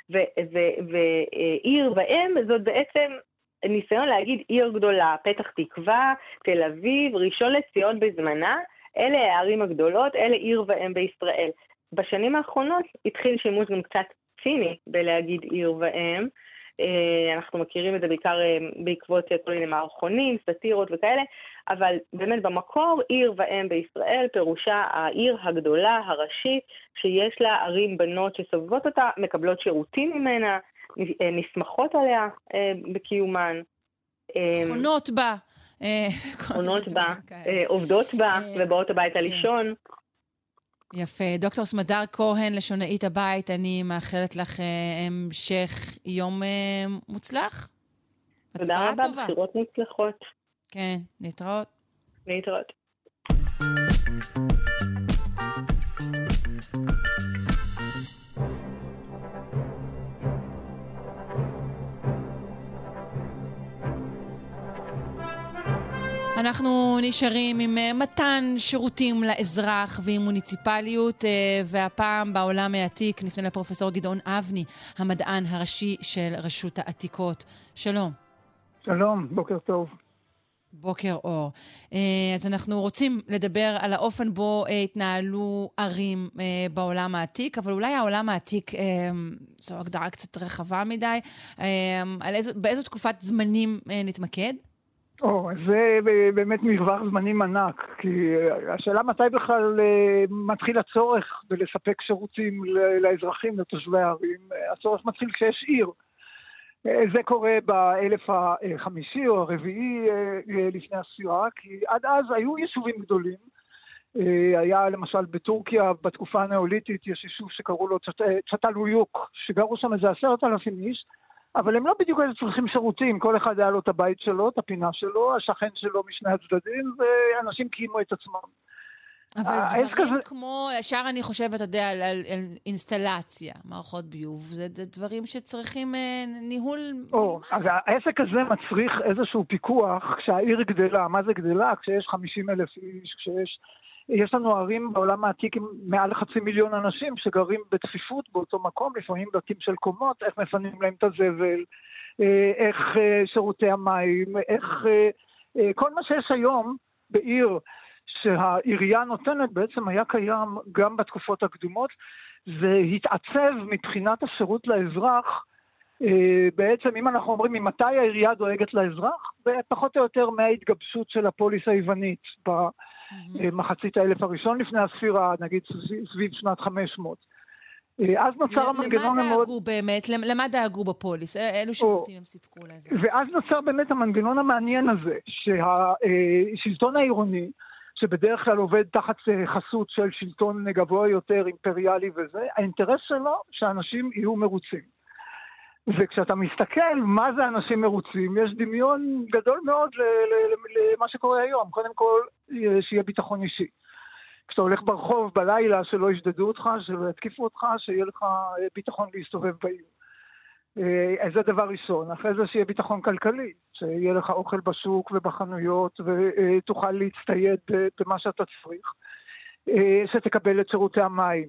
ועיר ואם זאת בעצם ניסיון להגיד עיר גדולה, פתח תקווה, תל אביב, ראשון לציון בזמנה, אלה הערים הגדולות, אלה עיר ואם בישראל. בשנים האחרונות התחיל שימוש גם קצת ציני בלהגיד עיר ואם, אנחנו מכירים את זה בעיקר בעקבות כל מיני מערכונים, סטירות וכאלה, אבל באמת במקור עיר ואם בישראל פירושה העיר הגדולה, הראשית, שיש לה ערים בנות שסובבות אותה, מקבלות שירותים ממנה, נסמכות עליה בקיומן. חונות בה. חונות בה, עובדות בה ובאות הביתה לישון. יפה. דוקטור סמדר כהן, לשונאית הבית, אני מאחלת לך המשך יום מוצלח. תודה רבה, בחירות מוצלחות. כן, להתראות. להתראות. אנחנו נשארים עם מתן שירותים לאזרח ועם מוניציפליות, והפעם בעולם העתיק נפנה לפרופסור גדעון אבני, המדען הראשי של רשות העתיקות. שלום. שלום, בוקר טוב. בוקר אור. אז אנחנו רוצים לדבר על האופן בו התנהלו ערים בעולם העתיק, אבל אולי העולם העתיק, זו הגדרה קצת רחבה מדי, על איזו, באיזו תקופת זמנים נתמקד? או, זה באמת מרווח זמנים ענק, כי השאלה מתי בכלל מתחיל הצורך בלספק שירותים לאזרחים, לתושבי הערים, הצורך מתחיל כשיש עיר. זה קורה באלף החמישי או הרביעי לפני הספירה, כי עד אז היו יישובים גדולים. היה למשל בטורקיה, בתקופה הנאוליתית, יש יישוב שקראו לו צ'טלויוק, שגרו שם איזה עשרת אלפים איש, אבל הם לא בדיוק היו צריכים שירותים, כל אחד היה לו את הבית שלו, את הפינה שלו, השכן שלו משני הצדדים, ואנשים קיימו את עצמם. אבל דברים כזה... כמו, ישר אני חושבת, אתה יודע, על, על, על אינסטלציה, מערכות ביוב, זה, זה דברים שצריכים אה, ניהול... או, אז העסק הזה מצריך איזשהו פיקוח, כשהעיר גדלה, מה זה גדלה? כשיש חמישים אלף איש, כשיש... יש לנו ערים בעולם העתיק עם מעל חצי מיליון אנשים שגרים בצפיפות באותו מקום, לפעמים בתים של קומות, איך מפנים להם את הזבל, איך שירותי המים, איך כל מה שיש היום בעיר שהעירייה נותנת בעצם היה קיים גם בתקופות הקדומות, זה התעצב מבחינת השירות לאזרח, בעצם אם אנחנו אומרים ממתי העירייה דואגת לאזרח, פחות או יותר מההתגבשות של הפוליס היוונית ב... מחצית האלף הראשון לפני הספירה, נגיד סביב שנת חמש מאות. אז נוצר המנגנון המאוד... למה דאגו באמת? למה דאגו בפוליס? אילו שירותים הם סיפקו לאזרח? ואז נוצר באמת המנגנון המעניין הזה, שהשלטון העירוני, שבדרך כלל עובד תחת חסות של שלטון גבוה יותר, אימפריאלי וזה, האינטרס שלו שאנשים יהיו מרוצים. וכשאתה מסתכל מה זה אנשים מרוצים, יש דמיון גדול מאוד למה שקורה היום. קודם כל, שיהיה ביטחון אישי. כשאתה הולך ברחוב בלילה, שלא ישדדו אותך, שלא יתקיפו אותך, שיהיה לך ביטחון להסתובב בעיר. זה דבר ראשון. אחרי זה שיהיה ביטחון כלכלי, שיהיה לך אוכל בשוק ובחנויות, ותוכל להצטייד במה שאתה צריך. שתקבל את שירותי המים.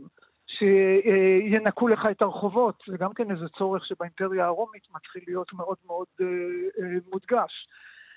שינקו לך את הרחובות, זה גם כן איזה צורך שבאימפריה הרומית מתחיל להיות מאוד מאוד מודגש.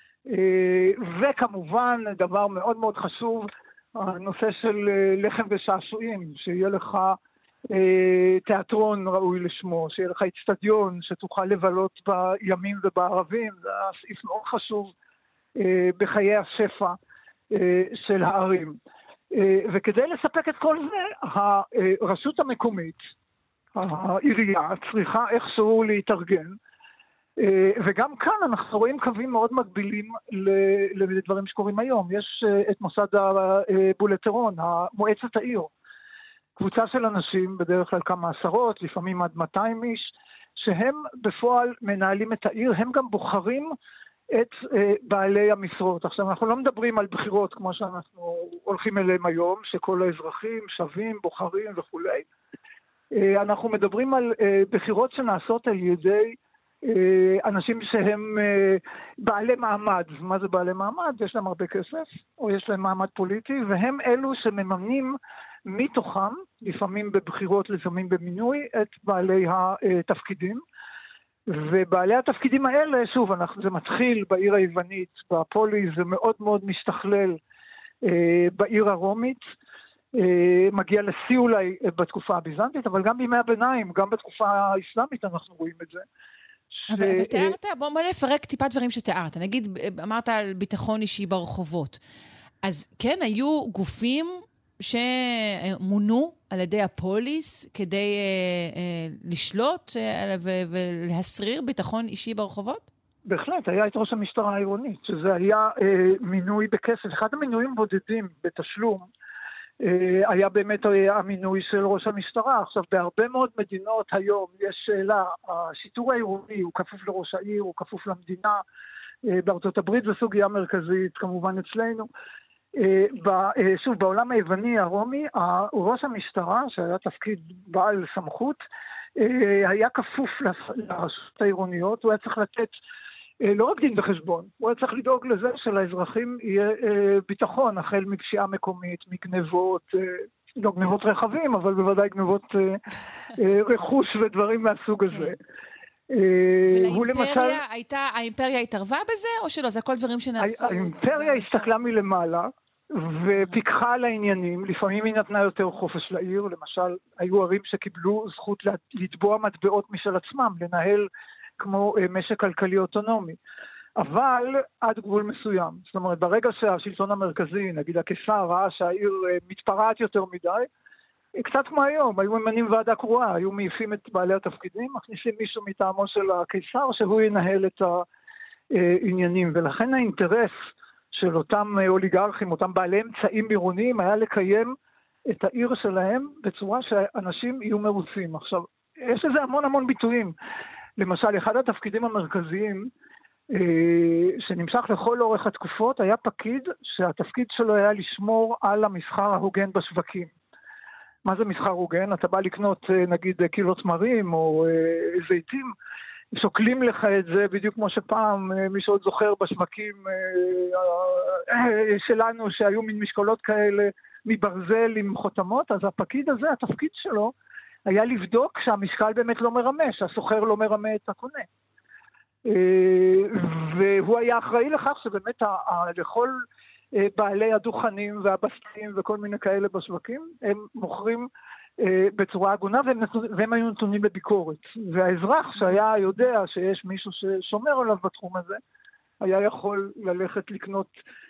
וכמובן, דבר מאוד מאוד חשוב, הנושא של לחם ושעשועים, שיהיה לך תיאטרון ראוי לשמו, שיהיה לך אצטדיון, שתוכל לבלות בימים ובערבים, זה סעיף מאוד חשוב בחיי השפע של הערים. וכדי לספק את כל זה, הרשות המקומית, העירייה, צריכה איכשהו להתארגן, וגם כאן אנחנו רואים קווים מאוד מקבילים לדברים שקורים היום. יש את מוסד הבולטרון, מועצת העיר, קבוצה של אנשים, בדרך כלל כמה עשרות, לפעמים עד מאתיים איש, שהם בפועל מנהלים את העיר, הם גם בוחרים את אה, בעלי המשרות. עכשיו, אנחנו לא מדברים על בחירות כמו שאנחנו הולכים אליהם היום, שכל האזרחים שווים, בוחרים וכו'. אה, אנחנו מדברים על אה, בחירות שנעשות על ידי אנשים שהם בעלי מעמד. מה זה בעלי מעמד? יש להם הרבה כסף, או יש להם מעמד פוליטי, והם אלו שמממנים מתוכם, לפעמים בבחירות, לפעמים במינוי, את בעלי התפקידים. ובעלי התפקידים האלה, שוב, אנחנו, זה מתחיל בעיר היוונית, בפוליס, זה מאוד מאוד משתכלל בעיר הרומית, מגיע לשיא אולי בתקופה הביזנטית, אבל גם בימי הביניים, גם בתקופה האסלאמית אנחנו רואים את זה. אבל, אבל תיארת, בוא, בוא נפרק טיפה דברים שתיארת. נגיד, אמרת על ביטחון אישי ברחובות. אז כן, היו גופים שמונו על ידי הפוליס כדי אה, אה, לשלוט אה, ו- ולהסריר ביטחון אישי ברחובות? בהחלט, היה את ראש המשטרה העירונית, שזה היה אה, מינוי בכסף. אחד המינויים בודדים בתשלום, היה באמת המינוי של ראש המשטרה. עכשיו, בהרבה מאוד מדינות היום יש שאלה, השיטור העירוני הוא כפוף לראש העיר, הוא כפוף למדינה, בארצות הברית זו סוגיה מרכזית, כמובן אצלנו. שוב, בעולם היווני הרומי, ראש המשטרה, שהיה תפקיד בעל סמכות, היה כפוף לרשויות העירוניות, הוא היה צריך לתת לא רק דין בחשבון, הוא היה צריך לדאוג לזה שלאזרחים יהיה ביטחון, החל מפשיעה מקומית, מגנבות, לא גנבות רכבים, אבל בוודאי גנבות רכוש ודברים מהסוג הזה. ולאימפריה הייתה, האימפריה התערבה בזה, או שלא? זה כל דברים שנעשו? האימפריה הסתכלה מלמעלה, ופיקחה על העניינים, לפעמים היא נתנה יותר חופש לעיר, למשל, היו ערים שקיבלו זכות לתבוע מטבעות משל עצמם, לנהל כמו משק כלכלי אוטונומי, אבל עד גבול מסוים. זאת אומרת, ברגע שהשלטון המרכזי, נגיד הקיסר, ראה שהעיר מתפרעת יותר מדי, קצת כמו היום, היו ממנים ועדה קרואה, היו מעיפים את בעלי התפקידים, מכניסים מישהו מטעמו של הקיסר, שהוא ינהל את העניינים, ולכן האינטרס של אותם אוליגרכים, אותם בעלי אמצעים עירוניים, היה לקיים את העיר שלהם בצורה שאנשים יהיו מרוצים. עכשיו, יש לזה המון המון ביטויים. למשל, אחד התפקידים המרכזיים שנמשך לכל אורך התקופות היה פקיד שהתפקיד שלו היה לשמור על המסחר ההוגן בשווקים. מה זה מסחר הוגן? אתה בא לקנות נגיד קילו תמרים או זיתים, שוקלים לך את זה בדיוק כמו שפעם מי שעוד זוכר בשווקים שלנו שהיו מין משקולות כאלה מברזל עם חותמות, אז הפקיד הזה, התפקיד שלו היה לבדוק שהמשקל באמת לא מרמה, שהסוחר לא מרמה את הקונה. והוא היה אחראי לכך שבאמת לכל בעלי הדוכנים והבסטים וכל מיני כאלה בשווקים, הם מוכרים בצורה הגונה והם היו נתונים לביקורת. והאזרח שהיה יודע שיש מישהו ששומר עליו בתחום הזה, היה יכול ללכת לקנות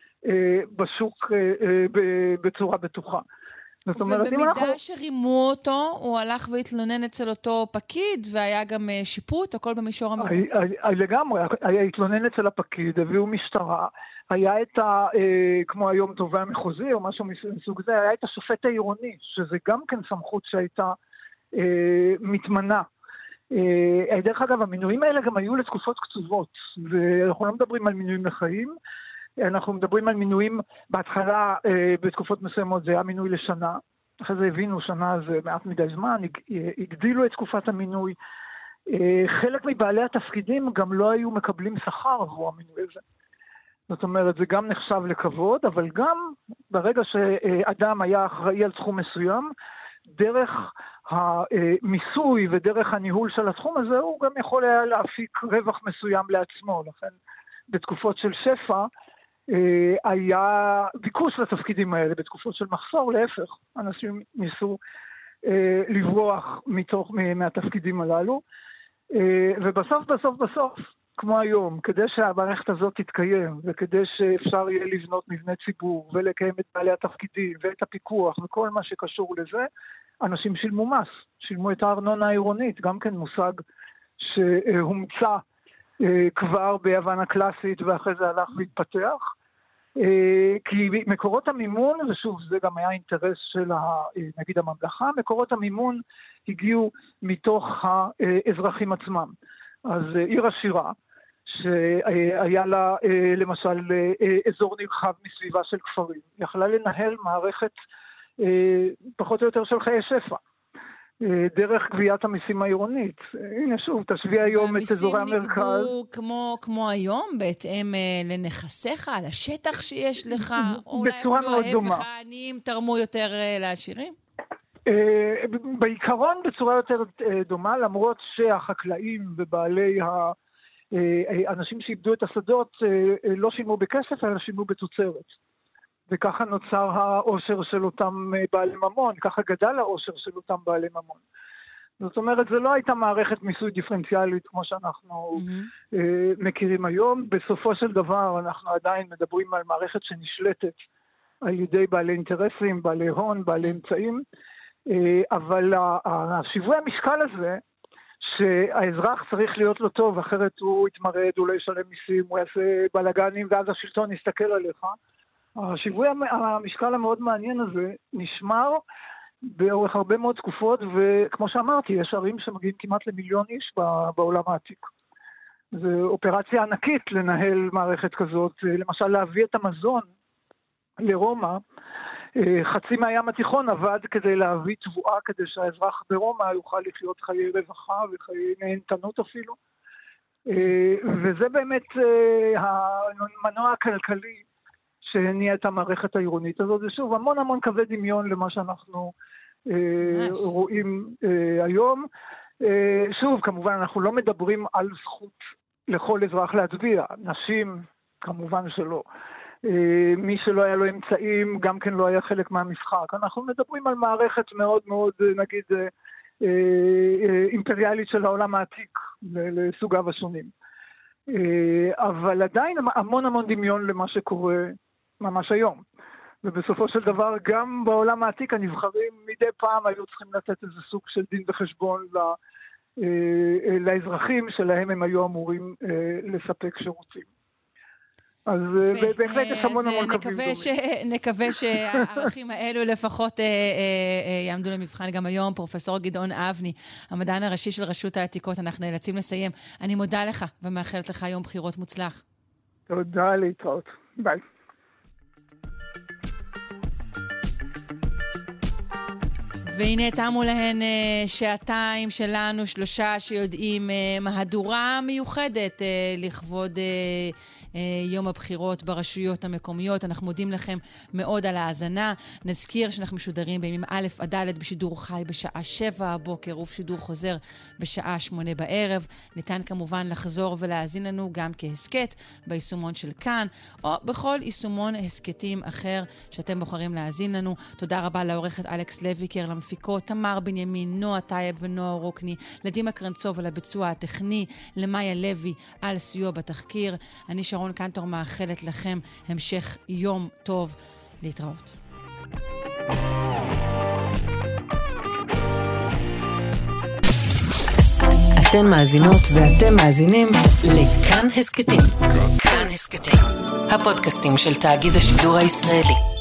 בשוק בצורה בטוחה. ובמידה שרימו אותו, הוא הלך והתלונן אצל אותו פקיד, והיה גם שיפוט, הכל במישור המקומי? לגמרי, היה התלונן אצל הפקיד, הביאו משטרה, היה את ה, כמו היום תובע מחוזי, או משהו מסוג זה, היה את השופט העירוני, שזה גם כן סמכות שהייתה מתמנה. דרך אגב, המינויים האלה גם היו לתקופות קצובות, ואנחנו לא מדברים על מינויים לחיים, אנחנו מדברים על מינויים, בהתחלה בתקופות מסוימות זה היה מינוי לשנה, אחרי זה הבינו שנה זה מעט מדי זמן, הגדילו את תקופת המינוי, חלק מבעלי התפקידים גם לא היו מקבלים שכר עבור המינוי הזה. זאת אומרת, זה גם נחשב לכבוד, אבל גם ברגע שאדם היה אחראי על תחום מסוים, דרך המיסוי ודרך הניהול של התחום הזה, הוא גם יכול היה להפיק רווח מסוים לעצמו, לכן בתקופות של שפע, היה ביקוש לתפקידים האלה, בתקופות של מחסור, להפך, אנשים ניסו לברוח מתוך, מהתפקידים הללו, ובסוף, בסוף, בסוף, כמו היום, כדי שהמערכת הזאת תתקיים, וכדי שאפשר יהיה לבנות מבנה ציבור, ולקיים את בעלי התפקידים, ואת הפיקוח, וכל מה שקשור לזה, אנשים שילמו מס, שילמו את הארנונה העירונית, גם כן מושג שהומצא כבר ביוון הקלאסית, ואחרי זה הלך והתפתח, כי מקורות המימון, ושוב זה גם היה אינטרס של נגיד הממלכה, מקורות המימון הגיעו מתוך האזרחים עצמם. אז עיר עשירה, שהיה לה למשל אזור נרחב מסביבה של כפרים, יכלה לנהל מערכת פחות או יותר של חיי שפע. דרך גביית המיסים העירונית. הנה שוב, תשווי היום את אזורי המרכז. והמיסים נקבעו כמו, כמו היום, בהתאם לנכסיך, על השטח שיש לך, או אולי אפילו ההפך, העניים תרמו יותר לעשירים? בעיקרון בצורה יותר דומה, למרות שהחקלאים ובעלי האנשים שאיבדו את השדות לא שילמו בכסף, אלא שילמו בתוצרת. וככה נוצר העושר של אותם בעלי ממון, ככה גדל העושר של אותם בעלי ממון. זאת אומרת, זה לא הייתה מערכת מיסוי דיפרנציאלית כמו שאנחנו mm-hmm. אה, מכירים היום. בסופו של דבר אנחנו עדיין מדברים על מערכת שנשלטת על ידי בעלי אינטרסים, בעלי הון, בעלי אמצעים, אה, אבל השיווי המשקל הזה, שהאזרח צריך להיות לו טוב, אחרת הוא יתמרד, הוא לא ישלם מיסים, הוא יעשה בלגנים, ואז השלטון יסתכל עליך, השיווי המשקל המאוד מעניין הזה נשמר באורך הרבה מאוד תקופות, וכמו שאמרתי, יש ערים שמגיעים כמעט למיליון איש בעולם העתיק. זו אופרציה ענקית לנהל מערכת כזאת, למשל להביא את המזון לרומא, חצי מהים התיכון עבד כדי להביא תבואה, כדי שהאזרח ברומא יוכל לחיות חיי רווחה וחיי נהנתנות אפילו. וזה באמת המנוע הכלכלי שהניע את המערכת העירונית הזאת. זה שוב המון המון קווי דמיון למה שאנחנו אה, רואים אה, היום. אה, שוב, כמובן אנחנו לא מדברים על זכות לכל אזרח להצביע. נשים, כמובן שלא. אה, מי שלא היה לו אמצעים, גם כן לא היה חלק מהמשחק. אנחנו מדברים על מערכת מאוד מאוד, נגיד, אה, אה, אימפריאלית של העולם העתיק, לסוגיו השונים. אה, אבל עדיין המון המון דמיון למה שקורה ממש היום. ובסופו של דבר, גם בעולם העתיק הנבחרים מדי פעם היו צריכים לתת איזה סוג של דין וחשבון לאזרחים שלהם הם היו אמורים לספק שירותים. אז בהחלט יש המון המון קווים דומים. נקווה שהערכים האלו לפחות יעמדו למבחן גם היום. פרופסור גדעון אבני, המדען הראשי של רשות העתיקות, אנחנו נאלצים לסיים. אני מודה לך ומאחלת לך יום בחירות מוצלח. תודה, להתראות. ביי. והנה תמו להן שעתיים שלנו, שלושה שיודעים, מהדורה מיוחדת לכבוד יום הבחירות ברשויות המקומיות. אנחנו מודים לכם מאוד על ההאזנה. נזכיר שאנחנו משודרים בימים א' עד ד' בשידור חי בשעה שבע הבוקר, ובשידור חוזר בשעה שמונה בערב. ניתן כמובן לחזור ולהאזין לנו גם כהסקט ביישומון של כאן, או בכל יישומון הסקטים אחר שאתם בוחרים להאזין לנו. תודה רבה לעורכת אלכס לויקר, למפיקות תמר בנימין, נועה טייב ונועה רוקני, לדימה קרנצוב על הביצוע הטכני, למאיה לוי על סיוע בתחקיר. אני שרון קנטור מאחלת לכם המשך יום טוב. להתראות. אתן מאזינות ואתם מאזינים לכאן הסקטים. כאן הסקטים, הפודקאסטים של תאגיד השידור הישראלי.